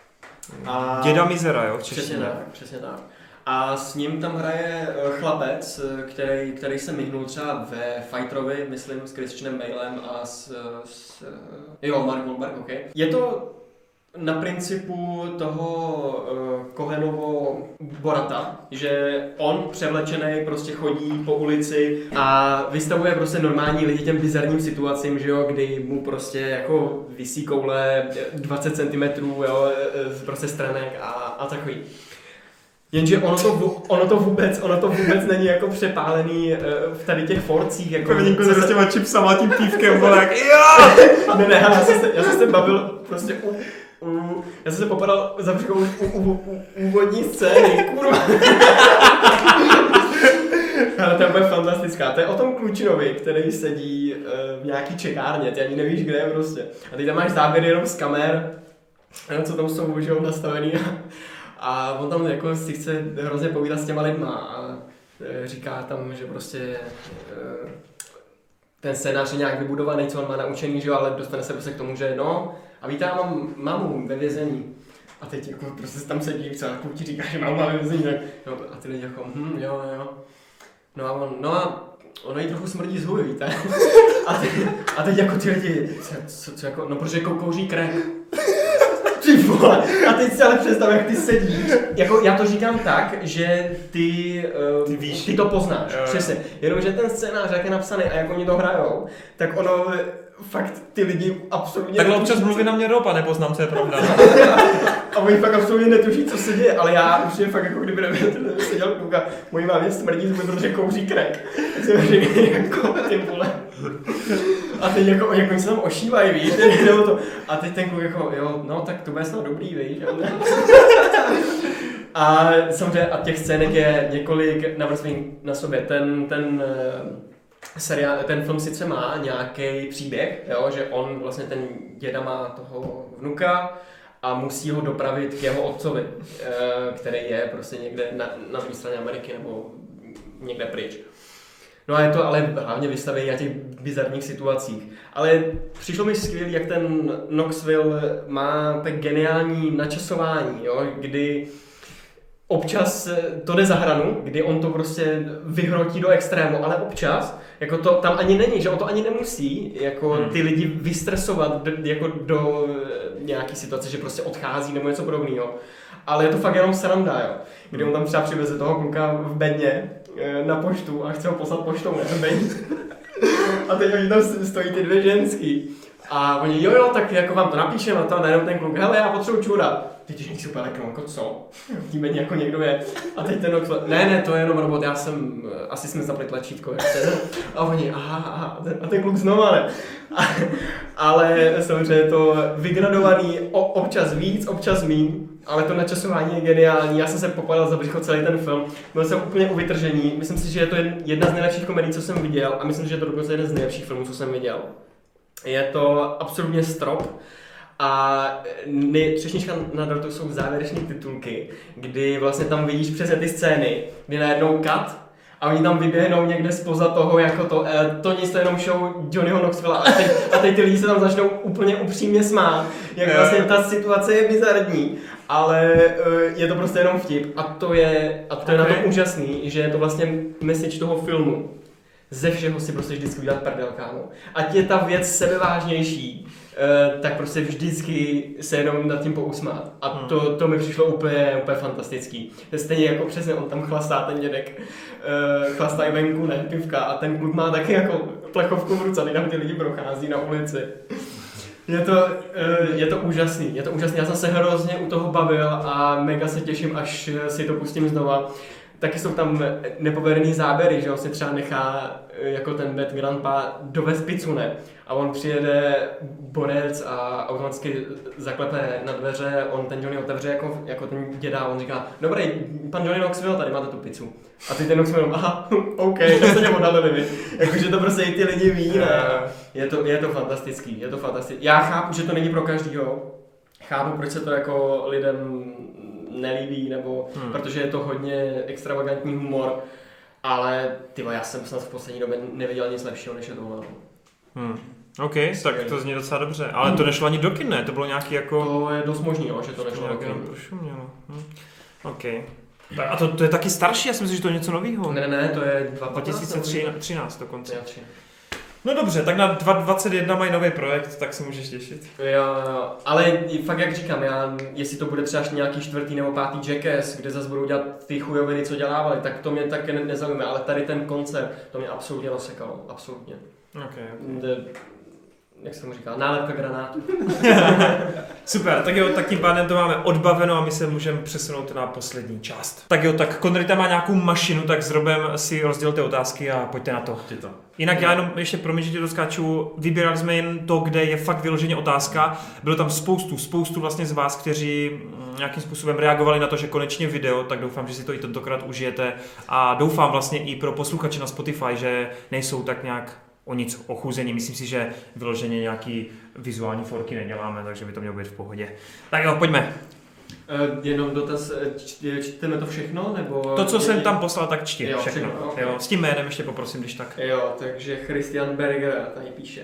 A... Děda Mizera, jo? Přesně tak, přesně tak. A s ním tam hraje chlapec, který, který se myhnul třeba ve Fighterovi, myslím, s Christianem Balem a s, s... Jo, Mark Wahlberg, ok. Je to na principu toho uh, Cohenovo Borata, že on převlečený prostě chodí po ulici a vystavuje prostě normální lidi těm bizarním situacím, že jo, kdy mu prostě jako visí koule dvacet centimetrů, jo, z prostě stranek a, a takový. Jenže ono to, ono to vůbec, ono to vůbec není jako přepálený uh, v tady těch forcích. Jako Pevnínko se s těma chipsama, tím pívkem, vole, jak jo! Ne, ne, já jsem se, já jsem se bavil prostě u, u já jsem se popadal za břichou u, u, u, úvodní scény, kurva. Ale to je úplně fantastická. To je o tom Klučinovi, který sedí uh, v nějaký čekárně, ty ani nevíš, kde je prostě. A ty tam máš záběry jenom z kamer, co tam jsou už nastavený. A on tam jako si chce hrozně povídat s těma lidma a říká tam, že prostě ten scénář je nějak vybudovaný, co on má naučený, že jo, ale dostane se prostě k tomu, že no, a vítám mám mamu ve vězení. A teď jako prostě tam sedí, co a ti říká, že máma ve vězení, tak no, a ty lidi jako, hm, jo, jo. No a on, no a ono jí trochu smrdí z huby, víte? A teď, a teď jako ty lidi, co, co, co jako, no protože jako kouří crack. A teď si ale představ, jak ty sedíš. Jako, já to říkám tak, že ty, uh, ty, víš. ty to poznáš, Jo. přesně. Jenomže ten scénář, jak je napsaný a jak oni to hrajou, tak ono fakt ty lidi absolutně... Takhle občas mluví na mě Rob a nepoznám, co je pravda. A oni fakt absolutně netuší, co se děje, ale já už je fakt jako kdyby nevěděl, seděl kluk a mojí mámě smrdí zuby, protože kouří krek. Tak jsem řekl, jako ty vole. A teď jako, jako oni se tam ošívají, víš, nebo to. A teď ten kluk jako, jo, no tak to bude snad dobrý, víš. A samozřejmě a těch scének je několik navrství na sobě. Ten, ten seriál, ten film sice má nějaký příběh, jo, že on vlastně ten děda má toho vnuka a musí ho dopravit k jeho otcovi, který je prostě někde na, na druhé straně Ameriky nebo někde pryč. No a je to ale hlavně vystavení na těch bizarních situacích. Ale přišlo mi skvělý, jak ten Knoxville má tak geniální načasování, jo, kdy občas to jde za hranu, kdy on to prostě vyhrotí do extrému, ale občas, jako to tam ani není, že on to ani nemusí, jako ty lidi vystresovat do, jako do nějaký situace, že prostě odchází nebo něco podobného. Ale je to fakt jenom sranda, jo. Kdy on tam třeba přiveze toho kluka v bedně na poštu a chce ho poslat poštou, ne v bedně. A teď oni tam stojí ty dvě ženský. A oni, jo jo, tak jako vám to napíšeme a to, a najednou ten kluk, hele, já potřebuji čura. Ty těžník si úplně jako, co? V tím bedně jako někdo je. A teď ten kluk, ne, ne, to je jenom robot, já jsem, asi jsme zapli tlačítko, jak se. A oni, aha, aha, a ten kluk znova ne. A, ale samozřejmě to vygradovaný, o, občas víc, občas míň. Ale to načasování je geniální, já jsem se popadal za břicho celý ten film, byl jsem úplně u vytržení, myslím si, že je to jedna z nejlepších komedií, co jsem viděl a myslím si, že je to dokonce jeden z nejlepších filmů, co jsem viděl. Je to absolutně strop a třešnička na dortu jsou závěrečné titulky, kdy vlastně tam vidíš přesně ty scény, kdy najednou cut a oni tam vyběhnou někde spoza toho, jako to, eh, to nic, to jenom show Johnnyho Knoxvilla a teď, a teď ty lidi se tam začnou úplně upřímně smát, jak vlastně ta situace je bizarní, ale eh, je to prostě jenom vtip a to je, a to je okay. Na tom úžasný, že je to vlastně message toho filmu. Ze všeho si prostě vždycky udělat prdel, kámo. Ať je ta věc sebevážnější, Uh, tak prostě vždycky se jenom nad tím pousmát. A to, to mi přišlo úplně, úplně fantastický. Stejně jako přesně on tam chlastá ten dědek, uh, chlastá i venku, ne, pivka a ten kluk má taky jako plechovku v ruce, a tam ty lidi prochází na ulici. Je to, uh, je to úžasný, je to úžasný. Já jsem se hrozně u toho bavil a mega se těším, až si to pustím znova. Taky jsou tam nepovedený záběry, že on si třeba nechá jako ten Bad Grandpa dovést pizzu, ne? A on přijede borec a automaticky zaklepe na dveře, on ten Johnny otevře jako, jako ten děda, on říká, dobrý, pan Johnny Knoxville, tady máte tu pizzu. A ty ten Knoxville, aha, OK, tak se něm odhalili, jakože to prostě i ty lidi ví, ne? Je to, je to fantastický, je to fantastický. Já chápu, že to není pro každýho, chápu, proč se to jako lidem nelíbí, nebo hmm. protože je to hodně extravagantní humor, ale tyvo, já jsem snad v poslední době neviděl nic lepšího, než je tohle. Hmm. OK, tak to zní docela dobře, ale to nešlo ani do kin, ne? To bylo nějaký jako... To je dost možný, jo, že to nešlo do kin. Prošumělo. Hm. OK. Tak a to, to je taky starší, já si myslím, že to je něco nového. Ne, ne, to je dva tisíce třináct dokonce. Já No dobře, tak na dva tisíce dvacet jedna mají nový projekt, tak se můžeš těšit. Jo, jo, ale fakt jak říkám, já, jestli to bude třeba nějaký čtvrtý nebo pátý Jackass, kde zase budou dělat ty chujoviny, co dělávali, tak to mě taky ne- nezajímá, ale tady ten koncert, to mě absolutně rozsekalo, absolutně. Okay, okay. De, jak se mu říká, nálepka granátu. Super, tak jo, tak tím pádem to máme odbaveno a my se můžeme přesunout na poslední část. Tak jo, tak Connery tam má nějakou mašinu, tak s Robem si rozdělte otázky a pojďte na to. to. Jinak já jenom ještě promiň, že tě doskáču, vybírali jsme jen to, kde je fakt vyloženě otázka. Bylo tam spoustu, spoustu vlastně z vás, kteří nějakým způsobem reagovali na to, že konečně video, tak doufám, že si to i tentokrát užijete a doufám vlastně i pro posluchače na Spotify, že nejsou tak nějak o nic ochuzení. Myslím si, že vyloženě nějaký vizuální forky neděláme, takže by to mělo být v pohodě. Tak jo, pojďme. Uh, jenom dotaz, čteme to všechno, nebo... To, co je, jsem tam poslal, tak čti jo, všechno. všechno okay. Jo, s tím jménem ještě poprosím, když tak. Jo, takže Christian Berger tady píše.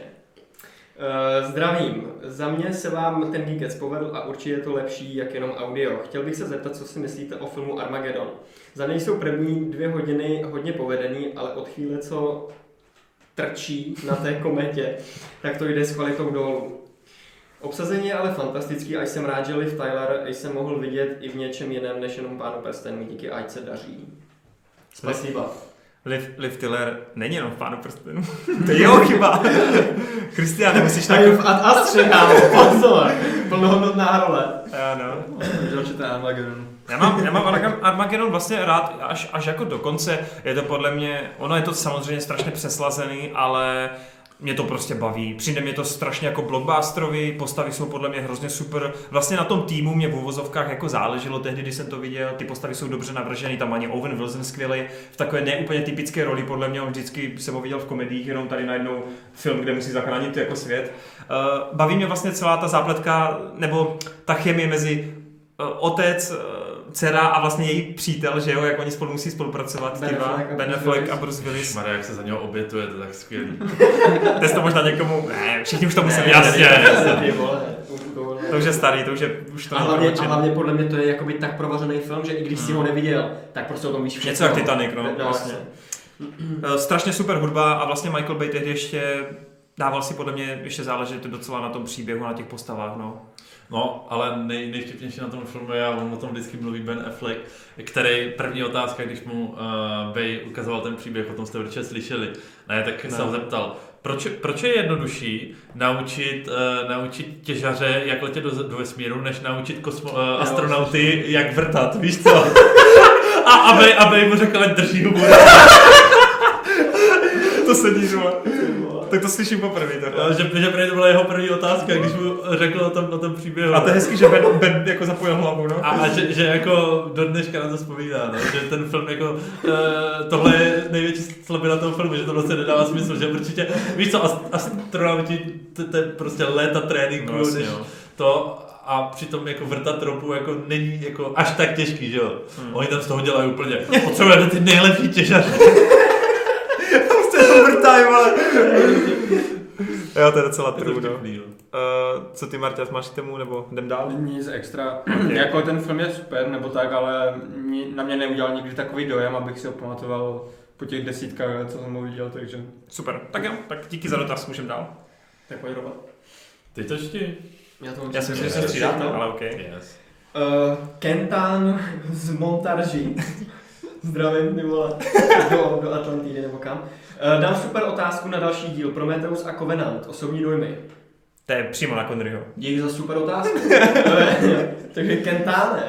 Uh, zdravím, za mě se vám ten Geekec povedl a určitě je to lepší jak jenom audio. Chtěl bych se zeptat, co si myslíte o filmu Armageddon. Za mě jsou první dvě hodiny hodně povedený, ale od chvíle, co trčí na té kometě, tak to jde s kvalitou dolů. Obsazení je ale fantastický a jsem rád, že Liv Tyler jsem mohl vidět i v něčem jiném než jenom Pánu prstenů, díky ať se daří. Spasiba. Liv, Liv Tyler není jenom v Pánu prstenů. To je jeho chyba. Kristián, nemusíš tak... v Ad Astře, kámo, pozor. Plnohodnotná role. Ano. Viděl, že to je Armageddon. Já mám, já mám Armageddon vlastně rád až, až jako do konce. Je to podle mě, ono je to samozřejmě strašně přeslazený, ale mě to prostě baví. Přijde mě to strašně jako blockbusterový, postavy jsou podle mě hrozně super. Vlastně na tom týmu mě v uvozovkách jako záleželo tehdy, když jsem to viděl. Ty postavy jsou dobře navržený, tam ani Owen Wilson skvělý. V takové neúplně typické roli, podle mě on vždycky jsem ho viděl v komediích, jenom tady najednou film, kde musí zachránit jako svět. Uh, baví mě vlastně celá ta zápletka, nebo ta chemie mezi uh, otec, uh, dcera a vlastně její přítel, že jo, jak oni spolu musí spolupracovat, Ben ty dva, Affleck a Ben Bruce Affleck Willis. a Bruce Willis. Maria, jak se za něho obětuje, to je tak skvělý. Teď to možná někomu, ne, všichni už to musí Ne, jasně, jasně. Ty vole, to vole. To už je starý, to už je, už to A není hlavně, a promlčený. hlavně podle mě to je jakoby tak provařený film, že i když si ho neviděl, tak prostě o tom víš všechno. Něco jak Titanic, no, no vlastně. Uh, Strašně super hudba a vlastně Michael Bay tehdy ještě dával si podle mě ještě záležet docela na tom příběhu, na těch postavách, no. No, ale nej, nejvtipnější na tom filmu je, a on o tom vždycky mluví Ben Affleck, který první otázka, když mu uh, Bay ukazoval ten příběh, o tom jste určitě slyšeli, ne, tak ne. se ho zeptal, proč, proč je jednodušší naučit, uh, naučit těžaře, jak letět do, do vesmíru, než naučit kosmo, uh, astronauty, jak vrtat, víš co? A aby, aby mu řekl, ať drží hubu. To sedí, vole. Tak to slyším poprvé. Jo, že, že to byla jeho první otázka, když mu řekl o tom, o tom příběhu. A to je hezký, že Ben, Ben jako zapojil hlavu, no. A, a že, že jako do dneška na to vzpomíná, no? Že ten film jako, uh, tohle je největší slabina toho filmu, že to vlastně nedává smysl, že určitě, víš co, astronauti, to je prostě léta tréninku, no, než to a přitom jako vrtat ropu jako není jako až tak těžký, že jo. Hmm. Oni tam z toho dělají úplně, potřebujeme ty nejlepší těžaře. Vrtaj, vole. Jo, to je docela true, no. Uh, co ty, Marťas, máš k tomu, nebo jdem dál? Nic extra. Jako ten film je super, nebo tak, ale na mě neudělal nikdy takový dojem, abych si ho pamatoval po těch desítkách let, co jsem ho viděl, takže... Super, tak jo, tak díky za dotaz, můžem dál. Tak pojď Robert. Ty to čti? Já to Já jsem si se střídat, no, ale ok. Yes. Uh, Kentan z Montarží. Zdravím, ty vole, do, do Atlantidy nebo kam. Uh, dám super otázku na další díl. Prometheus a Covenant, osobní dojmy. To je přímo na Conneryho. Díky za super otázku. Takže Kentáne.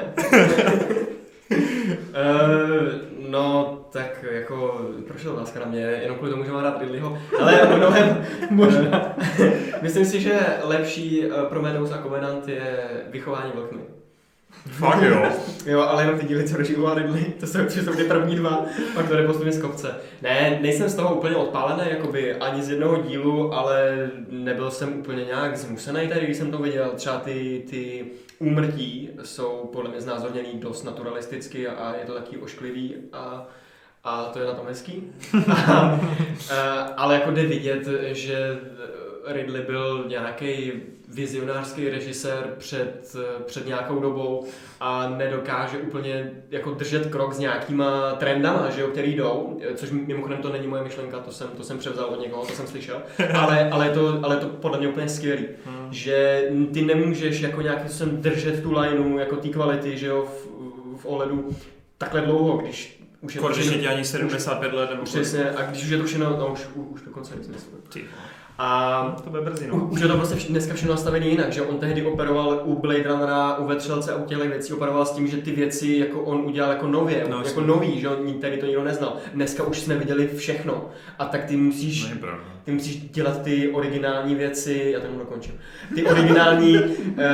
uh, no, tak jako, proč je otázka na mě? Jenom kvůli tomu, že mám rád Ridleyho. Ale mnohem možná. Myslím si, že lepší Prometheus a Covenant je Vychování vlkny. Fakt jo. Jo, ale jenom ty díly, co režíroval Ridley, to jsou, to jsou ty první dva, pak to jde postupně z kopce. Ne, nejsem z toho úplně odpálený, jakoby ani z jednoho dílu, ale nebyl jsem úplně nějak zmusený tady, když jsem to viděl. Třeba ty, ty úmrtí jsou podle mě znázorněný dost naturalisticky a je to taky ošklivý a, a to je na tom hezký. a, a, ale jako jde vidět, že Ridley byl nějaký vizionářský režisér před, před nějakou dobou a nedokáže úplně jako držet krok s nějakýma trendama, že jo, který jdou, což mimochodem to není moje myšlenka, to jsem, to jsem převzal od někoho, to jsem slyšel, ale, ale, to, ale to podle mě úplně skvělý, hmm. že ty nemůžeš jako nějakým způsobem držet tu lineu jako té kvality, že jo, v, v ohledu takhle dlouho, když už je Kor, to všechno, je ti ani sedmdesát pět let nebo přesně, a když už je to všechno, no už, už dokonce nic myslím. A to bude brzy, no. Už je to prostě vš- dneska všechno nastavené jinak, že on tehdy operoval u Blade Runnera, u Vetřelce a u těchto věcí operoval s tím, že ty věci jako on udělal jako nově, no, jako nový, že on tady to nikdo neznal. Dneska už jsme viděli všechno a tak ty musíš, ty musíš dělat ty originální věci, já to dokončím, ty originální eh,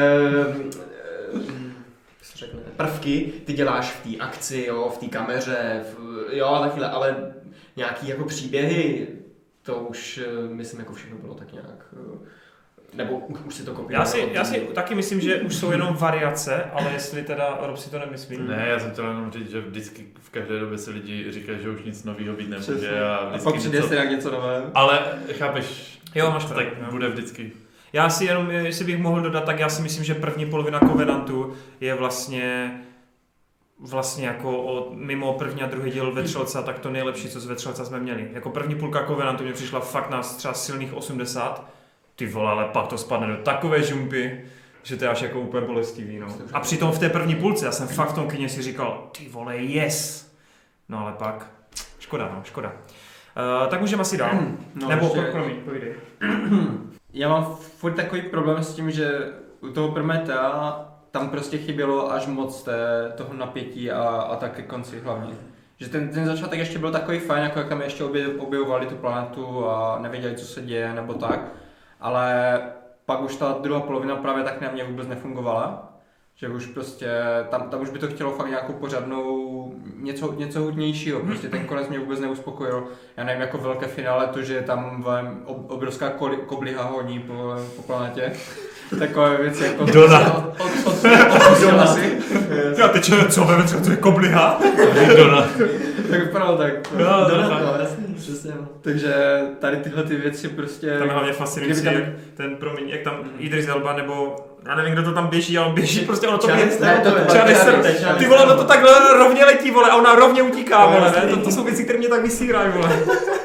eh, řekne, prvky, ty děláš v té akci, jo, v té kameře, v, jo a takhle, ale nějaký jako příběhy, to už, myslím, jako všechno bylo tak nějak, nebo už si to kopírovalo. Já si, já si taky myslím, že už jsou jenom variace, ale jestli teda Rob si to nemyslí. Ne, já jsem chtěl jenom říct, že vždycky v každé době se lidi říkají, že už nic nového být nemůže a vždycky a pak přijde něco... se jak něco nového. Ale chápeš, jo, máš tak no. bude vždycky. Já si jenom, jestli bych mohl dodat, tak já si myslím, že první polovina Covenantu je vlastně vlastně jako o, mimo první a druhý díl Vetřelce, tak to nejlepší, co z Vetřelce jsme měli. Jako první půlka Covenantu mě přišla fakt na třeba silných osmdesát ty vole, ale pak to spadne do takové žumpy, že to je až jako úplně bolestivý, no. A přitom v té první půlce, já jsem fakt v tom kině si říkal, ty vole, yes! No ale pak, škoda, no, škoda. Uh, tak můžeme asi dál. No, Nebo ještě... promiň, pojdej. Já mám furt takový problém s tím, že u toho Prometea tam prostě chybělo až moc té, toho napětí a, a tak ke konci hlavně. Že ten, ten začátek ještě byl takový fajn, jako jak tam ještě objevovali tu planetu a nevěděli, co se děje nebo tak. Ale pak už ta druhá polovina právě tak na mě vůbec nefungovala. Že už prostě, tam, tam už by to chtělo fakt nějakou pořádnou, něco, něco hodnějšího, prostě ten konec mě vůbec neuspokojil. Já nevím, jako velké finále to, že tam obrovská kobliha honí po, po planetě. Takové věci jako... Dona. Od, od, od, od Dona si. Já teď co veme, co je kobliha? Dona. Tak vypadalo tak. No, Dona, no, jasně, přesně. Takže tady tyhle ty věci prostě... Tam je hlavně fascinující, tam... jak ten, promiň, jak tam Idris Elba nebo... Já nevím, kdo to tam běží, ale on běží prostě, ono to běží. Ty vole, no to takhle rovně letí, vole, a ona rovně utíká, vole, ne? To, to jsou věci, které mě tak vysírají, vole.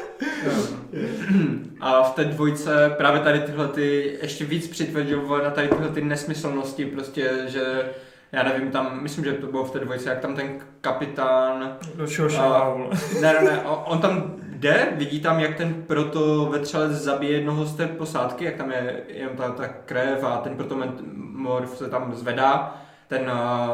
A v té dvojce právě tady tyhle ty ještě víc přitvrdil na tady tyhle ty nesmyslnosti, prostě, že já nevím, tam, myslím, že to bylo v té dvojce, jak tam ten kapitán... Do čeho šel, vole. Ne, ne, ne, on tam jde, vidí tam, jak ten protovetřelec zabije jednoho z té posádky, jak tam je jenom ta, ta krev a ten protomorf se tam zvedá, ten uh,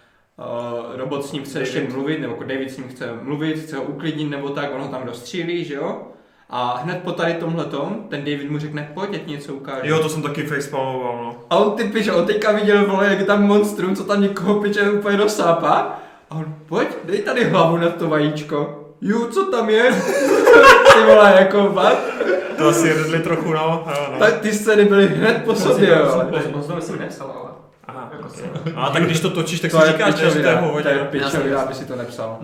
uh, robot s ním chce ještě mluvit, nebo jako David s ním chce mluvit, chce ho uklidnit nebo tak, on ho tam rozstřílí, že jo? A hned po tady tomhletom, ten David mu řekne, pojď, já ti něco ukážu. Jo, to jsem taky facepalmoval, no. A on ty piče, on teďka viděl, vole, jak je tam monstrum, co tam někoho piče úplně dosápá. A on, pojď, dej tady hlavu na to vajíčko. Ju, co tam je? Ty vole, jako vad? To asi jedli trochu, no. Jo, no. Tak ty scény byly hned po sobě, jo. Moc to myslím nepsal, ale... Aha. A tak když to točíš, tak to si říkáš, že to je to hodně. je pičovina, aby si to nepsal.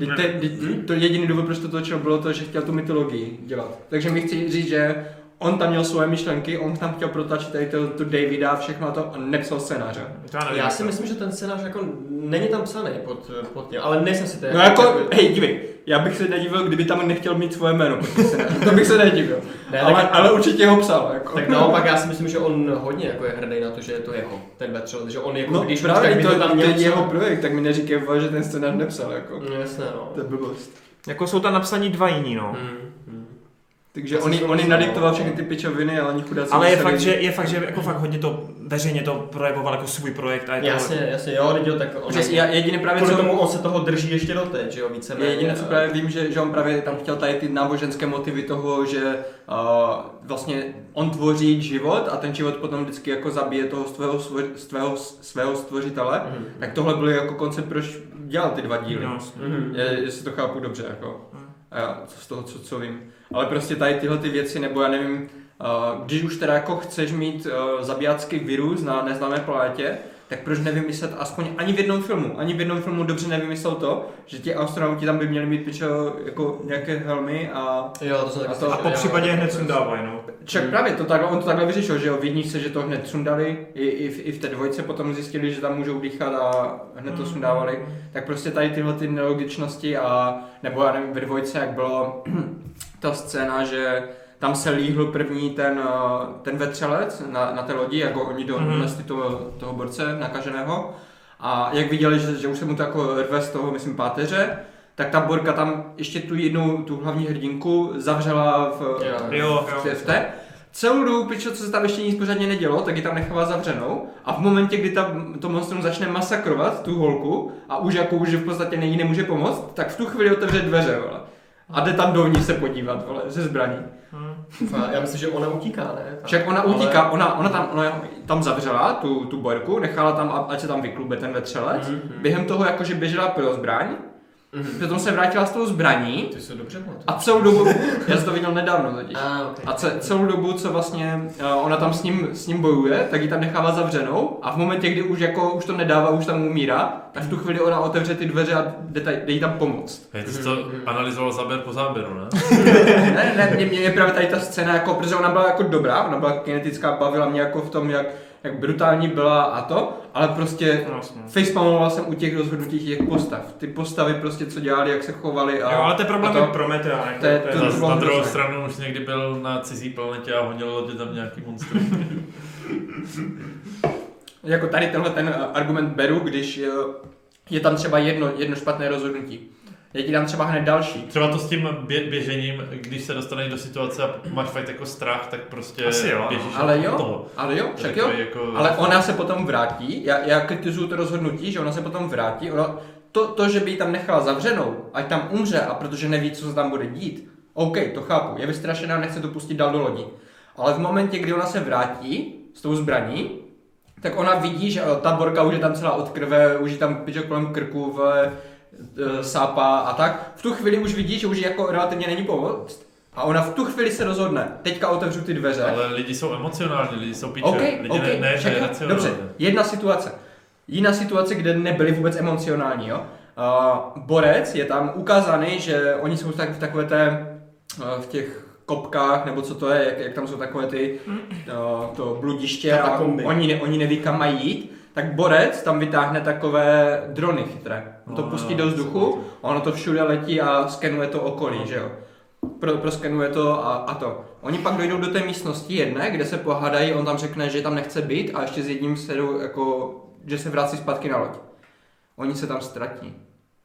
To jediný důvod, proč to točil, bylo to, že chtěl tu mytologii dělat. Takže mi chci říct, že on tam měl svoje myšlenky, on tam chtěl protlačit tady to, to Davida a všechno to a nepsal scénáře. Já si myslím, že ten scénář jako není tam psaný pod, pod tím, ale nejsem si to... No jako, hej, dívej, já bych se nedivil, kdyby tam nechtěl mít svoje jméno pod tím scénářem, to bych se nedivil, ne, ale, tak, ale určitě ho psal. Jako. Tak naopak já si myslím, že on hodně jako je hrdý na to, že je to jeho, ten vetřel, že on jako no, když právě už, to, to tam měl to je jeho projekt, tak mi neříkej, že ten scénář nepsal, jako. No jasné, no. To je blbost. Jako jsou tam napsaní dva jiní, no. Hmm, hmm. Takže oni, oni nadiktoval všechny ty pičoviny a oni chudáci... Ale je fakt, že, je fakt, že jako fakt hodně to veřejně to projevoval jako svůj projekt a je to... Jasně, jasně, jo, jo, tak on... Já, jediný právě Kvůli co... tomu on se toho drží ještě doteď, že jo, víceméně. Jediné, co právě vím, že, že on právě tam chtěl tady ty náboženské motivy toho, že uh, vlastně on tvoří život a ten život potom vždycky jako zabije toho svého, svého, svého stvořitele. Mm. Tak tohle byl jako koncept, proč dělal ty dva díly. Mm. Je, jestli to chápu dobře, jako. A já, z toho, co, co vím. Ale prostě tady tyhle ty věci, nebo já nevím, uh, když už teda jako chceš mít uh, zabijácký virus na neznámé planetě, tak proč nevymyslet aspoň ani v jednom filmu, ani v jednom filmu dobře nevymyslel to, že ti astronauti tam by měli mít pičo, jako nějaké helmy a... Jo, to jsem a, to, a po případě hned sundávají, no. Však právě to takhle, on to takhle vyřešil, že jo, v jedničce, že to hned sundali, i, i, v, i v té dvojce potom zjistili, že tam můžou dýchat a hned to sundávali, tak prostě tady tyhle ty nelogičnosti a, nebo já nevím, ve dvojce, jak bylo ta scéna, že tam se líhl první ten, ten vetřelec na, na té lodi, jako oni donesli toho, toho borce nakaženého a jak viděli, že, že už se mu to jako rve z toho, myslím, páteře, tak ta borka tam ještě tu jednu, tu hlavní hrdinku zavřela v, jo, v, v, v té. Celou dobu, pičo, co se tam ještě nic pořádně nedělo, tak ji tam nechává zavřenou a v momentě, kdy tam to monstrum začne masakrovat tu holku a už jako už v podstatě jí nemůže pomoct, tak v tu chvíli otevře dveře, vole. A jde tam dovnitř se podívat, vole, ze zbraní. Hmm. Já myslím, že ona utíká, ne? Však ona utíká, ale... ona, ona, tam, ona tam zavřela tu, tu borku, nechala tam, ať se tam vyklube ten vetřelec. Mm-hmm. Během toho jakože běžela pro zbraň, mm-hmm. potom se vrátila s tou zbraní. Ty se dobře pamatuješ. A celou dobu, já jsem to viděl nedávno totiž. Ah, okay. A ce, celou dobu, co vlastně uh, ona tam s ním, s ním bojuje, tak ji tam nechává zavřenou a v momentě, kdy už jako už to nedává, už tam umírá, tak v tu chvíli ona otevře ty dveře a jde, taj, jde jí tam pomoct. Hej, ty jsi to analyzoval záběr po záběru, ne? ne, ne, mě, mě je právě tady ta scéna, jako, protože ona byla jako dobrá, ona byla kinetická, bavila mě jako v tom, jak jak brutální byla a to, ale prostě no, facepalmoval jsem u těch rozhodnutí těch postav. Ty postavy prostě co dělali, jak se chovali a... Jo, ale to je problém to, Prometea. To je, to, to, to na druhou stranu už někdy byl na cizí planetě a hodil lodi tam nějaký monstr. Jako tady tenhle ten argument beru, když je tam třeba jedno, jedno špatné rozhodnutí. Je ti tam třeba hned další. Třeba to s tím bě- běžením, když se dostaneš do situace a máš fakt jako strach, tak prostě Asi jo, běžíš ale od jo, toho. ale jo, však jo. Jako... Ale ona se potom vrátí, já, já kritizuju to rozhodnutí, že ona se potom vrátí, ona, to, to, že by ji tam nechala zavřenou, ať tam umře a protože neví, co se tam bude dít, OK, to chápu, je vystrašená, nechce to pustit dál do lodi. Ale v momentě, kdy ona se vrátí s tou zbraní, tak ona vidí, že ta borka už je tam celá od krve, už je tam piče kolem krku, v, sápa a tak. V tu chvíli už vidí, že už jako relativně není pomoc. A ona v tu chvíli se rozhodne, teďka otevřu ty dveře. Ale lidi jsou emocionální, lidi jsou piče, okay, lidi okay, ne, ne, však, ne racionální. Dobře, jedna situace. Jiná situace, kde nebyli vůbec emocionální, jo. Uh, borec je tam ukázaný, že oni jsou tak v takové té, uh, v těch kopkách, nebo co to je, jak, jak tam jsou takové ty, uh, to bludiště a oni, ne, oni neví, kam mají jít, tak borec tam vytáhne takové drony chytré. On to no, pustí no, do vzduchu, ono to všude letí a skenuje to okolí, no. Že jo. Pro, proskenuje to a, a to. Oni pak dojdou do té místnosti jedné, kde se pohádají, on tam řekne, že tam nechce být a ještě s jedním se jdou, jako, že se vrací zpátky na loď. Oni se tam ztratí.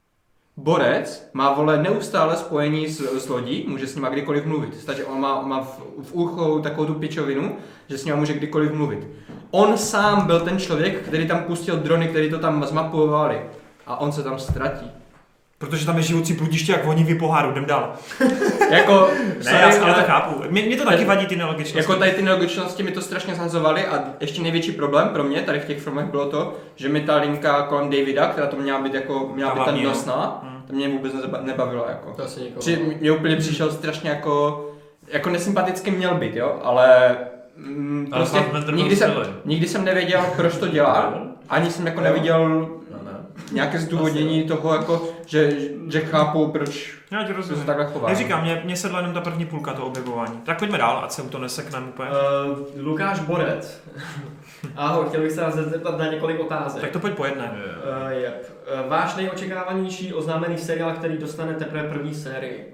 Borec má, vole, neustále spojení s, s lodí, může s nima kdykoliv mluvit. Takže on má, má v, v uchu takovou tu pičovinu, že s nima může kdykoliv mluvit. On sám byl ten člověk, který tam pustil drony, který to tam zmapovali. A on se tam ztratí. Protože tam je živoucí bludiště, jak voní poháru, jdem dál. Jako, ne, sorry, já, ale... já to chápu. Mě, mě to taky vadí ty nelogičnosti. Jako tady ty nelogičnosti mi to strašně zhazovali a ještě největší problém pro mě tady v těch filmech bylo to, že mi ta linka kolem Davida, která to měla být jako, měla být ten nosná, hmm. to mě vůbec nebavilo jako. To asi nikoho. Při, mě úplně přišel strašně jako, jako nesympaticky měl být, jo, ale mm, prostě nikdy jsem, nikdy jsem nevěděl, proč to dělá, ani jsem jako neviděl nějaké zdůvodnění toho, jako, že, že chápu, proč se takhle chová. Neříkám, mě, mě sedla jenom ta první půlka toho objevování. Tak pojďme dál, ať se mu to nesekneme úplně. Uh, Lukáš Borec. Ahoj, chtěl bych se vás zeptat na několik otázek. Tak to pojď po jedné. Uh, yep. uh, váš nejočekávanější oznámený seriál, který dostane teprve první sérii?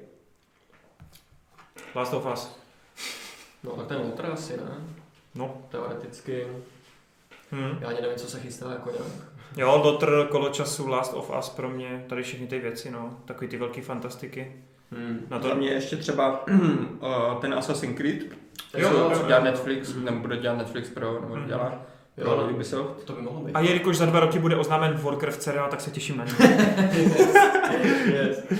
Last of Us. No tak ten Lotr asi, ne? No. Teoreticky. Hmm. Já ani nevím, co se chystá jako nějak. Jo, Lotr, Kolo času, Last of Us pro mě, tady všechny ty věci, no. Takový ty velký fantastiky. Hmm. Na to pro mě ještě třeba uh, ten Assassin's Creed, jo, co, jo, co jo, dělá jo. Netflix, nebo bude dělat Netflix pro, nebo hmm. dělá. Jo, pro no, Ubisoft. To by mohlo být. A jelikož za dva roky bude oznámen Warcraft seriál, tak se těším na něj. yes.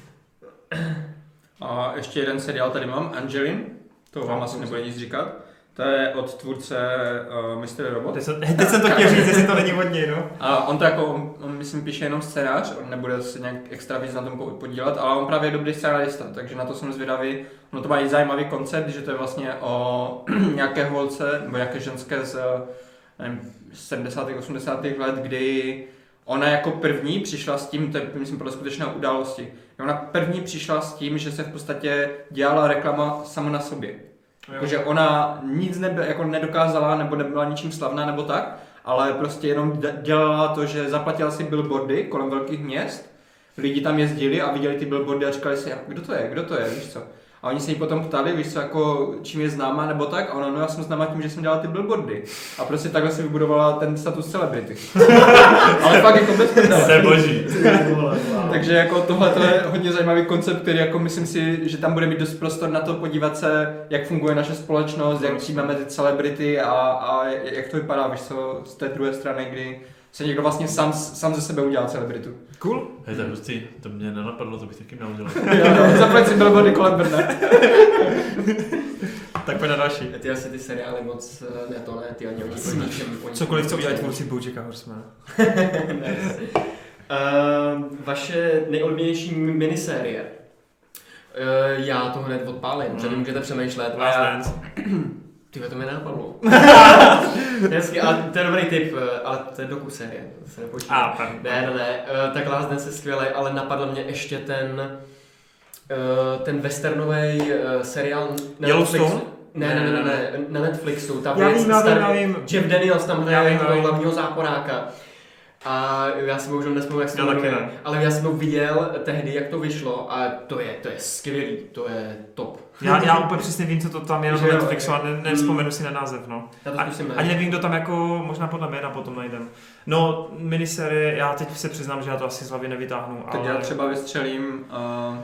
A ještě jeden seriál tady mám, Angeline, to vám asi nebude nic říkat. To je od tvůrce uh, mister Robot. Teď jsem, teď jsem to chtěl říct, jestli to není od něj, no. A on to jako, on, on myslím píše jenom scénář, on nebude se nějak extra víc na tom podílet, ale on právě je dobrý scénárista, takže na to jsem zvědavý. No to má i zajímavý koncept, že to je vlastně o nějaké holce, nebo nějaké ženské z nevím, sedmdesátých osmdesátých let, kdy ona jako první přišla s tím, to je myslím podle skutečné události, ona první přišla s tím, že se v podstatě dělala reklama sama na sobě. Jakože ona nic nebe, jako nedokázala, nebo nebyla ničím slavná, nebo tak, ale prostě jenom dělala to, že zaplatila si billboardy kolem velkých měst, lidi tam jezdili a viděli ty billboardy a říkali si, kdo to je, kdo to je, víš co. A oni se jí potom ptali, víš co, jako, čím je známá nebo tak, a ona, no já jsem známá tím, že jsem dělala ty billboardy. A prostě takhle si vybudovala ten status celebrity. Ale fakt jako bez prdele. Se boží. Takže jako tohle to je hodně zajímavý koncept, který jako myslím si, že tam bude mít dost prostor na to podívat se, jak funguje naše společnost, jak přijmeme ty celebrity a, a jak to vypadá, víš co, z té druhé strany, kdy se někdo vlastně sám, sám ze sebe udělá celebritu. Cool. Hej, to je hustý, to mě nenapadlo, to bych taky měl udělat. Jo, zaplať si billboardy kolem Brna. Tak pojď na další. Ty asi ty seriály moc, ne to ne, ty ani oni po ničem. Cokoliv, co udělají tvůrci Bojacka Horsemana. Uh, vaše nejoblíbenější minisérie. Uh, já to hned odpálím, mm. že vy můžete přemýšlet. Last Dance. Tyhle, to mi nenapadlo. Hezky, ale to je dobrý tip, ale to je doku série. To se nepočítá. A, pardon. Ne, ne, ne, uh, tak Last Dance je skvělý, ale napadl mě ještě ten uh, ten westernový uh, seriál Yellowstone? Ne, ne, ne, ne, ne, na Netflixu, ta já věc, vím, já vím, starý, já vím. Jeff Daniels tam hraje vím, toho vím. hlavního záporáka. A já si bohužel nespomínám, jak se Já to taky jmenuje, ne. ale já jsem to viděl tehdy, jak to vyšlo a to je, to je skvělý, to je top. Já, já úplně přesně vím, co to tam je na Že jo, Netflixu a ne, nevzpomenu mm. si na název, no. Já to A, zkusím najít. ani nevím, kdo tam jako, možná podle jména potom najdem. No, miniserie, já teď se přiznám, že já to asi z hlavy nevytáhnu, Tak ale... já třeba vystřelím uh,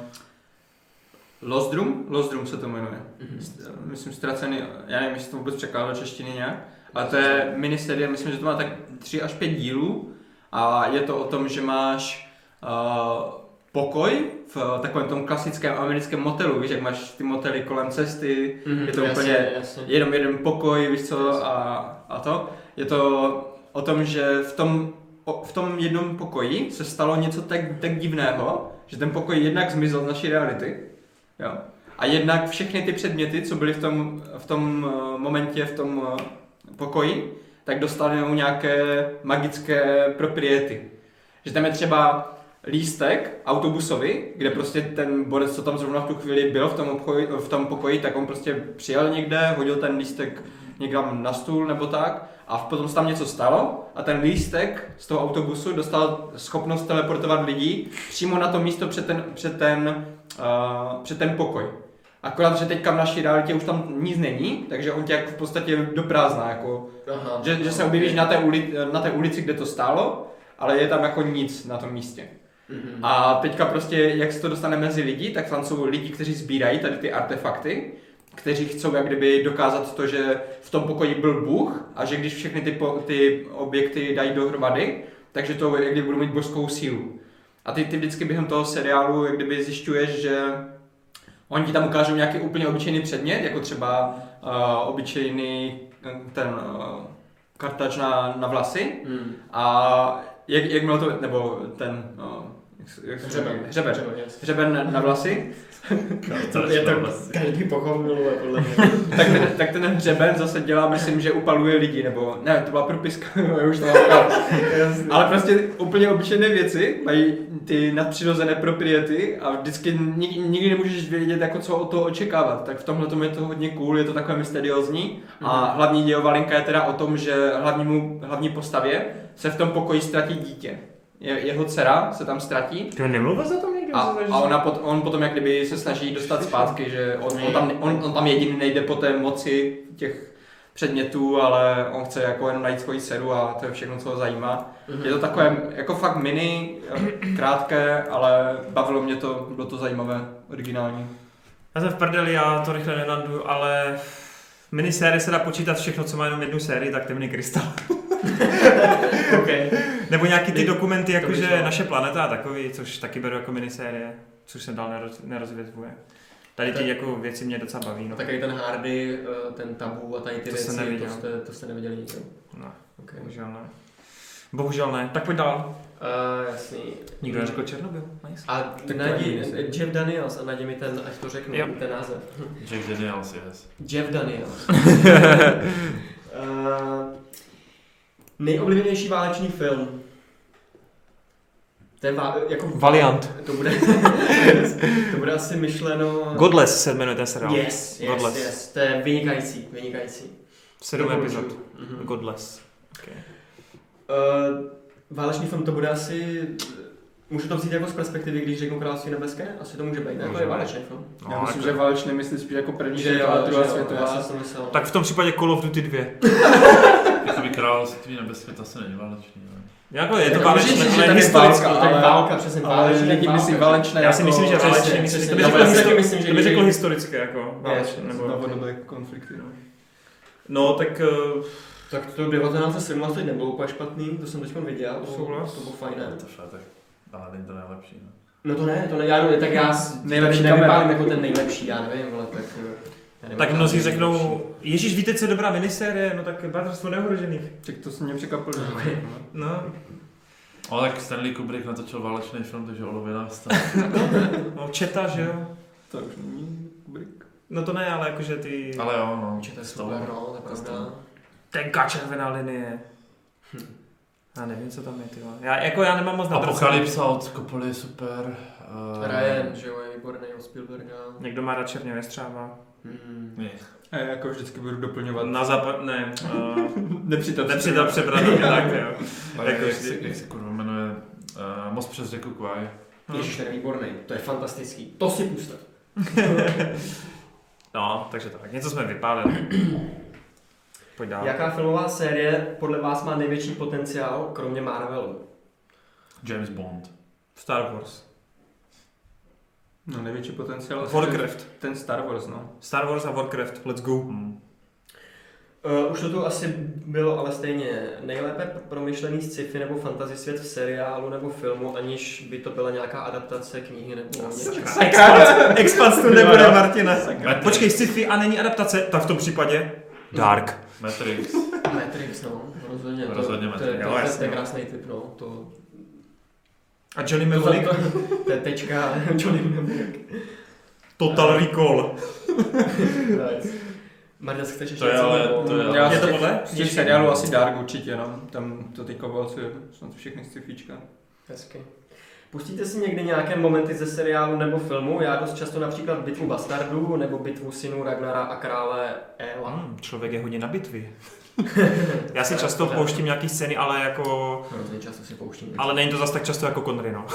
Lost Room? Lost Room se to jmenuje. Mhm. Myslím ztracený, já nevím, jestli to vůbec překládá do češtiny nějak, ale to je miniserie, myslím, že to má tak tři až pět dílů a je to o tom, že máš uh, pokoj v takovém tom klasickém americkém motelu, víš, jak máš ty motely kolem cesty, Mhm, je to jasně, úplně jasně. jenom jeden pokoj, víš co, a, a to. Je to o tom, že v tom, o, v tom jednom pokoji se stalo něco tak, tak divného, že ten pokoj jednak zmizel z naší reality, jo. A jednak všechny ty předměty, co byly v tom, v tom uh, momentě, v tom uh, pokoji, tak dostanou nějaké magické propriety. Že tam je třeba lístek autobusový, kde prostě ten borec, co tam zrovna v tu chvíli byl v tom, obchoji, v tom pokoji, tak on prostě přijel někde, hodil ten lístek někam na stůl nebo tak a potom se tam něco stalo a ten lístek z toho autobusu dostal schopnost teleportovat lidí přímo na to místo před ten, před ten, uh, před ten pokoj. Akorát, že teďka v naší realitě už tam nic není, takže on tě jako v podstatě do prázdna, jako, Aha, že, že se objevíš na té, uli, na té ulici, kde to stálo, ale je tam jako nic na tom místě. Mhm. A teďka prostě, jak se to dostane mezi lidi, tak tam jsou lidi, kteří sbírají tady ty artefakty, kteří chcou jak kdyby dokázat to, že v tom pokoji byl Bůh a že když všechny ty, po, ty objekty dají dohromady, takže to jak kdyby budou mít božskou sílu. A ty, ty vždycky během toho seriálu jak kdyby zjišťuješ, že oni ti tam ukážou nějaký úplně obyčejný předmět, jako třeba uh, obyčejný ten uh, kartač na, na vlasy Hmm. a jak, jak mělo to, nebo ten uh, jak, jak Hřeben. hřeben, Hřeben, yes. hřeben na, na vlasy, To je to každý pochop miluje, podle mě. tak ten, tak ten hřeben zase dělá, myslím, že upaluje lidi, nebo ne, to byla propiska, už to mám. Ale prostě úplně obyčejné věci mají ty nadpřirozené propriety a vždycky nikdy, nikdy nemůžeš vědět, jako co od toho očekávat. Tak v tomhle tom je to hodně cool, je to takové mysteriózní a hlavní dějová linka je teda o tom, že hlavnímu, hlavní postavě se v tom pokoji ztratí dítě. Je, jeho dcera se tam ztratí. Ty nemluvil za tom někdo? A, a ona pot, on potom jak kdyby se snaží dostat zpátky, že on, on, tam, on, on tam jediný nejde po té moci těch předmětů, ale on chce jako jenom najít svoji dceru a to je všechno, co ho zajímá. Mm-hmm. Je to takové jako fakt mini, krátké, ale bavilo mě to, bylo to zajímavé, originální. Já jsem v prdeli, já to rychle nenanduju, ale minisérie se dá počítat všechno, co má jenom jednu sérii, tak Temný krystal. Okay. Nebo nějaký ty dokumenty, to jakože vyšlo. Naše planeta a takový, což taky beru jako minisérie, což se dál neroz, nerozvětvuje. Tady ty jako věci mě docela baví. No. No tak i ten Hardy, ten Tabu a tady ty To věci, jsem neviděl. to jste, to jste neviděli nikdo. No, Okay. bohužel ne. Bohužel ne. Tak pojď dál. Uh, jasný. Nikdo neřekl Černobyl. Nice. A Tak najdi to je Jeff Daniels a najdi mi ten, ať to řeknu, Jo. ten název. Jack Daniels, yes. Jeff Daniels. uh, nejoblíbenější válečný film. Ten vá, jako Valiant. To bude, to bude asi myšleno... Godless se jmenuje ten seriál. Yes, yes, Godless. yes, to je vynikající, vynikající. Sedm Doporučuju. epizod. Mhm. Godless. Okay. Uh, válečný film to bude asi... Můžu to vzít jako z perspektivy, když řeknu Království nebeské? Asi to může být, ne? To Může je být. válečný film. No, Já myslím, jako- že válečný myslí spíš jako první Že světová, jo, druhá že jo, já světová. jsem si to myslel. Tak v tom případě Call of Duty dva. Jakoby království nebeské, to asi není válečný, ne? Jako je to Jako válečné, můžeš říct, ale že tady je historické. válka, tak válka, přesně, ale válečný, lidi válka. myslí válečné Já si jako- myslím, že přesně, válečné, přesně, to by já řekl si taky histo- myslím, že to by řekl kdyby- historické, jako válečné, Ne, nebo... Novodobé konflikty, no. No, tak... Uh, Tak to devatenáct set sedmnáct teď nebylo úplně špatný, to jsem teď viděl, to, Souhlas. to bylo fajné. To šlo tak, ale není to nejlepší, ne? No to ne, to ne, já, tak já s- Nejlepší tady nevypálím kamera. jako ten nejlepší, já nevím, ale tak... já nevím, tak já mnozí nevím, řeknou, nejlepší. Ježíš, víte, co je dobrá minisérie? No tak Bratrstvo neohrožených. Tak to se mě překvapilo. No, Ale tak Stanley Kubrick natočil válečný film, takže olově nástav. no Četa, že jo? To už není Kubrick. No to ne, ale jakože ty... Ale jo, no. Určitě to je super, no, to je pravda. Tenká červená linie. Já nevím, co tam je, ty vole. Já, jako já nemám moc na Apokalypsa od Coppoly je super. Uh, Ryan, že jo, je výborný od Spielberga. Někdo má rád Černého jestřába. Hmm. A já jako vždycky budu doplňovat. Na západ, ne. Uh, Nepřítel nepřítel přebraný, tak jo. Ale Jako jak, vždy. se, jak se kurva jmenuje uh, Most přes řeku Kwai. Ježiš, ten je výborný, to je fantastický. To si puste. No, takže tak, něco jsme vypálili. Pojď dál. Jaká filmová série podle vás má největší potenciál, kromě Marvelu? James Bond. Star Wars. No největší potenciál. Warcraft. Ten Star Wars, no. Star Wars a Warcraft, let's go. Hmm. Uh, už to tu asi bylo, ale stejně nejlépe promyšlený sci-fi nebo fantasy svět v seriálu nebo filmu, aniž by to byla nějaká adaptace knihy nebo něčeho. Expans tu nebude, Martina. Počkej, sci-fi a není adaptace, tak v tom případě Dark. Matrix. Matrix, no, rozhodně. To, Rozhodně to, to, je- Matrix. to, Jo, je- to jasně, je no. krásný typ, no. To, A Johnny to, Maverick? to, to je tečka, Johnny Maverick. Total Recall. Nice. Marta, chceš ještě To je něco? ale- nebo- to je ale- Já Je to z těch- podle? Z těch seriálů asi Dark určitě, no. Tam to teďka válcuje snad všechny sci-fíčka. Hezky. Pustíte si někdy nějaké momenty ze seriálu nebo filmu? Já dost často například Bitvu bastardů nebo Bitvu synů Ragnara a krále Ela. Hmm, člověk je hodně na bitvy. Já si často pouštím nějaký scény, ale jako... Hrozně často si pouštím. Ale není to zas tak často jako Connery, no.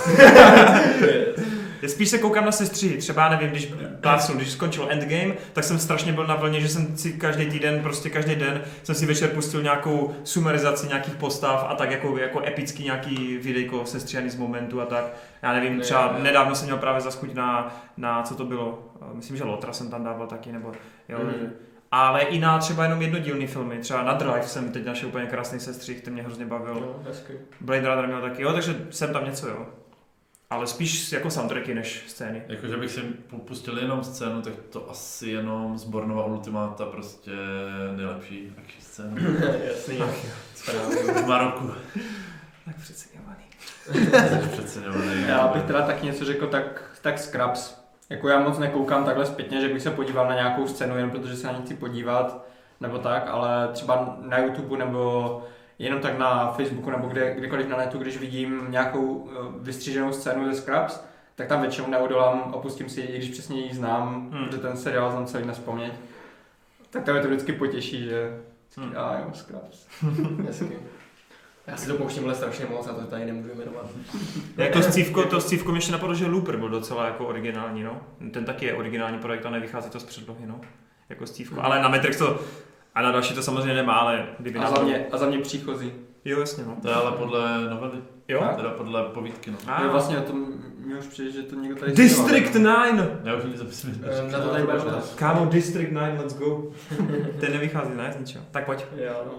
Spíš se koukám na sestřihy, třeba nevím, když plácnu, když skončil Endgame, tak jsem strašně byl na vlně, že jsem si každý týden, prostě každý den jsem si večer pustil nějakou sumarizaci nějakých postav a tak jako, jako epický nějaký videjko sestřihaný z momentu a tak. Já nevím, třeba nedávno jsem měl právě zaschuť na, na co to bylo, myslím, že Lotra jsem tam dával taky, nebo jo. Mm. Ale i na třeba jenom jednodílný filmy, třeba na Drive jsem teď našel úplně krásný sestřih, ten mě hrozně bavil. No, hezky. Blade Runner měl taky, jo, takže jsem tam něco, jo. Ale spíš jako soundtracky než scény. Jakože bych si pustil jenom scénu, tak to asi jenom z Bornova Ultimáta prostě nejlepší akční scénu. Jasný. Správně. V Maroku. Tak přeceňovaný. Jsi přeceňovaný. Já bych teda taky něco řekl, tak, tak Scrubs. Jako já moc nekoukám takhle zpětně, že bych se podíval na nějakou scénu, jen protože se na ní chci podívat, nebo tak, ale třeba na YouTube nebo jenom tak na Facebooku nebo kde, kdekoliv na netu, když vidím nějakou vystříženou scénu ze Scrubs, tak tam většinou neodolám a pustím si, i když přesně ji znám, hmm. protože ten seriál znám celý nazpaměť. Tak to mě to vždycky potěší, že hmm. a jo, Scrubs. Hezky. Já si to pouštím ale strašně moc a to tady nemůžu jmenovat. Jak to scívko, to scívko mě ještě napadlo, že Looper byl docela jako originální, no. Ten taky je originální projekt a nevychází to z předlohy, no. Jako scívko. Hmm. Ale na Matrix to, a na další to samozřejmě nemá, ale kdyby A za mě, a za mě příchozí. Jo, jasně, no. To je ale podle novely. Jo? Teda podle povídky, no. A Jo, vlastně o tom mi už přijde, že to někdo tady District zmiňoval, nine! Já už nic zapisuji. Na to tady bude dotaz. Kámo, District nine, let's go. Ten nevychází, ne, z ničeho. Tak pojď. Jo, no.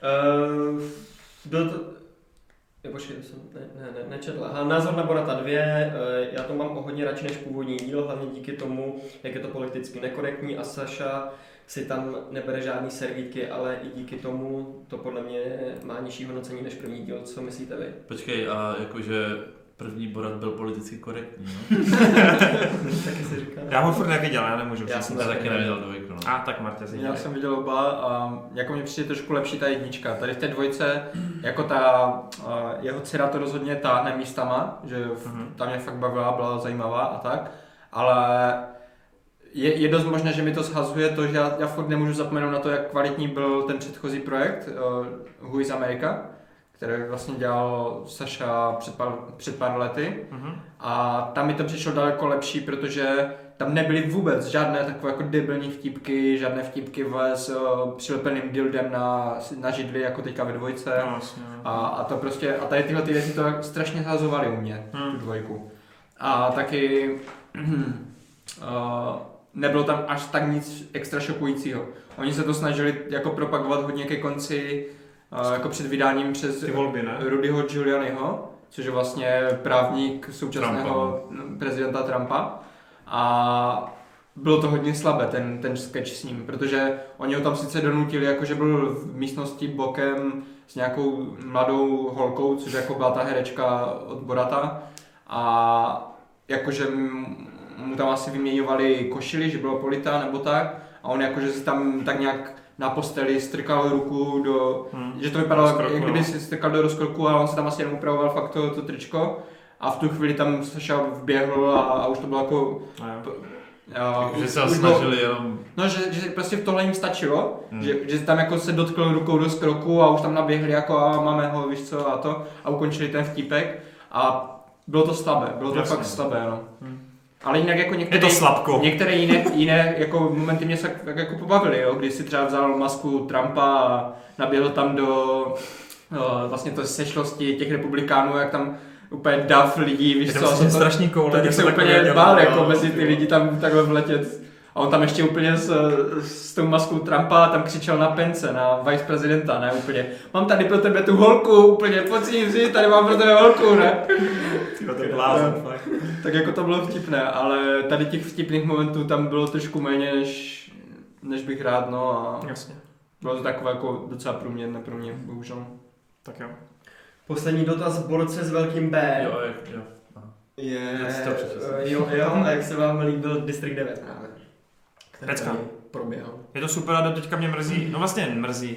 Uh, byl to... Jo, počkej, to jsem ne, ne, ne, nečetl. Aha, názor na Borata dva, já to mám o hodně radši než původní díl, hlavně díky tomu, jak je to politicky nekorektní a Saša si tam nebere žádný servítky, ale i díky tomu to podle mě má nižší hodnocení než první díl. Co myslíte vy? Počkej, a jakože první Borat byl politicky korektní, no? Taky si říká. Já ho furt neviděl, já nemůžu. Já jsem Já taky neviděl dvojku, no. A tak Marta, si Já jsem viděl oba a jako mi přijde trošku lepší ta jednička. Tady v té dvojce, jako ta uh, jeho dcera to rozhodně táhne místama, že mm-hmm. ta mě fakt bavila, byla zajímavá a tak, ale je, je dost možné, že mi to shazuje to, že já, já furt nemůžu zapomenout na to, jak kvalitní byl ten předchozí projekt uh, Who is America, který vlastně dělal Saša před pár, před pár lety. Mm-hmm. A tam mi to přišlo daleko lepší, protože tam nebyly vůbec žádné takové jako debilní vtípky, žádné vtípky s uh, přilepeným dildem na, na židli, jako teďka ve dvojce. No, vlastně. A, a to prostě, a tady tyhle ty věci to strašně zhazovaly u mě, hmm. tu dvojku. A taky uh, nebylo tam až tak nic extra šokujícího. Oni se to snažili jako propagovat hodně ke konci, uh, jako před vydáním přes volby, Rudyho Giulianiho, což je vlastně právník současného Trumpa. prezidenta Trumpa. A bylo to hodně slabé, ten, ten sketch s ním, protože oni ho tam sice donutili, jakože byl v místnosti bokem s nějakou mladou holkou, což jako byla ta herečka od Borata, a jakože mu tam asi vyměňovali košili, že bylo polita nebo tak, a on jakože si tam tak nějak na posteli strkal ruku do, hmm. že to vypadalo, rozkroku, jak kdyby si strkal do rozkroku, a on se tam asi jenom upravoval fakt to, to tričko. A v tu chvíli tam Saša vběhl a, a už to bylo jako p- Uh, že se ho snažili bylo, jenom... No, že, že prostě v tohle jim stačilo, hmm. že, že tam jako se dotkl rukou do skroku a už tam naběhli jako a máme ho, víš co, a to a ukončili ten vtípek a bylo to slabé, bylo to Jasně. fakt slabé, no. Hmm. Ale jinak jako některé, je to slabko. Některé jiné, jiné jako momenty mě se tak jako pobavily, jo, když si třeba vzal masku Trumpa a naběhl tam do no, vlastně to sešlosti těch republikánů, jak tam úplně dav lidí, víš je co, to vlastně strašný koule, tak se úplně bál jako mezi ty lidi tam takhle vletět. A on tam ještě úplně s, s tou maskou Trumpa tam křičel na Pence, na vice prezidenta, ne úplně. Mám tady pro tebe tu holku, úplně pojď si vzít, tady mám pro tebe holku, ne? To je blázen, fakt. Tak jako to bylo vtipné, ale tady těch vtipných momentů tam bylo trošku méně, než, než bych rád, no a Jasně. bylo to takové jako docela průměrné pro mě, bohužel. Tak jo. Poslední dotaz borce s velkým B. Jo, jo. Je, jo, jo, a jak se vám líbil District devět právě? Pecka. Proběhl. Je to super a do teďka mě mrzí, no vlastně mrzí.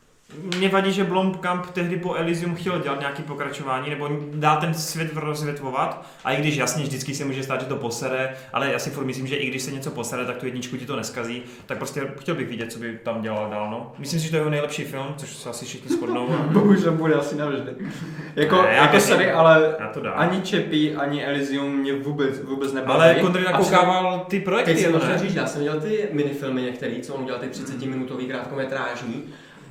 Mě vadí, že Blomkamp tehdy po Elysium chtěl dělat nějaké pokračování nebo dá ten svět rozvětvovat a i když jasně vždycky se může stát, že to posere, ale já si furt myslím, že i když se něco posere, tak tu jedničku ti to neskazí, tak prostě chtěl bych vidět, co by tam dělal dál. No. Myslím si, že to je jeho nejlepší film, což se asi všichni shodnou. Bohužel bude asi navždy. Jako, ne, jako sorry, ale to ani Chappie, ani Elysium mě vůbec, vůbec nebaví. Ale Kondry nakoukával ty projekty. Teď jsem říct, já jsem dělal ty minifilmy některý, co on udělal ty třicetiminutový krátkometrážní.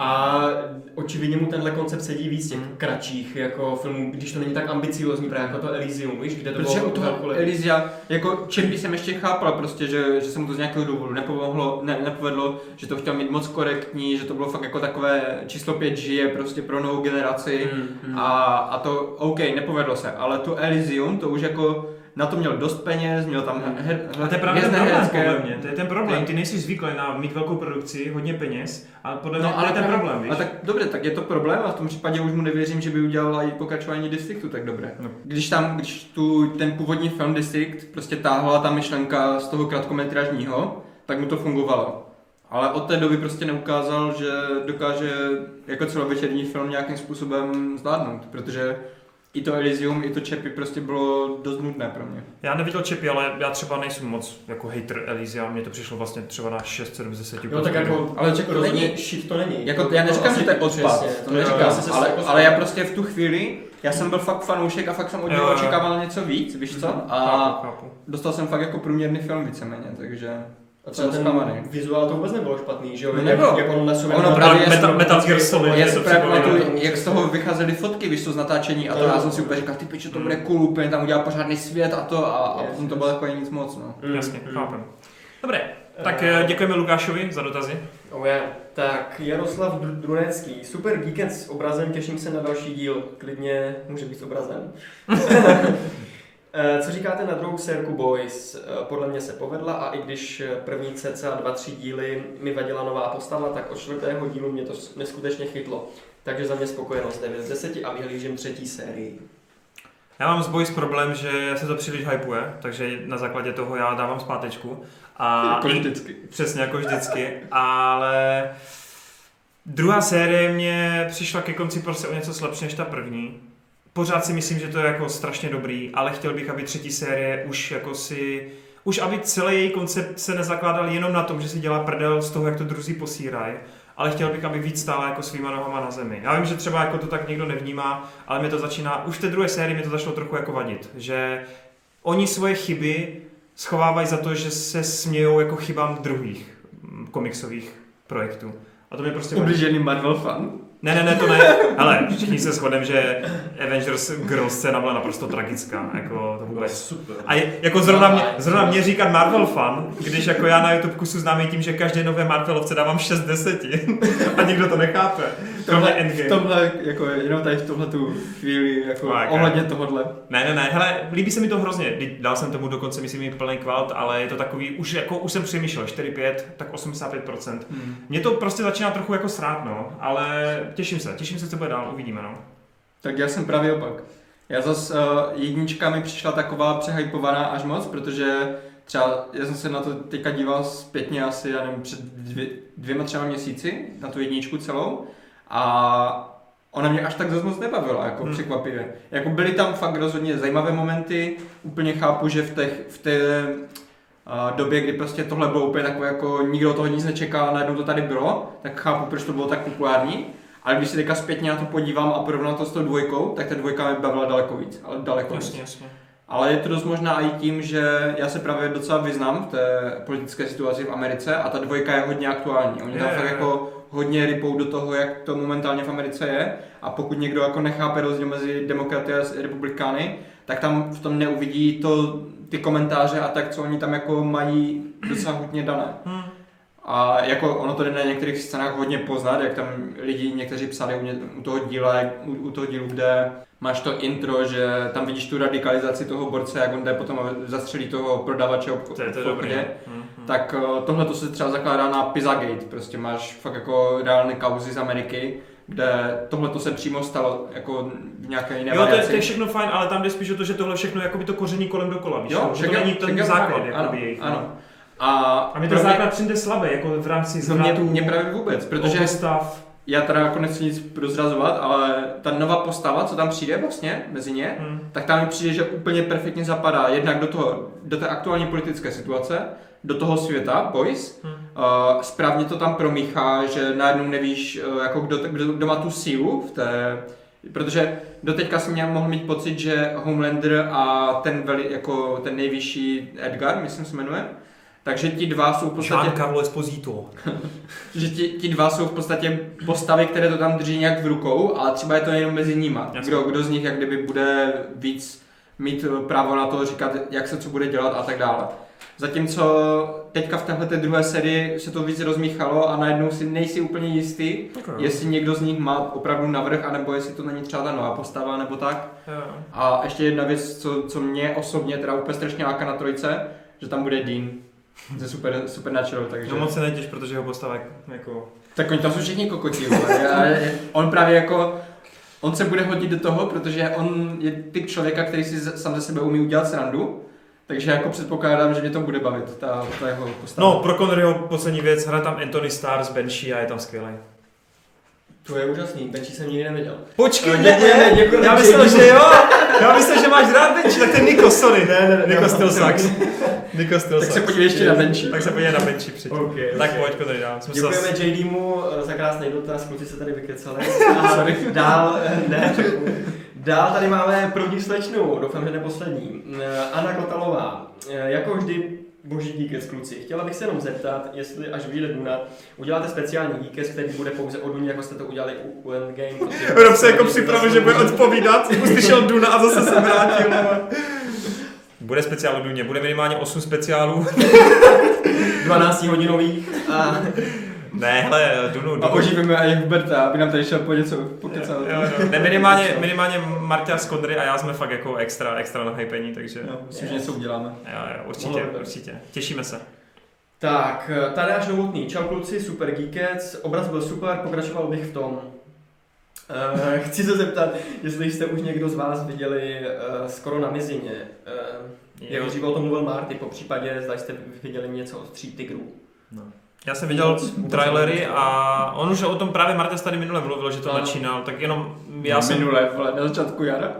A očividně mu tenhle koncept sedí víc těch kratších jako filmů, když to není tak ambiciózní právě jako to Elysium, víš, kde to Protože bylo u toho Elysia, jako Chappie jsem ještě chápal prostě, že, že se mu to z nějakého důvodu nepomohlo, ne, nepovedlo, že to chtěl mít moc korektní, že to bylo fakt jako takové číslo pět žije prostě pro novou generaci mm, mm. A, a to OK, nepovedlo se, ale to Elysium, to už jako na to měl dost peněz, měl tam her, a to je právě ten problém, podle mě. To je ten problém. Ty nejsi zvyklý na mít velkou produkci, hodně peněz, a podle mě no, to je ten problém, víš? A tak dobře, tak je to problém a v tom případě už mu nevěřím, že by udělal i pokračování Districtu tak dobré. No. Když tam, když tu ten původní film District prostě táhla ta myšlenka z toho krátkometrážního, tak mu to fungovalo. Ale od té doby prostě neukázal, že dokáže jako celovečerní film nějakým způsobem zvládnout, protože i to Elysium, i to Chappie prostě bylo dost nudné pro mě. Já neviděl Chappie, ale já třeba nejsem moc jako hater Elysia, mně to přišlo vlastně třeba na šest sedm z deseti. No tak jako, ale Chappie to není, shit to není. Jako, to, já neříkám, to že to je odpad, to neříkám, ale, ale já prostě v tu chvíli, já jsem byl fakt fanoušek a fakt jsem od něho očekával něco víc, víš co? A chápu, chápu. Dostal jsem fakt jako průměrný film víceméně, takže... A třeba ten zklamaný. Vizuál to vůbec nebylo špatný, že jo? No nebylo. Jak on na sobě... Ono právě Metal, Metal Gear Solid. Já si právě pamatuju, jak z toho vycházely fotky, víš co, z natáčení a to já jsem si úplně říkal, ty piče, to bude cool, úplně tam udělal pořádný svět a to a, a potom to bylo takové nic moc, no. Mm, Jasně, mm. chápem. Dobré, tak děkujeme Lukášovi za dotazy. Oh yeah. Tak Jaroslav Drunecký, super Geekend s obrazem, těším se na další díl, klidně může být s obrazem. Co říkáte na druhou sérku Boys? Podle mě se povedla a i když první cca dva, tři díly mi vadila nová postava, tak od čtvrtého dílu mě to neskutečně chytlo. Takže za mě spokojenost devět z deseti a vyhlížím třetí sérii. Já mám s Boys problém, že se to příliš hypuje, takže na základě toho já dávám zpátečku. A jako vždycky. Přesně jako vždycky, ale druhá série mě přišla ke konci prostě o něco slabší než ta první. Pořád si myslím, že to je jako strašně dobrý, ale chtěl bych, aby třetí série už jako si... Už aby celý její koncept se nezakládal jenom na tom, že si dělá prdel z toho, jak to druzí posírají, ale chtěl bych, aby víc stála jako svýma nohama na zemi. Já vím, že třeba jako to tak někdo nevnímá, ale mě to začíná... Už v té druhé sérii mě to začalo trochu jako vadit, že oni svoje chyby schovávají za to, že se smějou jako chybám druhých komiksových projektů. A to mě prostě... Ublížený Marvel fan? Ne, ne, ne, to ne. Hele, všichni se shodneme, že Avengers Girl scéna byla naprosto tragická. Jako to vůbec. Super. A je, jako zrovna mě, zrovna mě říkat Marvel fan, když jako já na YouTube kusu známý tím, že každé nové Marvelovce dávám šest z deseti. A nikdo to nechápe. Tohle, v tomhle, jako jenom tady v tomhle tu chvíli, jako no, ohledně tohohle. Ne, ne, ne, hele, líbí se mi to hrozně. Dal jsem tomu dokonce, myslím, mít plný kvalt, ale je to takový, už jako, už jsem přemýšlel, čtyři pět, tak osmdesát pět procent. Hmm. Mně to prostě začíná trochu jako srát, no, ale těším se, těším se, co bude dál, uvidíme, no. Tak já jsem právě opak. Já zase uh, jednička mi přišla taková přehypovaná až moc, protože třeba já jsem se na to teďka díval zpětně asi, já nevím, před dvě, dvěma třema měsíci, na tu jedničku celou a ona mě až tak zase moc nebavila, jako hmm. překvapivě. Jako byly tam fakt rozhodně zajímavé momenty, úplně chápu, že v těch, v té uh, době, kdy prostě tohle bylo úplně takové, jako nikdo toho nic nečekal, najednou to tady bylo, tak chápu, proč to bylo tak populární. Ale když se teďka zpětně na to podívám a porovnám to s tou dvojkou, tak ta dvojka mi bavila daleko víc, ale daleko víc. Jasně, jasně. Ale je to dost možná i tím, že já se právě docela vyznám v té politické situaci v Americe a ta dvojka je hodně aktuální. Oni je, tam fakt je. jako hodně rypou do toho, jak to momentálně v Americe je, a pokud někdo jako nechápe rozdíl mezi demokraty a republikány, tak tam v tom neuvidí to, ty komentáře a tak, co oni tam jako mají docela hodně dané. Hmm. A jako ono to jde na některých scénách hodně poznat, jak tam lidi někteří psali u, ně, u toho díla, u, u toho dílu, kde máš to intro, že tam vidíš tu radikalizaci toho borce, jak on jde potom a zastřelí toho prodavače obchodu. To je to dobré. Mm-hmm. Tak tohle to se třeba zakládá na Pizzagate, prostě máš fakt jako reálné kauzy z Ameriky, kde tohle to se přímo stalo jako v nějaké jiné jo, variaci. Jo, to je všechno fajn, ale tam jde spíš o to, že tohle všechno jakoby to koření kolem dokola, víš? Jo, že to není ten základ, jakoby jejich. Ano. A, a mi ten základ přijde slabý, jako v rámci zvratu. Mě, mě právě vůbec, protože postav. Já teda jako nechci nic prozrazovat, ale ta nová postava, co tam přijde vlastně mezi ně, hmm. tak tam mi přijde, že úplně perfektně zapadá jednak do toho, do té aktuální politické situace, do toho světa, boys. Hmm. Uh, správně to tam promíchá, že najednou nevíš, uh, jako kdo, kdo, kdo má tu sílu v té, protože doteďka jsem měl mohl mít pocit, že Homelander a ten veli, jako ten nejvyšší Edgar, myslím se jmenuje, takže ti dva jsou v podstatě... Giancarlo Esposito. že ti, ti dva jsou v podstatě postavy, které to tam drží nějak v rukou, ale třeba je to jenom mezi nima. Kdo, kdo z nich jak kdyby bude víc mít právo na to říkat, jak se co bude dělat a tak dále. Zatímco teďka v téhleté druhé sérii se to víc rozmíchalo a najednou si nejsi úplně jistý, okay. jestli někdo z nich má opravdu navrch, anebo jestli to není třeba ta nová postava nebo tak. Yeah. A ještě jedna věc, co, co mě osobně teda úplně strašně láká na trojce, že tam bude Dean. Ze super, Supernatural, takže... No moc se netěš, protože jeho postava jako... Tak oni tam jsou všichni kokotí, on právě jako... On se bude hodit do toho, protože on je typ člověka, který si sám ze sebe umí udělat srandu. Takže jako předpokládám, že mě to bude bavit, ta, ta jeho postava. No, pro Conneryho poslední věc, hraje tam Anthony Starr z Banshee a je tam skvělý. To je úžasný, Banshee jsem nikdy neviděl. Počkej, ne, děkujeme, děkujeme, já myslel, že jo, já myslel, že máš rád Banshee, tak ten Nikos, sorry, ne, ne, ne, Nikos still sucks. Nikos still sucks. Tak se podívej ještě na Banshee. Tak se podívej na Banshee předtím. Okay, tak okay. Pojď, Connery, dál. Děkujeme J D mu za krásný dotaz, kluci se tady vykecali. A dál, ne, dál tady máme první slečnu, doufám, že neposlední. Anna Kotalová, jako vždy boží Geekec, kluci. Chtěla bych se jenom zeptat, jestli až vyjde Duna, uděláte speciální Geekec, který bude pouze o Duně, jako jste to udělali u, u Endgame. Rob se jako připravil, že bude odpovídat, uslyšel Duna a zase se vrátil. Bude speciál o Duně, bude minimálně osm speciálů. dvanáctihodinových a... Ne, hele, Dunu, Dunu. A oživíme i Huberta, aby nám tady šel po něco pokecat. Ne, minimálně, minimálně Marta z Kondry a já jsme fakt jako extra, extra na hypení, takže... No, myslím, že něco uděláme. Jo, jo, určitě, no, určitě. Těšíme se. Tak, Tadeáš Novotný. Čau kluci, super Geekec, obraz byl super, pokračoval bych v tom. Uh, chci se zeptat, jestli jste už někdo z vás viděli uh, Skoro na mizině. Uh, jak dříve o tom mluvil Marty, po případě zda jste viděli něco od Tří tigrů. No. Já jsem viděl trailery a on už o tom právě Martes tady minule mluvil, že to no. načínal, tak jenom já no, jsem... Minule, vole, na začátku jara.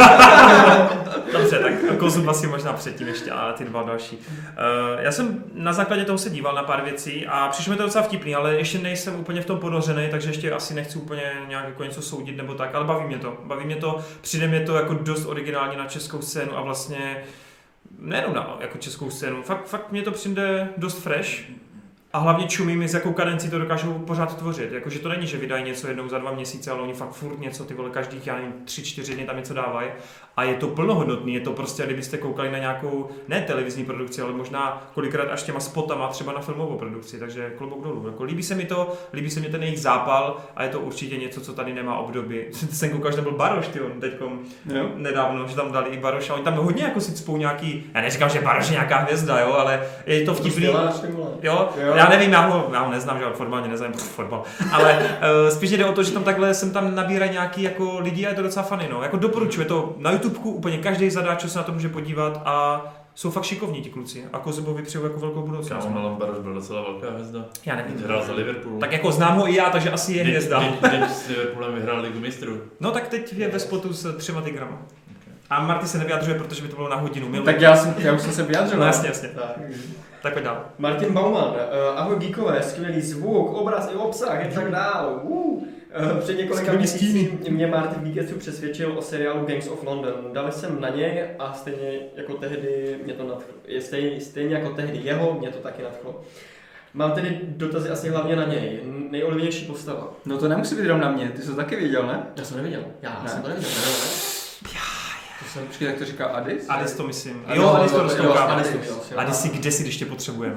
Dobře, tak Kozum asi možná předtím ještě a ty dva další. Uh, já jsem na základě toho se díval na pár věcí a přišlo mi to docela vtipný, ale ještě nejsem úplně v tom ponořený, takže ještě asi nechci úplně nějak jako něco soudit nebo tak, ale baví mě to. Baví mě to, přijde mě to jako dost originální na českou scénu a vlastně nejenom na jako českou scénu, fakt, fakt mě to přijde dost fresh. A hlavně čumí mi, s jakou kadencí to dokážou pořád tvořit. Jakože to není, že vydají něco jednou za dva měsíce, ale oni fakt furt něco, ty vole, každých, já nevím, tři, čtyři dny tam něco dávají. A je to plnohodnotný, je to prostě, kdybyste koukali na nějakou, ne televizní produkci, ale možná kolikrát až těma spotama třeba na filmovou produkci, takže klobouk dolů. Jako, líbí se mi to, líbí se mi ten jejich zápal a je to určitě něco, co tady nemá období. Jsem koukal, že to byl Baroš, ty on teďkom jo. nedávno, že tam dali i Baroš a oni tam hodně jako si cpou nějaký, já neříkám, že Baroš je nějaká hvězda, jo, ale je to vtipný. Jo, jo, já nevím, já ho, já ho neznám, že formálně neznám fotbal, ale uh, spíš jde o to, že tam takhle sem tam nabírají nějaký jako lidi a je to docela funny, no. Jako doporučuji to na YouTubeku, úplně každý zadáč, se na to může podívat a jsou fakt šikovní ti kluci a Kozubovi přeju jako velkou budoucnost. Kámo, Milan Baroš byl docela velká hvězda. Já nevím. Hrál za Liverpool. Tak jako znám ho i já, takže asi je hvězda. Teď s Liverpoolem vyhrál Ligu mistrů. No tak teď je ve spotu s třema tigrama. A Marty se nevyjadřuje, protože by to bylo na hodinu. Miluji. Tak já, jsem, já už jsem se vyjadřil. No jasně, jasně. Tak. Tak pojď dál. Martin Baumann, uh, ahoj geekové, skvělý zvuk, obraz i obsah, a tak dál. Uh. Uh, před několika měsíci mě Martin Geeketsu přesvědčil o seriálu Gangs of London. Dali jsem na něj a stejně jako tehdy mě to nadchlo. Stejně, stejně jako tehdy jeho, mě to taky nadchlo. Mám tedy dotazy asi hlavně na něj. Nejoblíbenější postava. No to nemusí být jenom na mě, ty jsi to taky viděl, ne? Já jsem neviděl. Já ne. jsem to neviděl. Ne, ne. To jsem, počkej, jak to říká Adis? Adis to myslím. Ano, Jo, Adis to jo, rozkoukává. Adis to jo. Adis si kde si, když tě potřebujeme.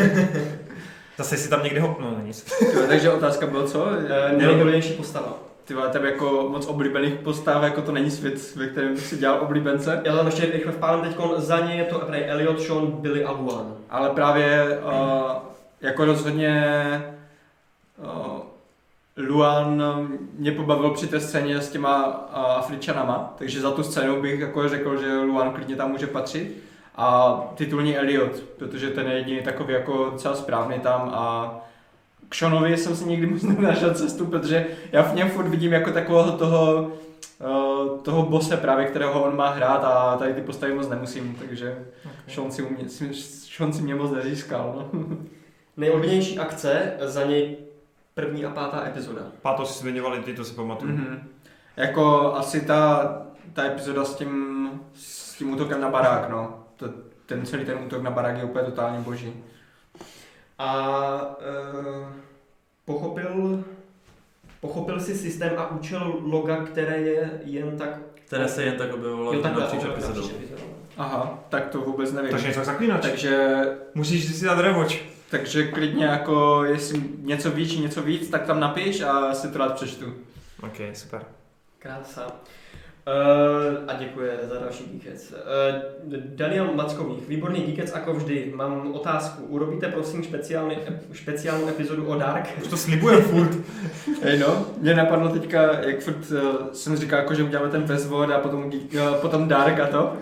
Zase si tam někde ho... No, nic. Takže otázka byla co? Uh, Nejoblíbenější postava. Ty vole, tebe jako moc oblíbených postav, jako to není svět, ve kterém si dělal oblíbence. Já tam ještě rychle vpálím teďkon, za ně je to prej Elliot, Sean, Billy a Luan. Ale právě uh, jako rozhodně uh, Luan mě pobavil při té scéně s těma uh, Afričanama, takže za tu scénu bych jako řekl, že Luan klidně tam může patřit. A titulní Elliot, protože ten je jediný takový jako docela správný tam a k Seanovi jsem si nikdy moc nenašel cestu, protože já v něm furt vidím jako takového toho, uh, toho bose právě, kterého on má hrát a tady ty postavy moc nemusím, takže okay. Sean, si umě, Sean si mě moc nezískal. No. Nejoblíbenější akce, za něj první a pátá epizoda. Pátou si zmiňovali, ty to si pamatuju. Mm-hmm. Jako asi ta, ta epizoda s tím, s tím útokem na barák, no. To, ten celý ten útok na barák je úplně totálně boží. A uh, pochopil, pochopil si systém a účel loga, které je jen tak... Které se jen tak objevilo napříč epizodou. Aha, tak to vůbec nevím. Takže něco zaklínač. Takže musíš si dát rewatch. Takže klidně jako, jestli něco víc, něco víc, tak tam napiš a si to rád přečtu. Ok, super. Krása. Uh, a děkuji za další Geekec. Uh, Daniel Mackových, výborný Geekec jako vždy. Mám otázku. Urobíte prosím speciální, speciální epizodu o Dark? Už to slibujem furt. Hej no, mě napadlo teďka, jak furt uh, jsem říkal, jako, že uděláme ten Westworld a potom, uh, potom Dark a to.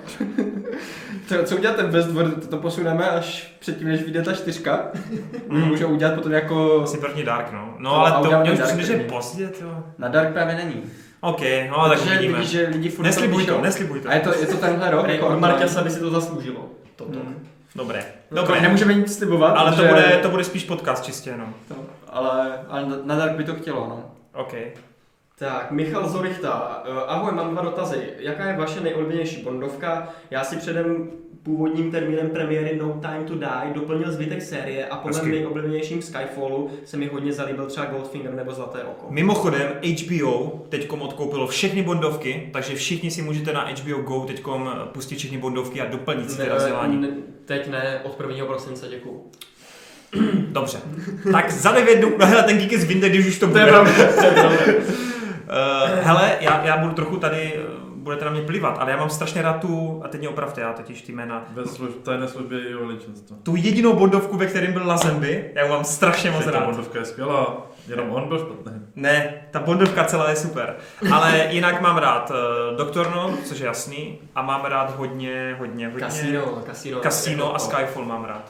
to co udělat ten Westworld, to, to posuneme až předtím, než vyjde ta čtyřka. Mm. Můžeme udělat potom jako... Asi první Dark, no. No ale to mě už přijde, že je pozdě, jo. Na Dark právě není. OK, no tak uvidíme. Vidíš, že lidi furt neslibuj to, neslibuj to. A je to, je to tenhle rok? Jako od Marťasa by si to zasloužilo. Toto. Hmm. Dobré. No, Dobré. Nemůžeme nic slibovat. Ale to, že... bude, to bude spíš podcast čistě, no. To, ale, ale na Dark by to chtělo, no. OK. Tak, Michal Zorichta. Ahoj, mám dva dotazy. Jaká je vaše nejoblíbenější bondovka? Já si předem původním termínem premiéry No Time to Die doplnil zbytek série a po mém nejoblíbenějším Skyfallu se mi hodně zalíbil třeba Goldfinger nebo Zlaté oko. Mimochodem H B O teďkom odkoupilo všechny bondovky, takže všichni si můžete na H B O Go teďkom pustit všechny bondovky a doplnit si teda vzdělání. Ne, teď ne, od prvního prosince, děkuju. Dobře. Tak za devět dnů, hele, ten Geek is Winter, když už to bude. To je pravda. Uh, hele, já, já budu trochu tady, budete na mě plivat, ale já mám strašně rád tu, a teď mě opravte, já totiž ty jména. Ve služ, tajné službě i veličenstva. Tu jedinou bondovku, ve kterém byl Lazenby, já mám strašně moc rád. Ta bondovka je skvělá, jenom on byl špatný. Ne, ta bondovka celá je super, ale jinak mám rád uh, Doktor No, což je jasný, a mám rád hodně, hodně, hodně... Casino, Casino. Casino a Skyfall mám rád.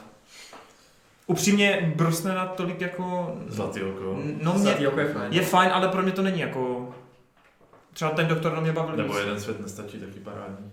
Upřímně Brosnana tolik jako... Zlatý oko. No mě, Zlatý oko je fajn. Je fajn, ale pro mě to není jako... Třeba ten Doktor No mě bavil. Nebo Jeden svět nestačí, taky parádní.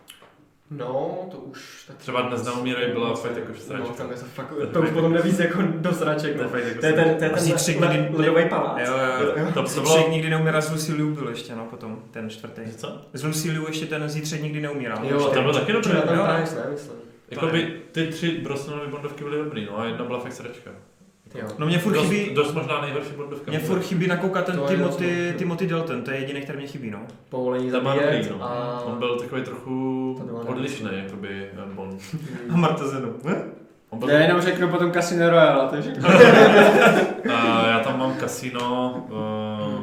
No, to už... Tak třeba Dnes neumírají byla fakt jako sračka. No, tam je to fakt... To už potom nevíc jako do sraček. To je ten, to je ten ledový palác. Jo, jo, jo. To, to bylo... nikdy neumírá, z Lucy Liu byl ještě, no, potom, ten čtvrtý. Co? Z Lucy Liu ještě ten Zítřek nikdy neumírá. Jo, to bylo taky dobré. Jo, myslím. Jakoby ty tři Brosnanovy bondovky byly dobrý, no a jedna byla fakt sračka. Jo. No mě furt dost, chybí... Dost možná nejhorší bondovka. Mě furt chybí nakoukat ten Timothy, je Timothy Dalton, to je jediný, který mě chybí, no. Povolení zabíjet no. a... On byl takový trochu odlišný, jakoby Bond. A Marta Zenu. Byl... Já jenom řeknu potom Casino Royale, to je všechno. uh, já tam mám Casino uh,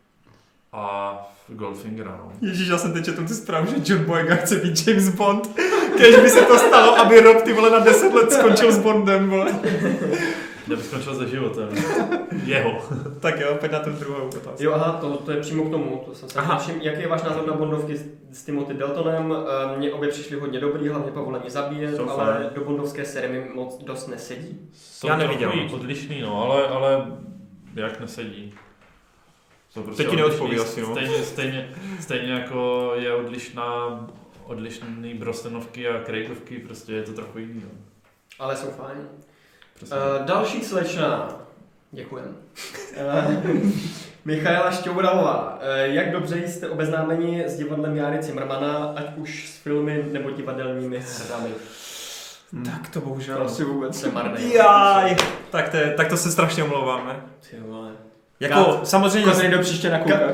a Goldfingera, no. Ježíš, já jsem teď četl tu zprávu, že John Boyega chce být James Bond. Kež by se to stalo, aby Rob ty vole na deset let skončil s Bondem, vole. Já bych skončil se životem. Jeho. Tak jo, pojď na ten druhou otázku. Jo, aha, to, to je přímo k tomu. To jsem se všim, jaký je váš názor na Bondovky s, s Timothy Daltonem? Mně obě přišly hodně dobrý, hlavně Povolení zabíjet, so ale far. Do bondovské série mi moc dost nesedí. Jsou já neviděl. Odlišný, no, ale, ale jak nesedí. Prostě teď ti neodpoví asi, no. Stejně, stejně, stejně jako je odlišná odlišný Brosnanovky a Craigovky, prostě je to trochu jiný. No. Ale jsou fajn. Uh, další slečna. Děkujem. Uh, Michaela Šťouralová. Uh, jak dobře jste obeznámeni s divadlem Járy Cimrmana, ať už s filmy nebo divadelními hrdami? Hmm. Tak to bohužel. To asi vůbec se marný. Jaj, tak to, tak to se strašně omlouvám, ne? Ty vole. Jako Já, samozřejmě... Kozej do příště na kouka.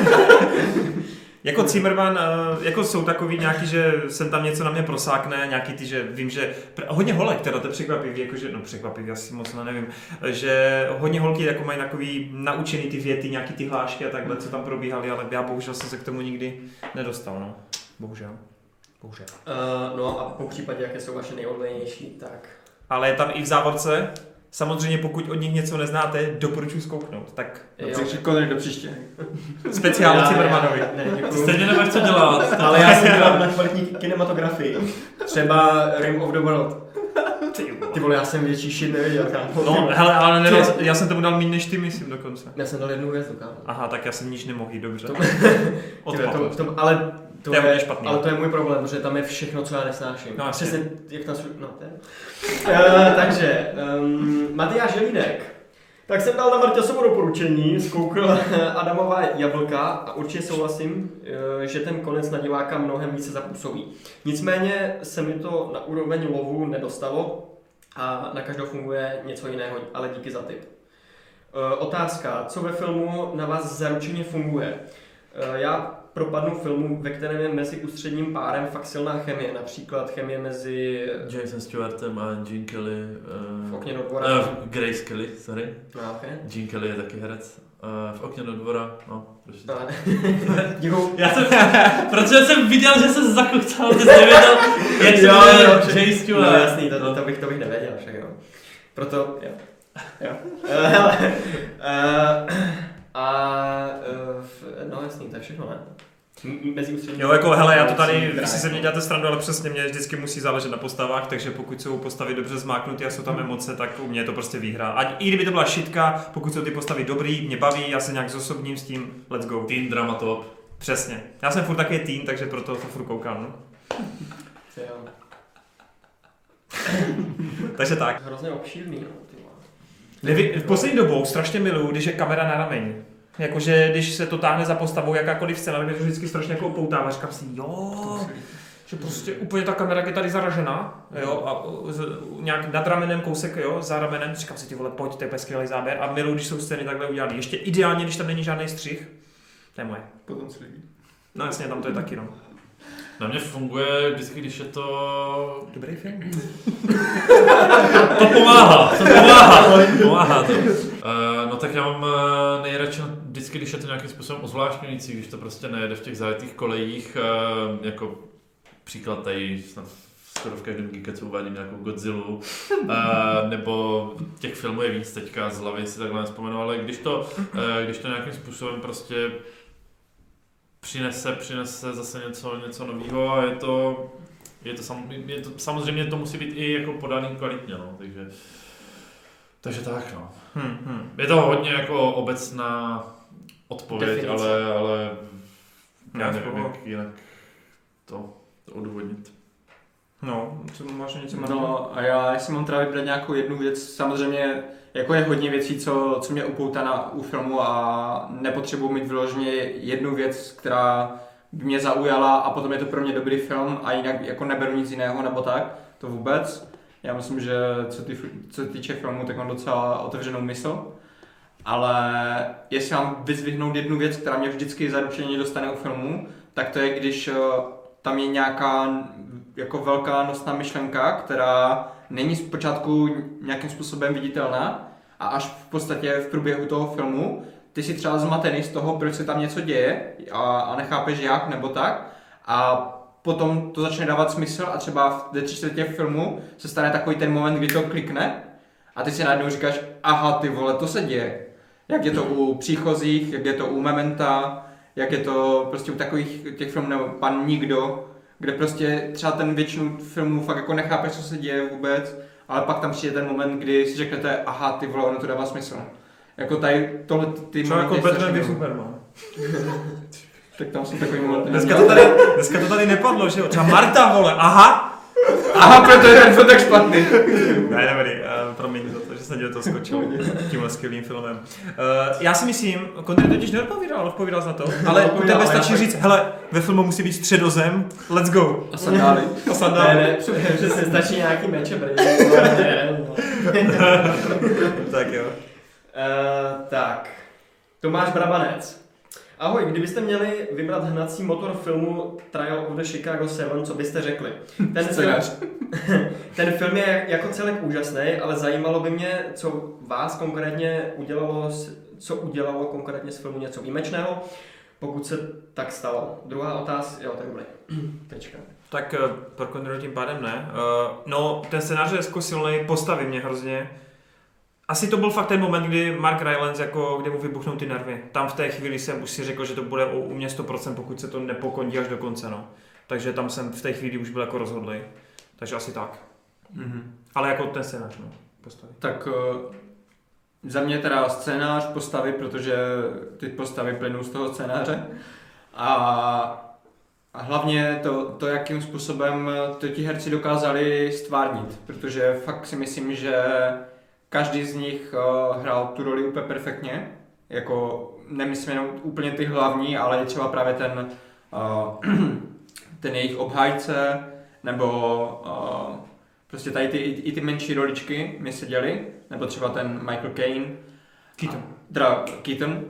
Jako Zimmerman, jako jsou takový nějaký, že sem tam něco na mě prosákne, nějaký ty, že vím, že hodně holek, teda to je překvapivý, jakože, no překvapivý, asi moc nevím, že hodně holky jako mají takový naučený ty věty, nějaký ty hlášky a takhle, co tam probíhaly, ale já bohužel jsem se k tomu nikdy nedostal, no. Bohužel. Bohužel. Uh, no a po případě, jaké jsou vaše nejoblíbenější, tak... Ale je tam i v závorce, samozřejmě pokud od nich něco neznáte, doporučuji zkouknout, tak... Takže Kozej do příště. Speciál Zimmermanovi. Ne, ne, Stejně nemáš co dělat. Ale já jsem dělal na kvalitní kinematografii. Třeba Rim of the World. Ty vole, já jsem větší shit nevěděl, kámo. No, hele, ale nedal, já jsem tomu dal méně než ty, myslím dokonce. Já jsem dal jednu hvězdu, kámo. Aha, tak já jsem nič nemohl jít, dobře. To, Odpadl. to, to, ale to, to je, je špatný. Ale to je můj problém, protože tam je všechno, co já nesnáším. No, přesně, jak tam no, ten. uh, takže, um, Matyáš Jelínek. Tak jsem dal na Marťasovo doporučení, zkoukl Adamova jablka a určitě souhlasím, že ten konec na diváka mnohem více zapůsobí. Nicméně se mi to na úroveň lovu nedostalo a na každou funguje něco jiného, ale díky za tip. Otázka, co ve filmu na vás zaručeně funguje? Já propadnu filmu, ve kterém je mezi ústředním párem fakt silná chemie, například chemie mezi... Jason Stewartem a Gene Kelly. Uh, v Okně do dvora. Uh, Grace Kelly, sorry. No, okay. Gene Kelly je taky herec. Uh, v Okně do dvora, no. no Děkuju. Já jsem, protože jsem viděl, že se zaklucal, že jsi nevěděl, jak se jmenuje Jay Stewart. No jasný, to, to, to, bych, to bych nevěděl však, jo. Proto, jo. jo. uh, uh, a uh, no jasný, to je všechno, ne? Mezi jo, jako hele, já to tady, vy si se mě děláte srandu, ale přesně mě vždycky musí záležet na postavách, takže pokud jsou postavy dobře zmáknutý a jsou tam emoce, tak u mě je to prostě výhra. Ať i kdyby to byla šitka, pokud jsou ty postavy dobrý, mě baví, já se nějak zosobním s tím, let's go. Teen drama top. Přesně. Já jsem furt taky teen, takže proto to furt koukám, no. Takže tak. Hrozně obšírný, no, ty Nevy, v poslední dobou strašně miluju, když je kamera na rameni. Jakože když se to táhne za postavou, jakákoliv scéna, tak mě to vždycky strašně jako upoutává. Říkám si, jo, že prostě úplně ta kamera je tady zaražená, jo, a nějak nad ramenem kousek, jo, za ramenem, říkám si, ty vole, pojď, to je skvělý záběr a miluju, když jsou scény takhle udělané. Ještě ideálně, když tam není žádný střih, to je moje. Potom se líbí. No jasně, tam to je taky, no. Na mě funguje vždycky, když je to... Dobrý film. To pomáhá, to pomáhá, pomáhá to. Uh, no tak já mám uh, nejradši vždycky, když je to nějakým způsobem ozvláštňující, když to prostě nejede v těch zajetých kolejích, uh, jako příklad tady snad skoro v každém geekecu uvádím nějakou Godzillu, uh, nebo těch filmů je víc teďka, z hlavy si takhle nespomenu, ale když to, uh, když to nějakým způsobem prostě přinese, přinese zase něco, něco nového a je to, je to, sam, je to, samozřejmě to musí být i jako podaný kvalitně, no, takže, takže tak, no. Hmm, hmm. Je to hodně jako obecná odpověď, definice. ale, ale já nevím, jak jinak to, to odůvodnit. No, co máš něco na No a já si mám teda vybrat nějakou jednu věc, samozřejmě jako je hodně věcí, co, co mě upoutá na, u filmu a nepotřebuji mít vyloženě jednu věc, která by mě zaujala a potom je to pro mě dobrý film a jinak jako neberu nic jiného nebo tak, to vůbec. Já myslím, že co, ty, co týče filmu, tak mám docela otevřenou mysl. Ale jestli mám vyzvihnout jednu věc, která mě vždycky zaručeně dostane u filmu, tak to je, když tam je nějaká jako velká nosná myšlenka, která není zpočátku nějakým způsobem viditelná a až v podstatě v průběhu toho filmu ty si třeba zmatený z toho, proč se tam něco děje a, a nechápeš jak nebo tak a potom to začne dávat smysl a třeba ve tři čtvrtě filmu se stane takový ten moment, kdy to klikne a ty si najednou říkáš, aha ty vole, to se děje. Jak je to u Příchozích, jak je to u Mementa, jak je to prostě u takových těch filmů nebo Pan nikdo, kde prostě třeba ten většinu filmů fakt jako nechápeš, co se děje vůbec, ale pak tam přijde ten moment, kdy si řeknete, aha, ty vole, ono to dává smysl. Jako tady tohle ty co momenty jako Batman v Superman. Tak tam jsou takový momenty. Dneska to tady, dneska to tady nepadlo, že jo? Třeba Marta, vole, aha! Aha, proto je ten film tak špatný. Ne, nevedý, uh, promiň za to, že jsem tě do toho skočil tímhle skvělým filmem. Uh, já si myslím, Kondry totiž neodpovídal, odpovídal na to, ale u tebe stačí říct, hele, ve filmu musí být středozem, let's go. A sandály. A sandály. Ne, ne, přesně stačí nějaký meče, brně. Tak jo. Uh, tak, Tomáš Brabanec. Ahoj, kdybyste měli vybrat hnací motor filmu Trial of the Chicago sedm, co byste řekli? Ten film, ten film je jako celek úžasný, ale zajímalo by mě, co vás konkrétně udělalo, co udělalo konkrétně z filmu něco výjimečného, pokud se tak stalo. Druhá otázka, jo, tak dobrý. Tečka. Tak uh, pro Kondry tím pádem ne. Uh, no, ten scénář je jako silnej, postavy mě hrozně. Asi to byl fakt ten moment, kdy Mark Rylance, jako, kde mu vybuchnou ty nervy. Tam v té chvíli jsem už si řekl, že to bude u mě sto procent, pokud se to nepokondí až do konce. No. Takže tam jsem v té chvíli už byl jako rozhodlý. Takže asi tak. Mm-hmm. Ale jako ten scénář, no, postavy. Tak uh, za mě teda scénář, postavy, protože ty postavy plynou z toho scénáře. A, a hlavně to, to, jakým způsobem to ti herci dokázali stvárnit. Protože fakt si myslím, že každý z nich uh, hrál tu roli úplně perfektně, jako nemyslím jenom úplně ty hlavní, ale je třeba právě ten, uh, ten jejich obhájce, nebo uh, prostě tady ty, i, i ty menší roličky mi seděly, nebo třeba ten Michael Caine, Keaton. Teda Keaton.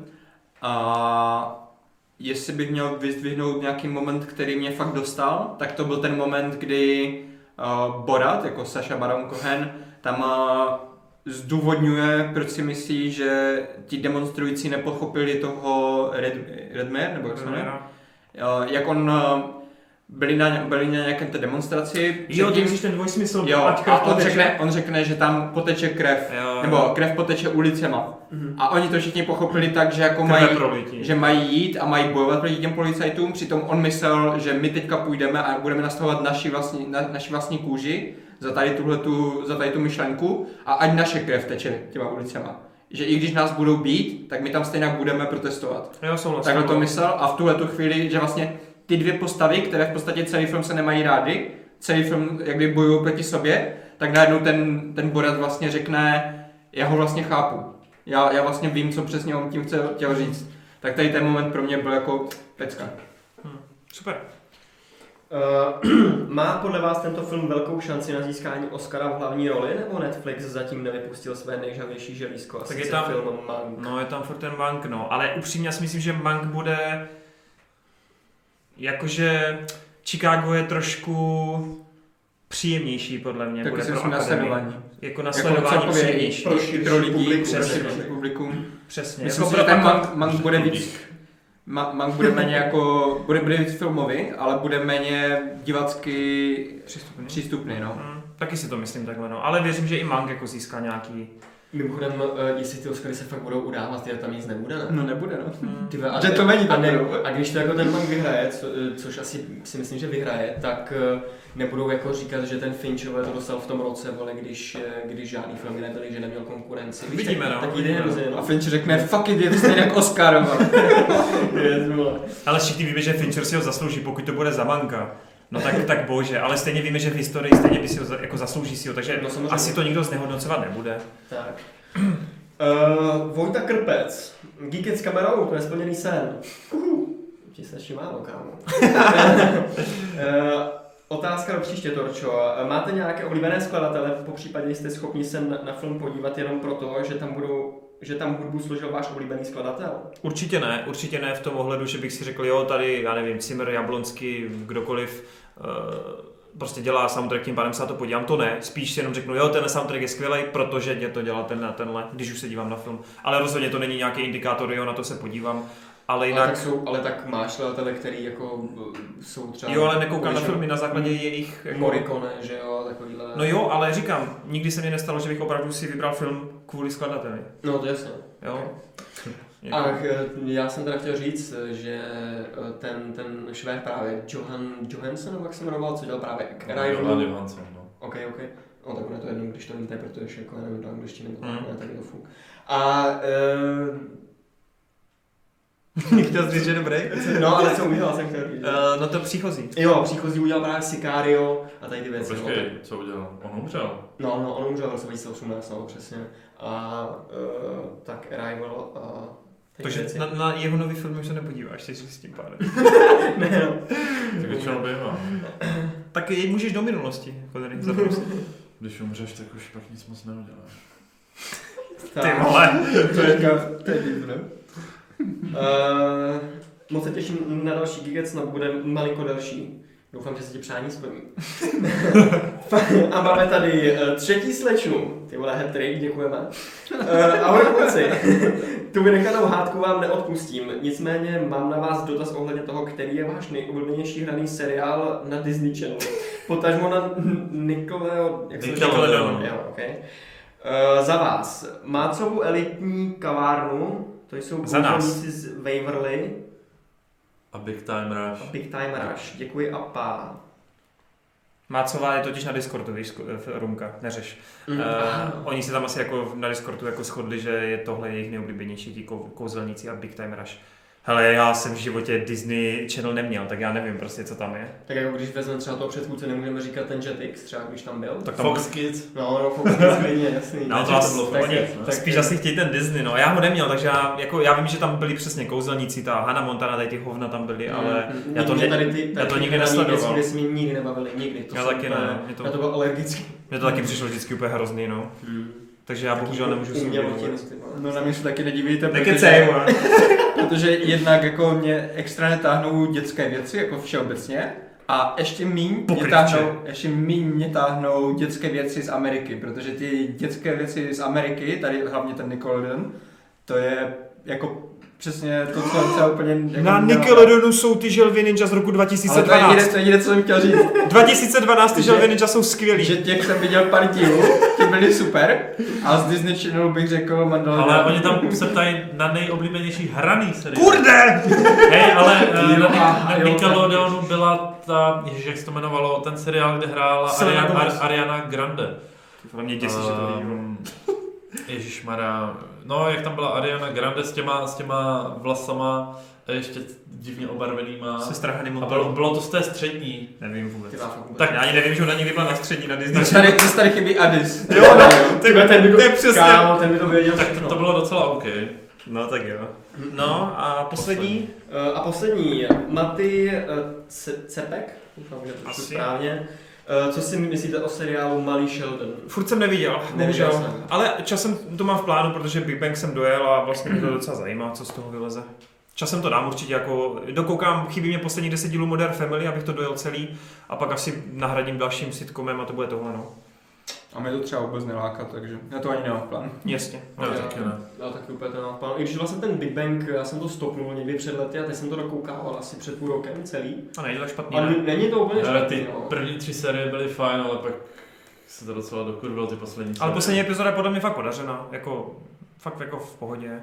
A jestli bych měl vyzdvihnout nějaký moment, který mě fakt dostal, tak to byl ten moment, kdy uh, Borat, jako Sacha Baron Cohen, tam uh, zdůvodňuje, proč si myslí, že ti demonstrující nepochopili toho Red, Redmer, nebo jak se jmenuje? Jak on byli na, byli na nějaké té demonstraci. Jo, ty myslíš ten dvojsmysl, jo, ať krev a on poteče. řekne, on řekne, že tam poteče krev, jo, jo. nebo krev poteče ulicema. Mm-hmm. A oni to všichni pochopili tak, že jako mají, že mají jít a mají bojovat proti těm policajtům, přitom on myslel, že my teďka půjdeme a budeme nastavovat naši vlastní, na, naši vlastní kůži za tady, tuhletu, za tady tu myšlenku a ať naše krev teče těma ulicema. Že i když nás budou bít, tak my tam stejně budeme protestovat. Jo, souhlasím. Takhle to myslel a v tuhletu chvíli, že vlastně ty dvě postavy, které v podstatě celý film se nemají rádi, celý film jakby bojují proti sobě, tak najednou ten, ten Borat vlastně řekne, já ho vlastně chápu. Já, já vlastně vím, co přesně on tím chtěl, chtěl říct. Tak tady ten moment pro mě byl jako pecka. Hmm, super. Uh, má podle vás tento film velkou šanci na získání Oscara v hlavní roli, nebo Netflix zatím nevypustil své nejžavější želízko? Tak je tam film Mank. No, je tam furt ten Mank, no. Ale upřímně si myslím, že Mank bude jakože Chicago je trošku příjemnější podle mě. Tak bude pro nasledování. Jako nasledování jako příjemnější. Pro širší pro lidi, publikum. přesně, Přesně. publikum. Přesně. Myslím jako si, že pro ten jako- Mank, Mank bude víc, Ma- Mank bude méně jako, bude, bude víc filmový, ale bude méně divácky Přístupný. přístupný, no. Hmm, taky si to myslím takhle, no. Ale věřím, že i Mank jako získá nějaký... Mimochodem, uh, jestli ty Oscary se fakt budou udávat, tyhle tam nic nebude, ne? No nebude, no. Hmm. Tyhle, a, Že to není a, tak ne, budou. a když to jako ten Mank vyhraje, co, což asi si myslím, že vyhraje, tak uh, nebudou jako říkat, že ten Finchové to dostal v tom roce, vole, když, když žádný filmy nebyly, že neměl konkurenci. Víš, Vidíme, tak, no. Tak jde hrozně, no. A Finch řekne, fuck it, je to stejně jako Oscar, Ale všichni víme, že Fincher si ho zaslouží, pokud to bude za Manka. No tak, tak bože, ale stejně víme, že v historii stejně by si ho za- jako zaslouží si ho, takže No, asi to nikdo znehodnocovat nebude. Tak. Uh, Vojta Krpec. Geeket s kamerou, to je splněný sen. Uhu. Ti se ještě málo, kámo. uh, otázka do příště, Torčo. Máte nějaké oblíbené skladatele, po případě jste schopni se na, na film podívat jenom proto, že tam budou že tam hudbu složil váš oblíbený skladatel? Určitě ne, určitě ne v tom ohledu, že bych si řekl, jo, tady, já nevím, Zimmer, Jablonský, kdokoliv, uh, prostě dělá soundtrack, tím pádem se na to podívám, to ne, spíš si jenom řeknu, jo, tenhle soundtrack je skvělej, protože mě to dělá tenhle, tenhle, když už se dívám na film. Ale rozhodně to není nějaký indikátor, jo, na to se podívám. Ale jinak... Ale tak, jsou, ale tak máš skladatele, který jako jsou třeba... Jo, ale nekoukám na filmy na základě jejich... Jako... Morricone, že jo, takovýhle... No jo, ale říkám, nikdy se mi nestalo, že bych opravdu si vybral film kvůli skladateli. No to jasně. Jo. Okay. A já jsem teda chtěl říct, že ten, ten švéd právě, Johan Johansson, nebo jak se jmenoval, co dělal právě Arrival. Johan Johansson, no. Ok, ok. No tak ono je to jedno, když to interpretuješ jako, já nevím, do angličtiny, mm. ne, tak je to fuk. A e, Chtěl jsi říct, že dobrý? No, ale co udělal, jsem chtěl říct. Uh, no to příchozí. Jo, příchozí udělal právě Sicario a tady ty věci. Počkej, co udělal? On umřel. No, no, on umřel v roce dva tisíce osmnáct, no, přesně. A uh, tak Arrival a Takže na, na jeho nový film už se nepodíváš, ty s tím pádem. Ne, no. Tak většinou bývá. Tak jej můžeš do minulosti, jako tady, zaprosit. Když umřeš, tak už pak nic moc neuděláš. Ty vole. To je, to je divné. Uh, moc se těším na další Geekec, no bude malinko další. Doufám, že se ti přání splní. A máme tady uh, třetí slečnu. Ty vole, hat-trick, děkujeme. Uh, ahoj kluci. Tu vynechanou hádku vám neodpustím. Nicméně mám na vás dotaz ohledně toho, který je váš nejoblíbenější hraný seriál na Disney Channel. Potažmo na Nickeleo... Jak se Nickelodeon. Jo, okay. Uh, za vás. Mácovou elitní kavárnu, to jsou kouzelníci z Waverly. A Big Time Rush. A Big Time Rush. Děkuji a pá. Mácová je totiž na Discordu, víš, Rumka, neřeš. Mm, uh, oni se tam asi jako na Discordu jako shodli, že je tohle jejich nejoblíbenější, ti kou, kouzelníci a Big Time Rush. Hele, já jsem v životě Disney Channel neměl, tak já nevím prostě, co tam je. Tak jako když vezmeme třeba toho předchůdce, nemůžeme říkat ten Jetix, třeba když tam byl. Tak tam Fox Kids. No, no, Fox Kids klidně, jasný. No, to to asi bylo tak, Fox tak, Kids, no. tak spíš asi chtějí ten Disney, no. Já ho neměl, takže já, jako, já vím, že tam byli přesně kouzelníci, ta Hannah Montana, tady ty hovna tam byly, ale mm, já to, mě ne, tady ty, tady já to ty nikdy hraný nesledoval. věci, mě nikdy nebavily, nikdy. To Já jsem taky úplně- ne, mě to- Já to byl alergický. Mně to taky přišlo vždycky úplně hrozný, no. Hmm. Takže já bohužel nemůžu si umělosti, uvědomit. ty vole. No na mě se taky nedivíte, Nekecej, protože, vole. protože jednak jako mě extra netáhnou dětské věci, jako všeobecně. A ještě míň mě Pokrytče. táhnou, ještě míň mě táhnou dětské věci z Ameriky, protože ty dětské věci z Ameriky, tady hlavně ten Nickelodeon, to je jako přesně to, co jsem úplně... Jako Na nenapadá. Nickelodeonu jsou ty želvy ninja z roku Ale to je jediné, dva tisíce dvanáct. to je jediné, co jsem chtěl říct. dva tisíce dvanáct ty Že- želvy ninja jsou skvělý. Že těch jsem viděl pár dílů, ty byly super. A z Disney Channel bych řekl Mandalorian. Ale oni tam se ptají na nejoblíbenější hraný seriál. Kurde! Hej, ale eh, Jo, na, a- na jo, Nickelodeonu byla ta, ježiš, jak se to jmenovalo, ten seriál, kde hrála Selena Ariana, Gomez. Ar, Ariana Grande. To mě děsí, že to vidím. Um, Ježišmarja, no jak tam byla Ariana Grande s těma, s těma vlasama, ještě divně obarvenýma. Sestra Hany A bylo, Montana. bylo to z té střední. Nevím vůbec. Ty vás vůbec. Tak Já ani nevím, že ona někdy byla na střední na Disney. To tady, to tady chybí Addis. Jo, no, ty, ten by to, to je přesně. kámo, ten by to věděl Tak všechno. to, to bylo docela OK. No tak jo. No a poslední? Uh, a poslední, Maty uh, Ce- Cepek, doufám, že to Asi. správně. Uh, co si myslíte o seriálu Malý Sheldon? Furt jsem neviděl, Neviděl bohužel. jsem. Ale časem to mám v plánu, protože Big Bang jsem dojel a vlastně mě to docela zajímá, co z toho vyleze. Časem to dám určitě, jako dokoukám, chybí mě poslední deset dílů Modern Family, abych to dojel celý a pak asi nahradím dalším sitcomem a to bude tohle, no. A mě to třeba vůbec neláká, takže já to ani nemám v plánu. Jasně. No, Já- taky ne. Já taky úplně to nemám v plánu. I když vlastně ten Big Bang, já jsem to stopnul někdy před lety a teď jsem to dokoukával asi před půl rokem celý. A nejde to špatný, A ne? n- není to úplně Ale špatný, ty no. první tři série byly fajn, ale pak se to docela dokurvilo ty poslední série. Ale poslední epizoda je podle mě fakt podařena, jako fakt jako v pohodě.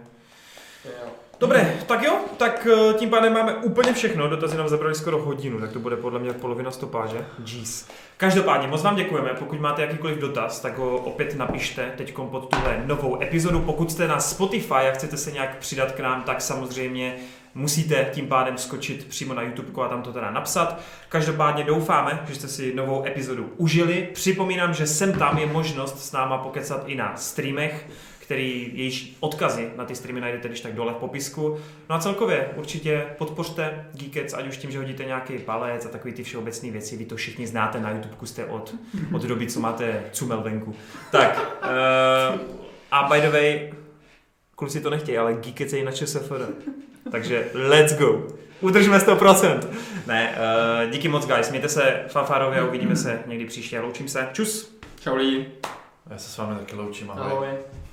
Jo. Dobré, tak jo, tak eh, tím pádem máme úplně všechno, dotazy nám zabrali skoro hodinu, tak to bude podle mě polovina stopáže. Jeez. Každopádně moc vám děkujeme, pokud máte jakýkoliv dotaz, tak ho opět napište teď pod tuhle novou epizodu. Pokud jste na Spotify a chcete se nějak přidat k nám, tak samozřejmě musíte tím pádem skočit přímo na YouTube a tam to teda napsat. Každopádně doufáme, že jste si novou epizodu užili. Připomínám, že sem tam je možnost s náma pokecat i na streamech, který jejíž odkazy na ty streamy najdete když tak dole v popisku. No a celkově určitě podpořte Geekec, ať už tím, že hodíte nějaký palec a takový ty všeobecné věci, vy to všichni znáte, na YouTube jste od, od doby, co máte cumel venku. Tak, uh, a by the way, kluci to nechtějí, ale Geekec je i na ČSFD. Takže let's go. Udržíme sto procent. Ne, uh, díky moc guys, mějte se fanfárově a uvidíme se někdy příště. Loučím se. Čus. Čau lidi. Já se s vámi taky loučím, ahoj. Ahoj.